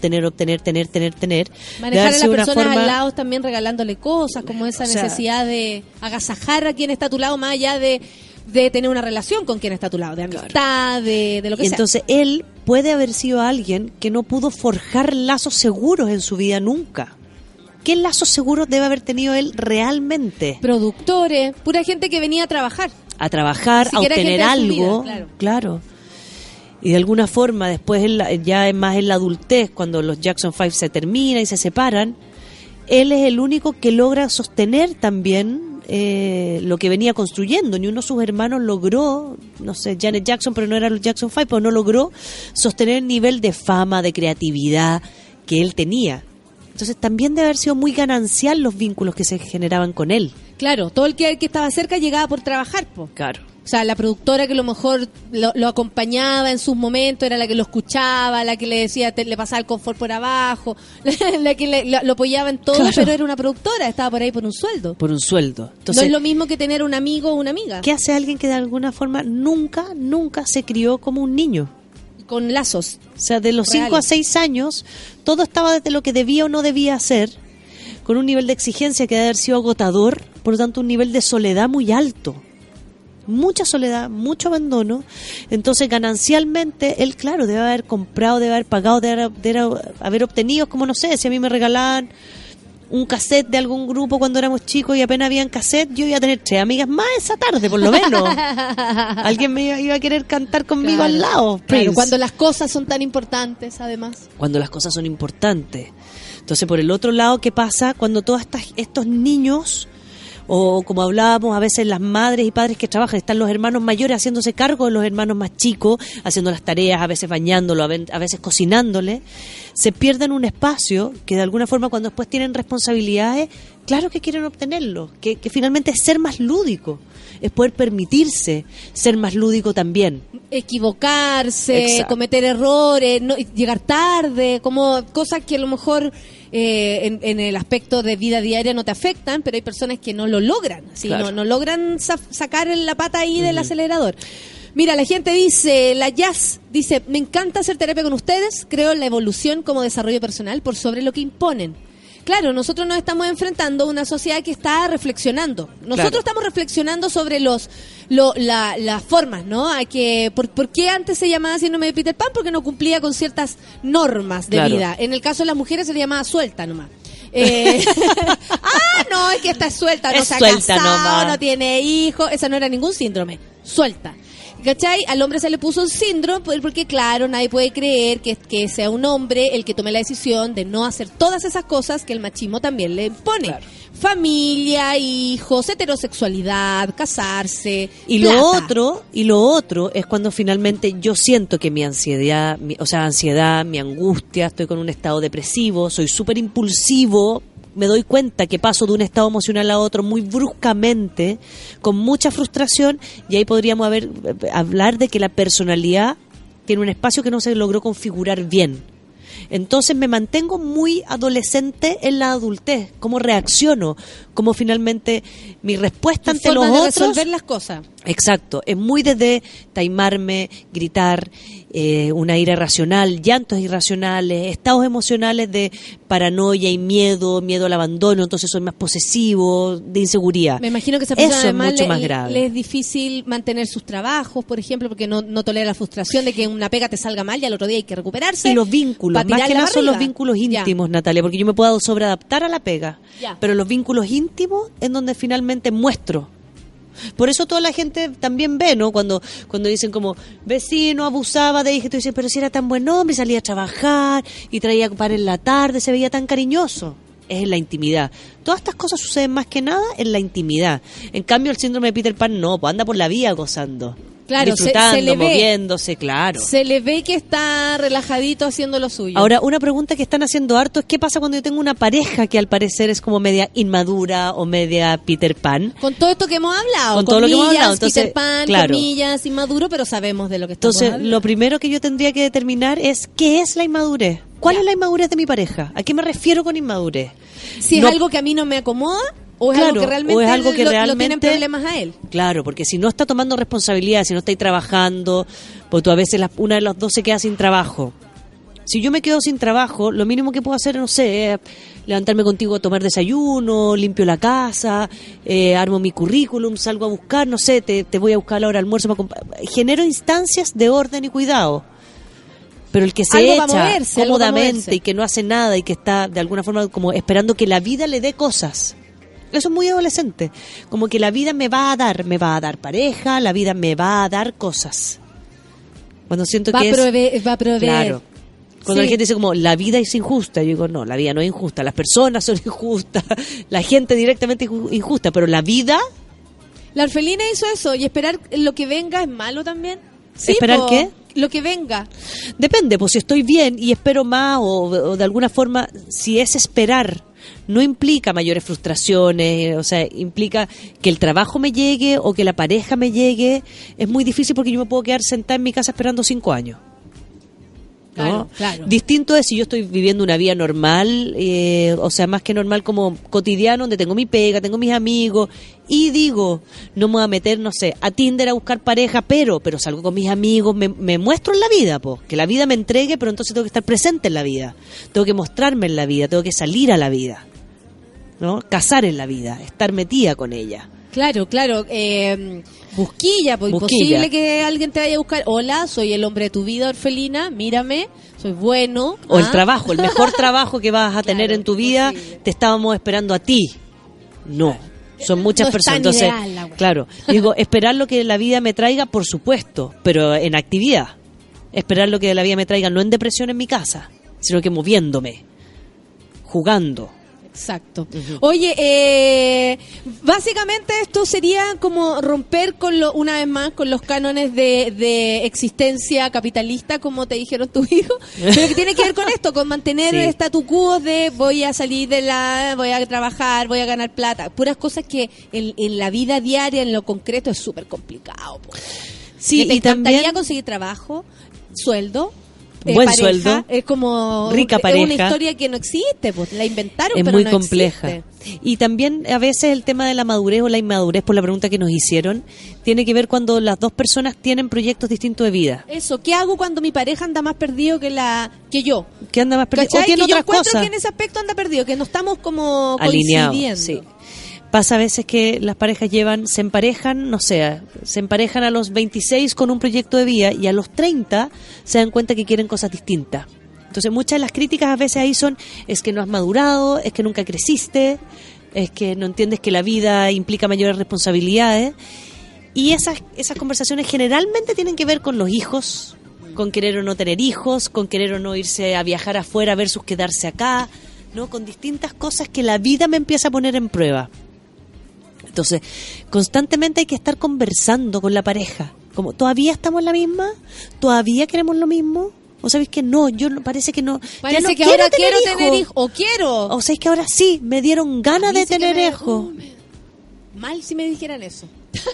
Manejar a las personas al lado también regalándole cosas, como esa necesidad de agasajar a quien está a tu lado, más allá de tener una relación con quien está a tu lado, de amistad, de lo que sea. Entonces él puede haber sido alguien que no pudo forjar lazos seguros en su vida nunca. ¿Qué lazos seguros debe haber tenido él realmente? Productores, pura gente que venía a trabajar, a obtener algo, vida, claro. Y de alguna forma después, ya es más en la adultez, cuando los Jackson 5 se terminan y se separan, él es el único que logra sostener también lo que venía construyendo. Ni uno de sus hermanos logró, no sé, Janet Jackson, pero no eran los Jackson 5, pero no logró sostener el nivel de fama, de creatividad que él tenía. Entonces también debe haber sido muy ganancial los vínculos que se generaban con él. Claro, todo el que estaba cerca llegaba por trabajar, po. Claro. O sea, la productora que a lo mejor lo acompañaba en sus momentos era la que lo escuchaba, la que le decía, le pasaba el confort por abajo, la que lo apoyaba en todo, claro. Pero era una productora, estaba por ahí por un sueldo. Entonces, no es lo mismo que tener un amigo o una amiga. ¿Qué hace alguien que de alguna forma nunca se crió como un niño? Con lazos. O sea, de los 5 a 6 años, todo estaba desde lo que debía o no debía hacer, con un nivel de exigencia que debe haber sido agotador, por lo tanto un nivel de soledad muy alto. Mucha soledad, mucho abandono. Entonces ganancialmente él, claro, debe haber comprado, debe haber pagado, debe haber obtenido, como no sé, si a mí me regalaban un cassette de algún grupo cuando éramos chicos y apenas habían cassette, yo iba a tener 3 amigas más esa tarde, por lo menos. Alguien me iba a querer cantar conmigo, claro, al lado. Claro, cuando las cosas son tan importantes, además. Cuando las cosas son importantes. Entonces, por el otro lado, ¿qué pasa cuando todos estos niños, o como hablábamos, a veces las madres y padres que trabajan, están los hermanos mayores haciéndose cargo de los hermanos más chicos, haciendo las tareas, a veces bañándolo, a veces cocinándole, se pierden un espacio que de alguna forma cuando después tienen responsabilidades, claro que quieren obtenerlo, que finalmente es ser más lúdico, es poder permitirse ser más lúdico también. Equivocarse, exacto, cometer errores, no, llegar tarde, como cosas que a lo mejor en el aspecto de vida diaria no te afectan, pero hay personas que no lo logran, ¿sí? Claro. No logran sacar la pata ahí del acelerador. Mira, la gente dice, la Jazz dice, me encanta hacer terapia con ustedes, creo en la evolución como desarrollo personal por sobre lo que imponen. Claro, nosotros nos estamos enfrentando a una sociedad que está reflexionando. Nosotros estamos reflexionando sobre las formas, ¿no? A que ¿por qué antes se llamaba síndrome de Peter Pan? Porque no cumplía con ciertas normas de vida. En el caso de las mujeres se le llamaba suelta nomás. No, es que esta es suelta, no se ha casado, no tiene hijos. Esa no era ningún síndrome. Suelta. ¿Cachai? Al hombre se le puso un síndrome porque, claro, nadie puede creer que sea un hombre el que tome la decisión de no hacer todas esas cosas que el machismo también le impone. Claro. Familia, hijos, heterosexualidad, casarse. Y lo otro es cuando finalmente yo siento que mi ansiedad, mi angustia, estoy con un estado depresivo, soy súper impulsivo. Me doy cuenta que paso de un estado emocional a otro muy bruscamente, con mucha frustración, y ahí podríamos hablar de que la personalidad tiene un espacio que no se logró configurar bien. Entonces me mantengo muy adolescente en la adultez. ¿Cómo reacciono? ¿Cómo finalmente mi respuesta ante los otros? Resolver las cosas. Exacto. Es muy desde taimarme, gritar, una ira irracional, llantos irracionales, estados emocionales de paranoia y miedo al abandono, entonces soy más posesivo, de inseguridad. Me imagino que esa persona eso además es mucho más grave. Le es difícil mantener sus trabajos, por ejemplo, porque no tolera la frustración de que una pega te salga mal y al otro día hay que recuperarse. Y los vínculos, más que nada son los vínculos íntimos, Natalia, porque yo me puedo sobreadaptar a la pega, pero los vínculos íntimos es donde finalmente muestro. Por eso toda la gente también ve, ¿no? Cuando dicen como, vecino abusaba de hija, tú dices, pero si era tan buen hombre, salía a trabajar y traía pan en la tarde, se veía tan cariñoso. Es en la intimidad. Todas estas cosas suceden más que nada en la intimidad. En cambio, el síndrome de Peter Pan no, pues anda por la vía gozando. Claro, disfrutando, se le ve, moviéndose, claro. Se le ve que está relajadito haciendo lo suyo. Ahora, una pregunta que están haciendo harto es ¿qué pasa cuando yo tengo una pareja que al parecer es como media inmadura o media Peter Pan? Con todo esto que hemos hablado. Con todo lo que hemos hablado. Entonces, Peter Pan, comillas, inmaduro, pero sabemos de lo que estamos hablando. Entonces, lo primero que yo tendría que determinar es ¿qué es la inmadurez? ¿Cuál es la inmadurez de mi pareja? ¿A qué me refiero con inmadurez? Si es algo que a mí no me acomoda, O es algo que realmente, o es algo que lo realmente tienen problemas a él. Claro, porque si no está tomando responsabilidad, si no estáis trabajando, pues tú a veces una de las dos se queda sin trabajo. Si yo me quedo sin trabajo, lo mínimo que puedo hacer, no sé, es levantarme contigo a tomar desayuno, limpio la casa, armo mi currículum, salgo a buscar, no sé, te voy a buscar a la hora de almuerzo. Genero instancias de orden y cuidado. Pero el que se Algo va a echa moverse, algo va a cómodamente moverse. y que no hace nada y que está de alguna forma como esperando que la vida le dé cosas. Eso es muy adolescente. Como que la vida me va a dar pareja, la vida me va a dar cosas. Cuando siento Va que a proveer. Claro. Cuando Sí. la gente dice como, la vida es injusta, yo digo, no, la vida no es injusta, las personas son injustas, la gente directamente injusta, pero la vida... La orfelina hizo eso, y esperar lo que venga es malo también. Sí, ¿Esperar po, qué? Lo que venga. Depende, pues si estoy bien y espero más o de alguna forma, si es esperar, no implica mayores frustraciones, o sea, implica que el trabajo me llegue o que la pareja me llegue, es muy difícil porque yo me puedo quedar sentada en mi casa esperando 5 años. ¿No? Claro, claro. Distinto es si yo estoy viviendo una vida normal, o sea, más que normal como cotidiano, donde tengo mi pega, tengo mis amigos, y digo, no me voy a meter, no sé, a Tinder a buscar pareja, pero salgo con mis amigos, me muestro en la vida, po, que la vida me entregue, pero entonces tengo que estar presente en la vida, tengo que mostrarme en la vida, tengo que salir a la vida, ¿no? Cazar en la vida, estar metida con ella. Claro, claro. Busquilla, pues Busquilla. imposible que alguien te vaya a buscar. Hola, soy el hombre de tu vida, orfelina, mírame, soy bueno. O el trabajo, el mejor trabajo que vas a tener en tu vida, te estábamos esperando a ti. No, son muchas No es personas. tan Entonces, ideal la wea. claro, digo, esperar lo que la vida me traiga, por supuesto, pero en actividad. Esperar lo que la vida me traiga, no en depresión en mi casa, sino que moviéndome, jugando. Exacto. Oye, básicamente esto sería como romper una vez más con los cánones de existencia capitalista, como te dijeron tus hijos, pero que tiene que ver con esto, con mantener Sí. statu quo de voy a salir voy a trabajar, voy a ganar plata, puras cosas que en la vida diaria, en lo concreto, es súper complicado. Po. Sí, Que te y encantaría también conseguir trabajo, sueldo. Buen pareja, sueldo, es como rica es pareja. una historia que no existe, pues la inventaron, es pero muy no compleja. existe. Y también a veces el tema de la madurez o la inmadurez, por la pregunta que nos hicieron, tiene que ver cuando las dos personas tienen proyectos distintos de vida. Eso, ¿qué hago cuando mi pareja anda más perdido que yo? Que anda más perdido o ¿Cachai? tiene Que yo otras encuentro cosas que en ese aspecto anda perdido, que no estamos como alineados. coincidiendo. Sí. Pasa a veces que las parejas se emparejan, no sé, se emparejan a los 26 con un proyecto de vida y a los 30 se dan cuenta que quieren cosas distintas. Entonces muchas de las críticas a veces ahí es que no has madurado, es que nunca creciste, es que no entiendes que la vida implica mayores responsabilidades. Y esas conversaciones generalmente tienen que ver con los hijos, con querer o no tener hijos, con querer o no irse a viajar afuera versus quedarse acá, ¿no? Con distintas cosas que la vida me empieza a poner en prueba. Entonces, constantemente hay que estar conversando con la pareja. Como, ¿todavía estamos en la misma? ¿Todavía queremos lo mismo? ¿O sabéis que no? Parece que no. Parece ya no que ahora quiero tener hijos. O quiero. O sabéis que ahora sí, me dieron ganas de tener hijos. Mal si me dijeran eso.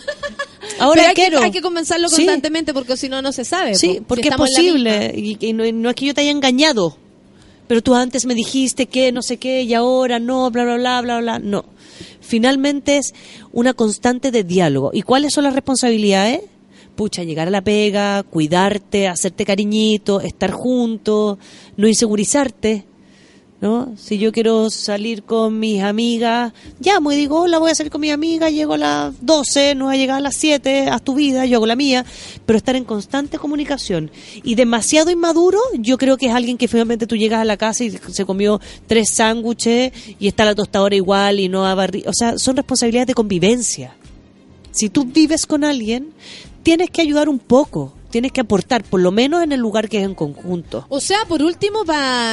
Ahora pero quiero. hay que conversarlo Sí. constantemente porque si no, no se sabe. Sí, po. porque Si es estamos en la posible. Y no es que yo te haya engañado. Pero tú antes me dijiste que no sé qué y ahora no, bla, bla, bla, bla, bla. No. Finalmente es una constante de diálogo. ¿Y cuáles son las responsabilidades? Pucha, llegar a la pega, cuidarte, hacerte cariñito, estar juntos, no insegurizarte, ¿no? Si yo quiero salir con mis amigas, llamo y digo, hola, voy a salir con mi amiga, llego a las 12, no voy a llegar a las 7, haz tu vida, yo hago la mía, pero estar en constante comunicación. Y demasiado inmaduro, yo creo que es alguien que finalmente tú llegas a la casa y se comió 3 sándwiches y está la tostadora igual y no ha barrido. O sea, son responsabilidades de convivencia. Si tú vives con alguien, tienes que ayudar un poco, tienes que aportar, por lo menos en el lugar que es en conjunto. O sea, por último,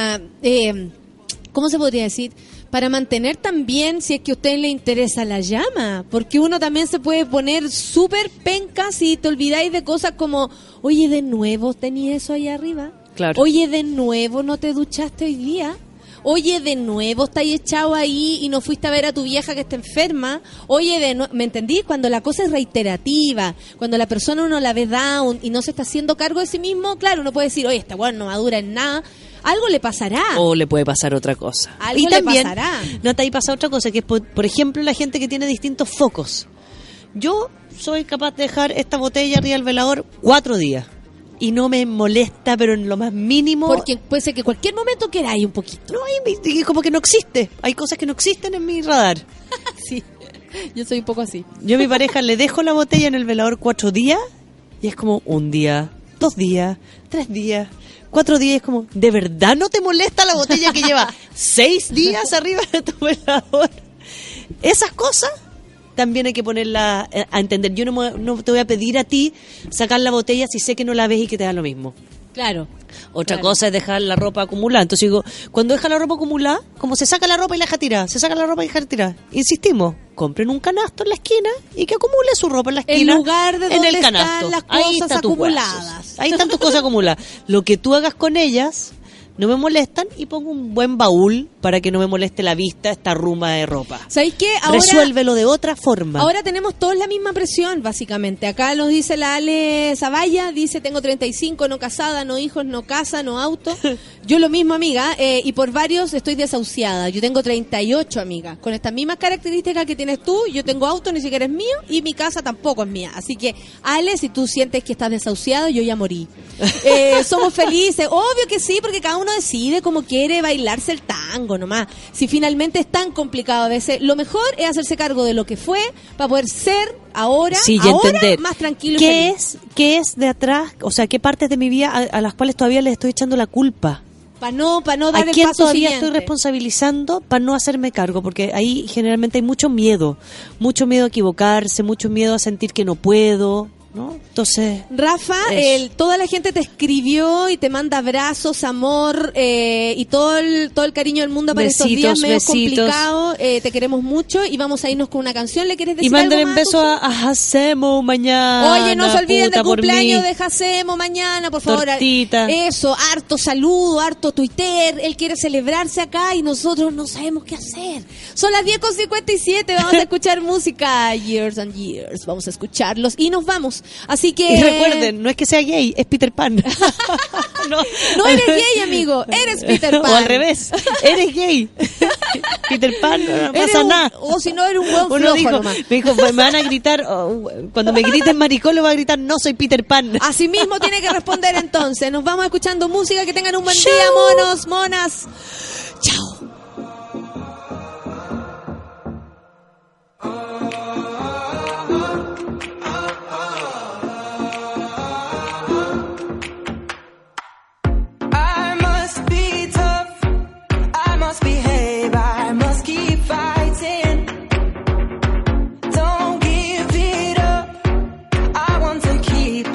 ¿cómo se podría decir? Para mantener también, si es que a usted le interesa la llama, porque uno también se puede poner súper penca si te olvidáis de cosas como, oye, de nuevo tenías eso ahí arriba. Claro. Oye, de nuevo no te duchaste hoy día. Oye, de nuevo estáis echado ahí y no fuiste a ver a tu vieja que está enferma. Oye, de nuevo, ¿me entendí? Cuando la cosa es reiterativa, cuando la persona uno la ve down y no se está haciendo cargo de sí mismo, claro, uno puede decir, oye, esta weón no madura en nada. Algo le pasará. O le puede pasar otra cosa. Algo y le también, pasará. no te ahí pasa otra cosa, que es, por ejemplo, la gente que tiene distintos focos. Yo soy capaz de dejar esta botella arriba del velador 4 días. Y no me molesta, pero en lo más mínimo. Porque puede ser que cualquier momento queráis un poquito. No, como que no existe. Hay cosas que no existen en mi radar. Sí, yo soy un poco así. Yo a mi pareja le dejo la botella en el velador 4 días y es como 1 día, 2 días, 3 días, 4 días. Es como, ¿de verdad no te molesta la botella que lleva 6 días arriba de tu velador? Esas cosas también hay que ponerla a entender. Yo no te voy a pedir a ti sacar la botella si sé que no la ves y que te da lo mismo. Claro. Otra cosa es dejar la ropa acumulada. Entonces digo, cuando deja la ropa acumulada, como se saca la ropa y la deja tirada, se saca la ropa y la deja tirada. Insistimos, compren un canasto en la esquina y que acumule su ropa en la esquina. En lugar de en donde el canasto. están las Ahí cosas está tus acumuladas. huesos. Ahí están tus cosas acumuladas. Lo que tú hagas con ellas no me molestan y pongo un buen baúl para que no me moleste la vista esta ruma de ropa. ¿Sabéis qué? Ahora, resuélvelo de otra forma. Ahora tenemos todos la misma presión, básicamente. Acá nos dice la Ale Zavalla, dice, tengo 35, no casada, no hijos, no casa, no auto. Yo lo mismo, amiga, y por varios estoy desahuciada. Yo tengo 38, amiga. Con estas mismas características que tienes tú, yo tengo auto, ni siquiera es mío, y mi casa tampoco es mía. Así que, Ale, si tú sientes que estás desahuciado, yo ya morí. Somos felices, obvio que sí, porque cada uno decide cómo quiere bailarse el tango nomás. Si finalmente es tan complicado a veces, lo mejor es hacerse cargo de lo que fue para poder ser ahora, sí, y entender más tranquilo. ¿Qué es de atrás? O sea, ¿qué partes de mi vida a las cuales todavía le estoy echando la culpa? Para no dar el paso ¿A quién todavía siguiente? estoy responsabilizando para no hacerme cargo? Porque ahí generalmente hay mucho miedo a equivocarse, mucho miedo a sentir que no puedo, ¿no? Entonces, Rafa, toda la gente te escribió y te manda abrazos, amor y todo el cariño del mundo para estos días medio complicados. Te queremos mucho y vamos a irnos con una canción. ¿Le quieres decir y manden algo un más, beso a Jacemo mañana. Oye, no se olviden del por cumpleaños mí. de Jacemo mañana, por favor. Tortita. Eso, harto saludo, harto Twitter. Él quiere celebrarse acá y nosotros no sabemos qué hacer. Son las 10:57, vamos a escuchar música. Years and Years, vamos a escucharlos y nos vamos. Así que... Y recuerden, no es que sea gay, es Peter Pan. No eres gay, amigo, eres Peter Pan. O al revés, eres gay. Peter Pan, no pasa nada. O si no, eres un buen Uno flojo me dijo, me van a gritar, cuando me griten maricón, le voy a gritar, no soy Peter Pan. Así mismo tiene que responder entonces. Nos vamos escuchando música, que tengan un buen día, monos, monas. Chao.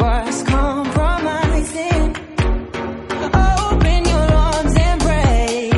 Open your arms and break.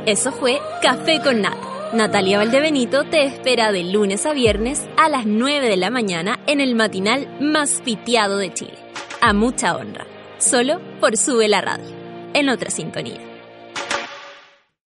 Eso fue Café con Nata. Natalia Valdebenito te espera de lunes a viernes a las 9 de la mañana en el matinal más piteado de Chile. A mucha honra. Solo por Sube la Radio. En otra sintonía.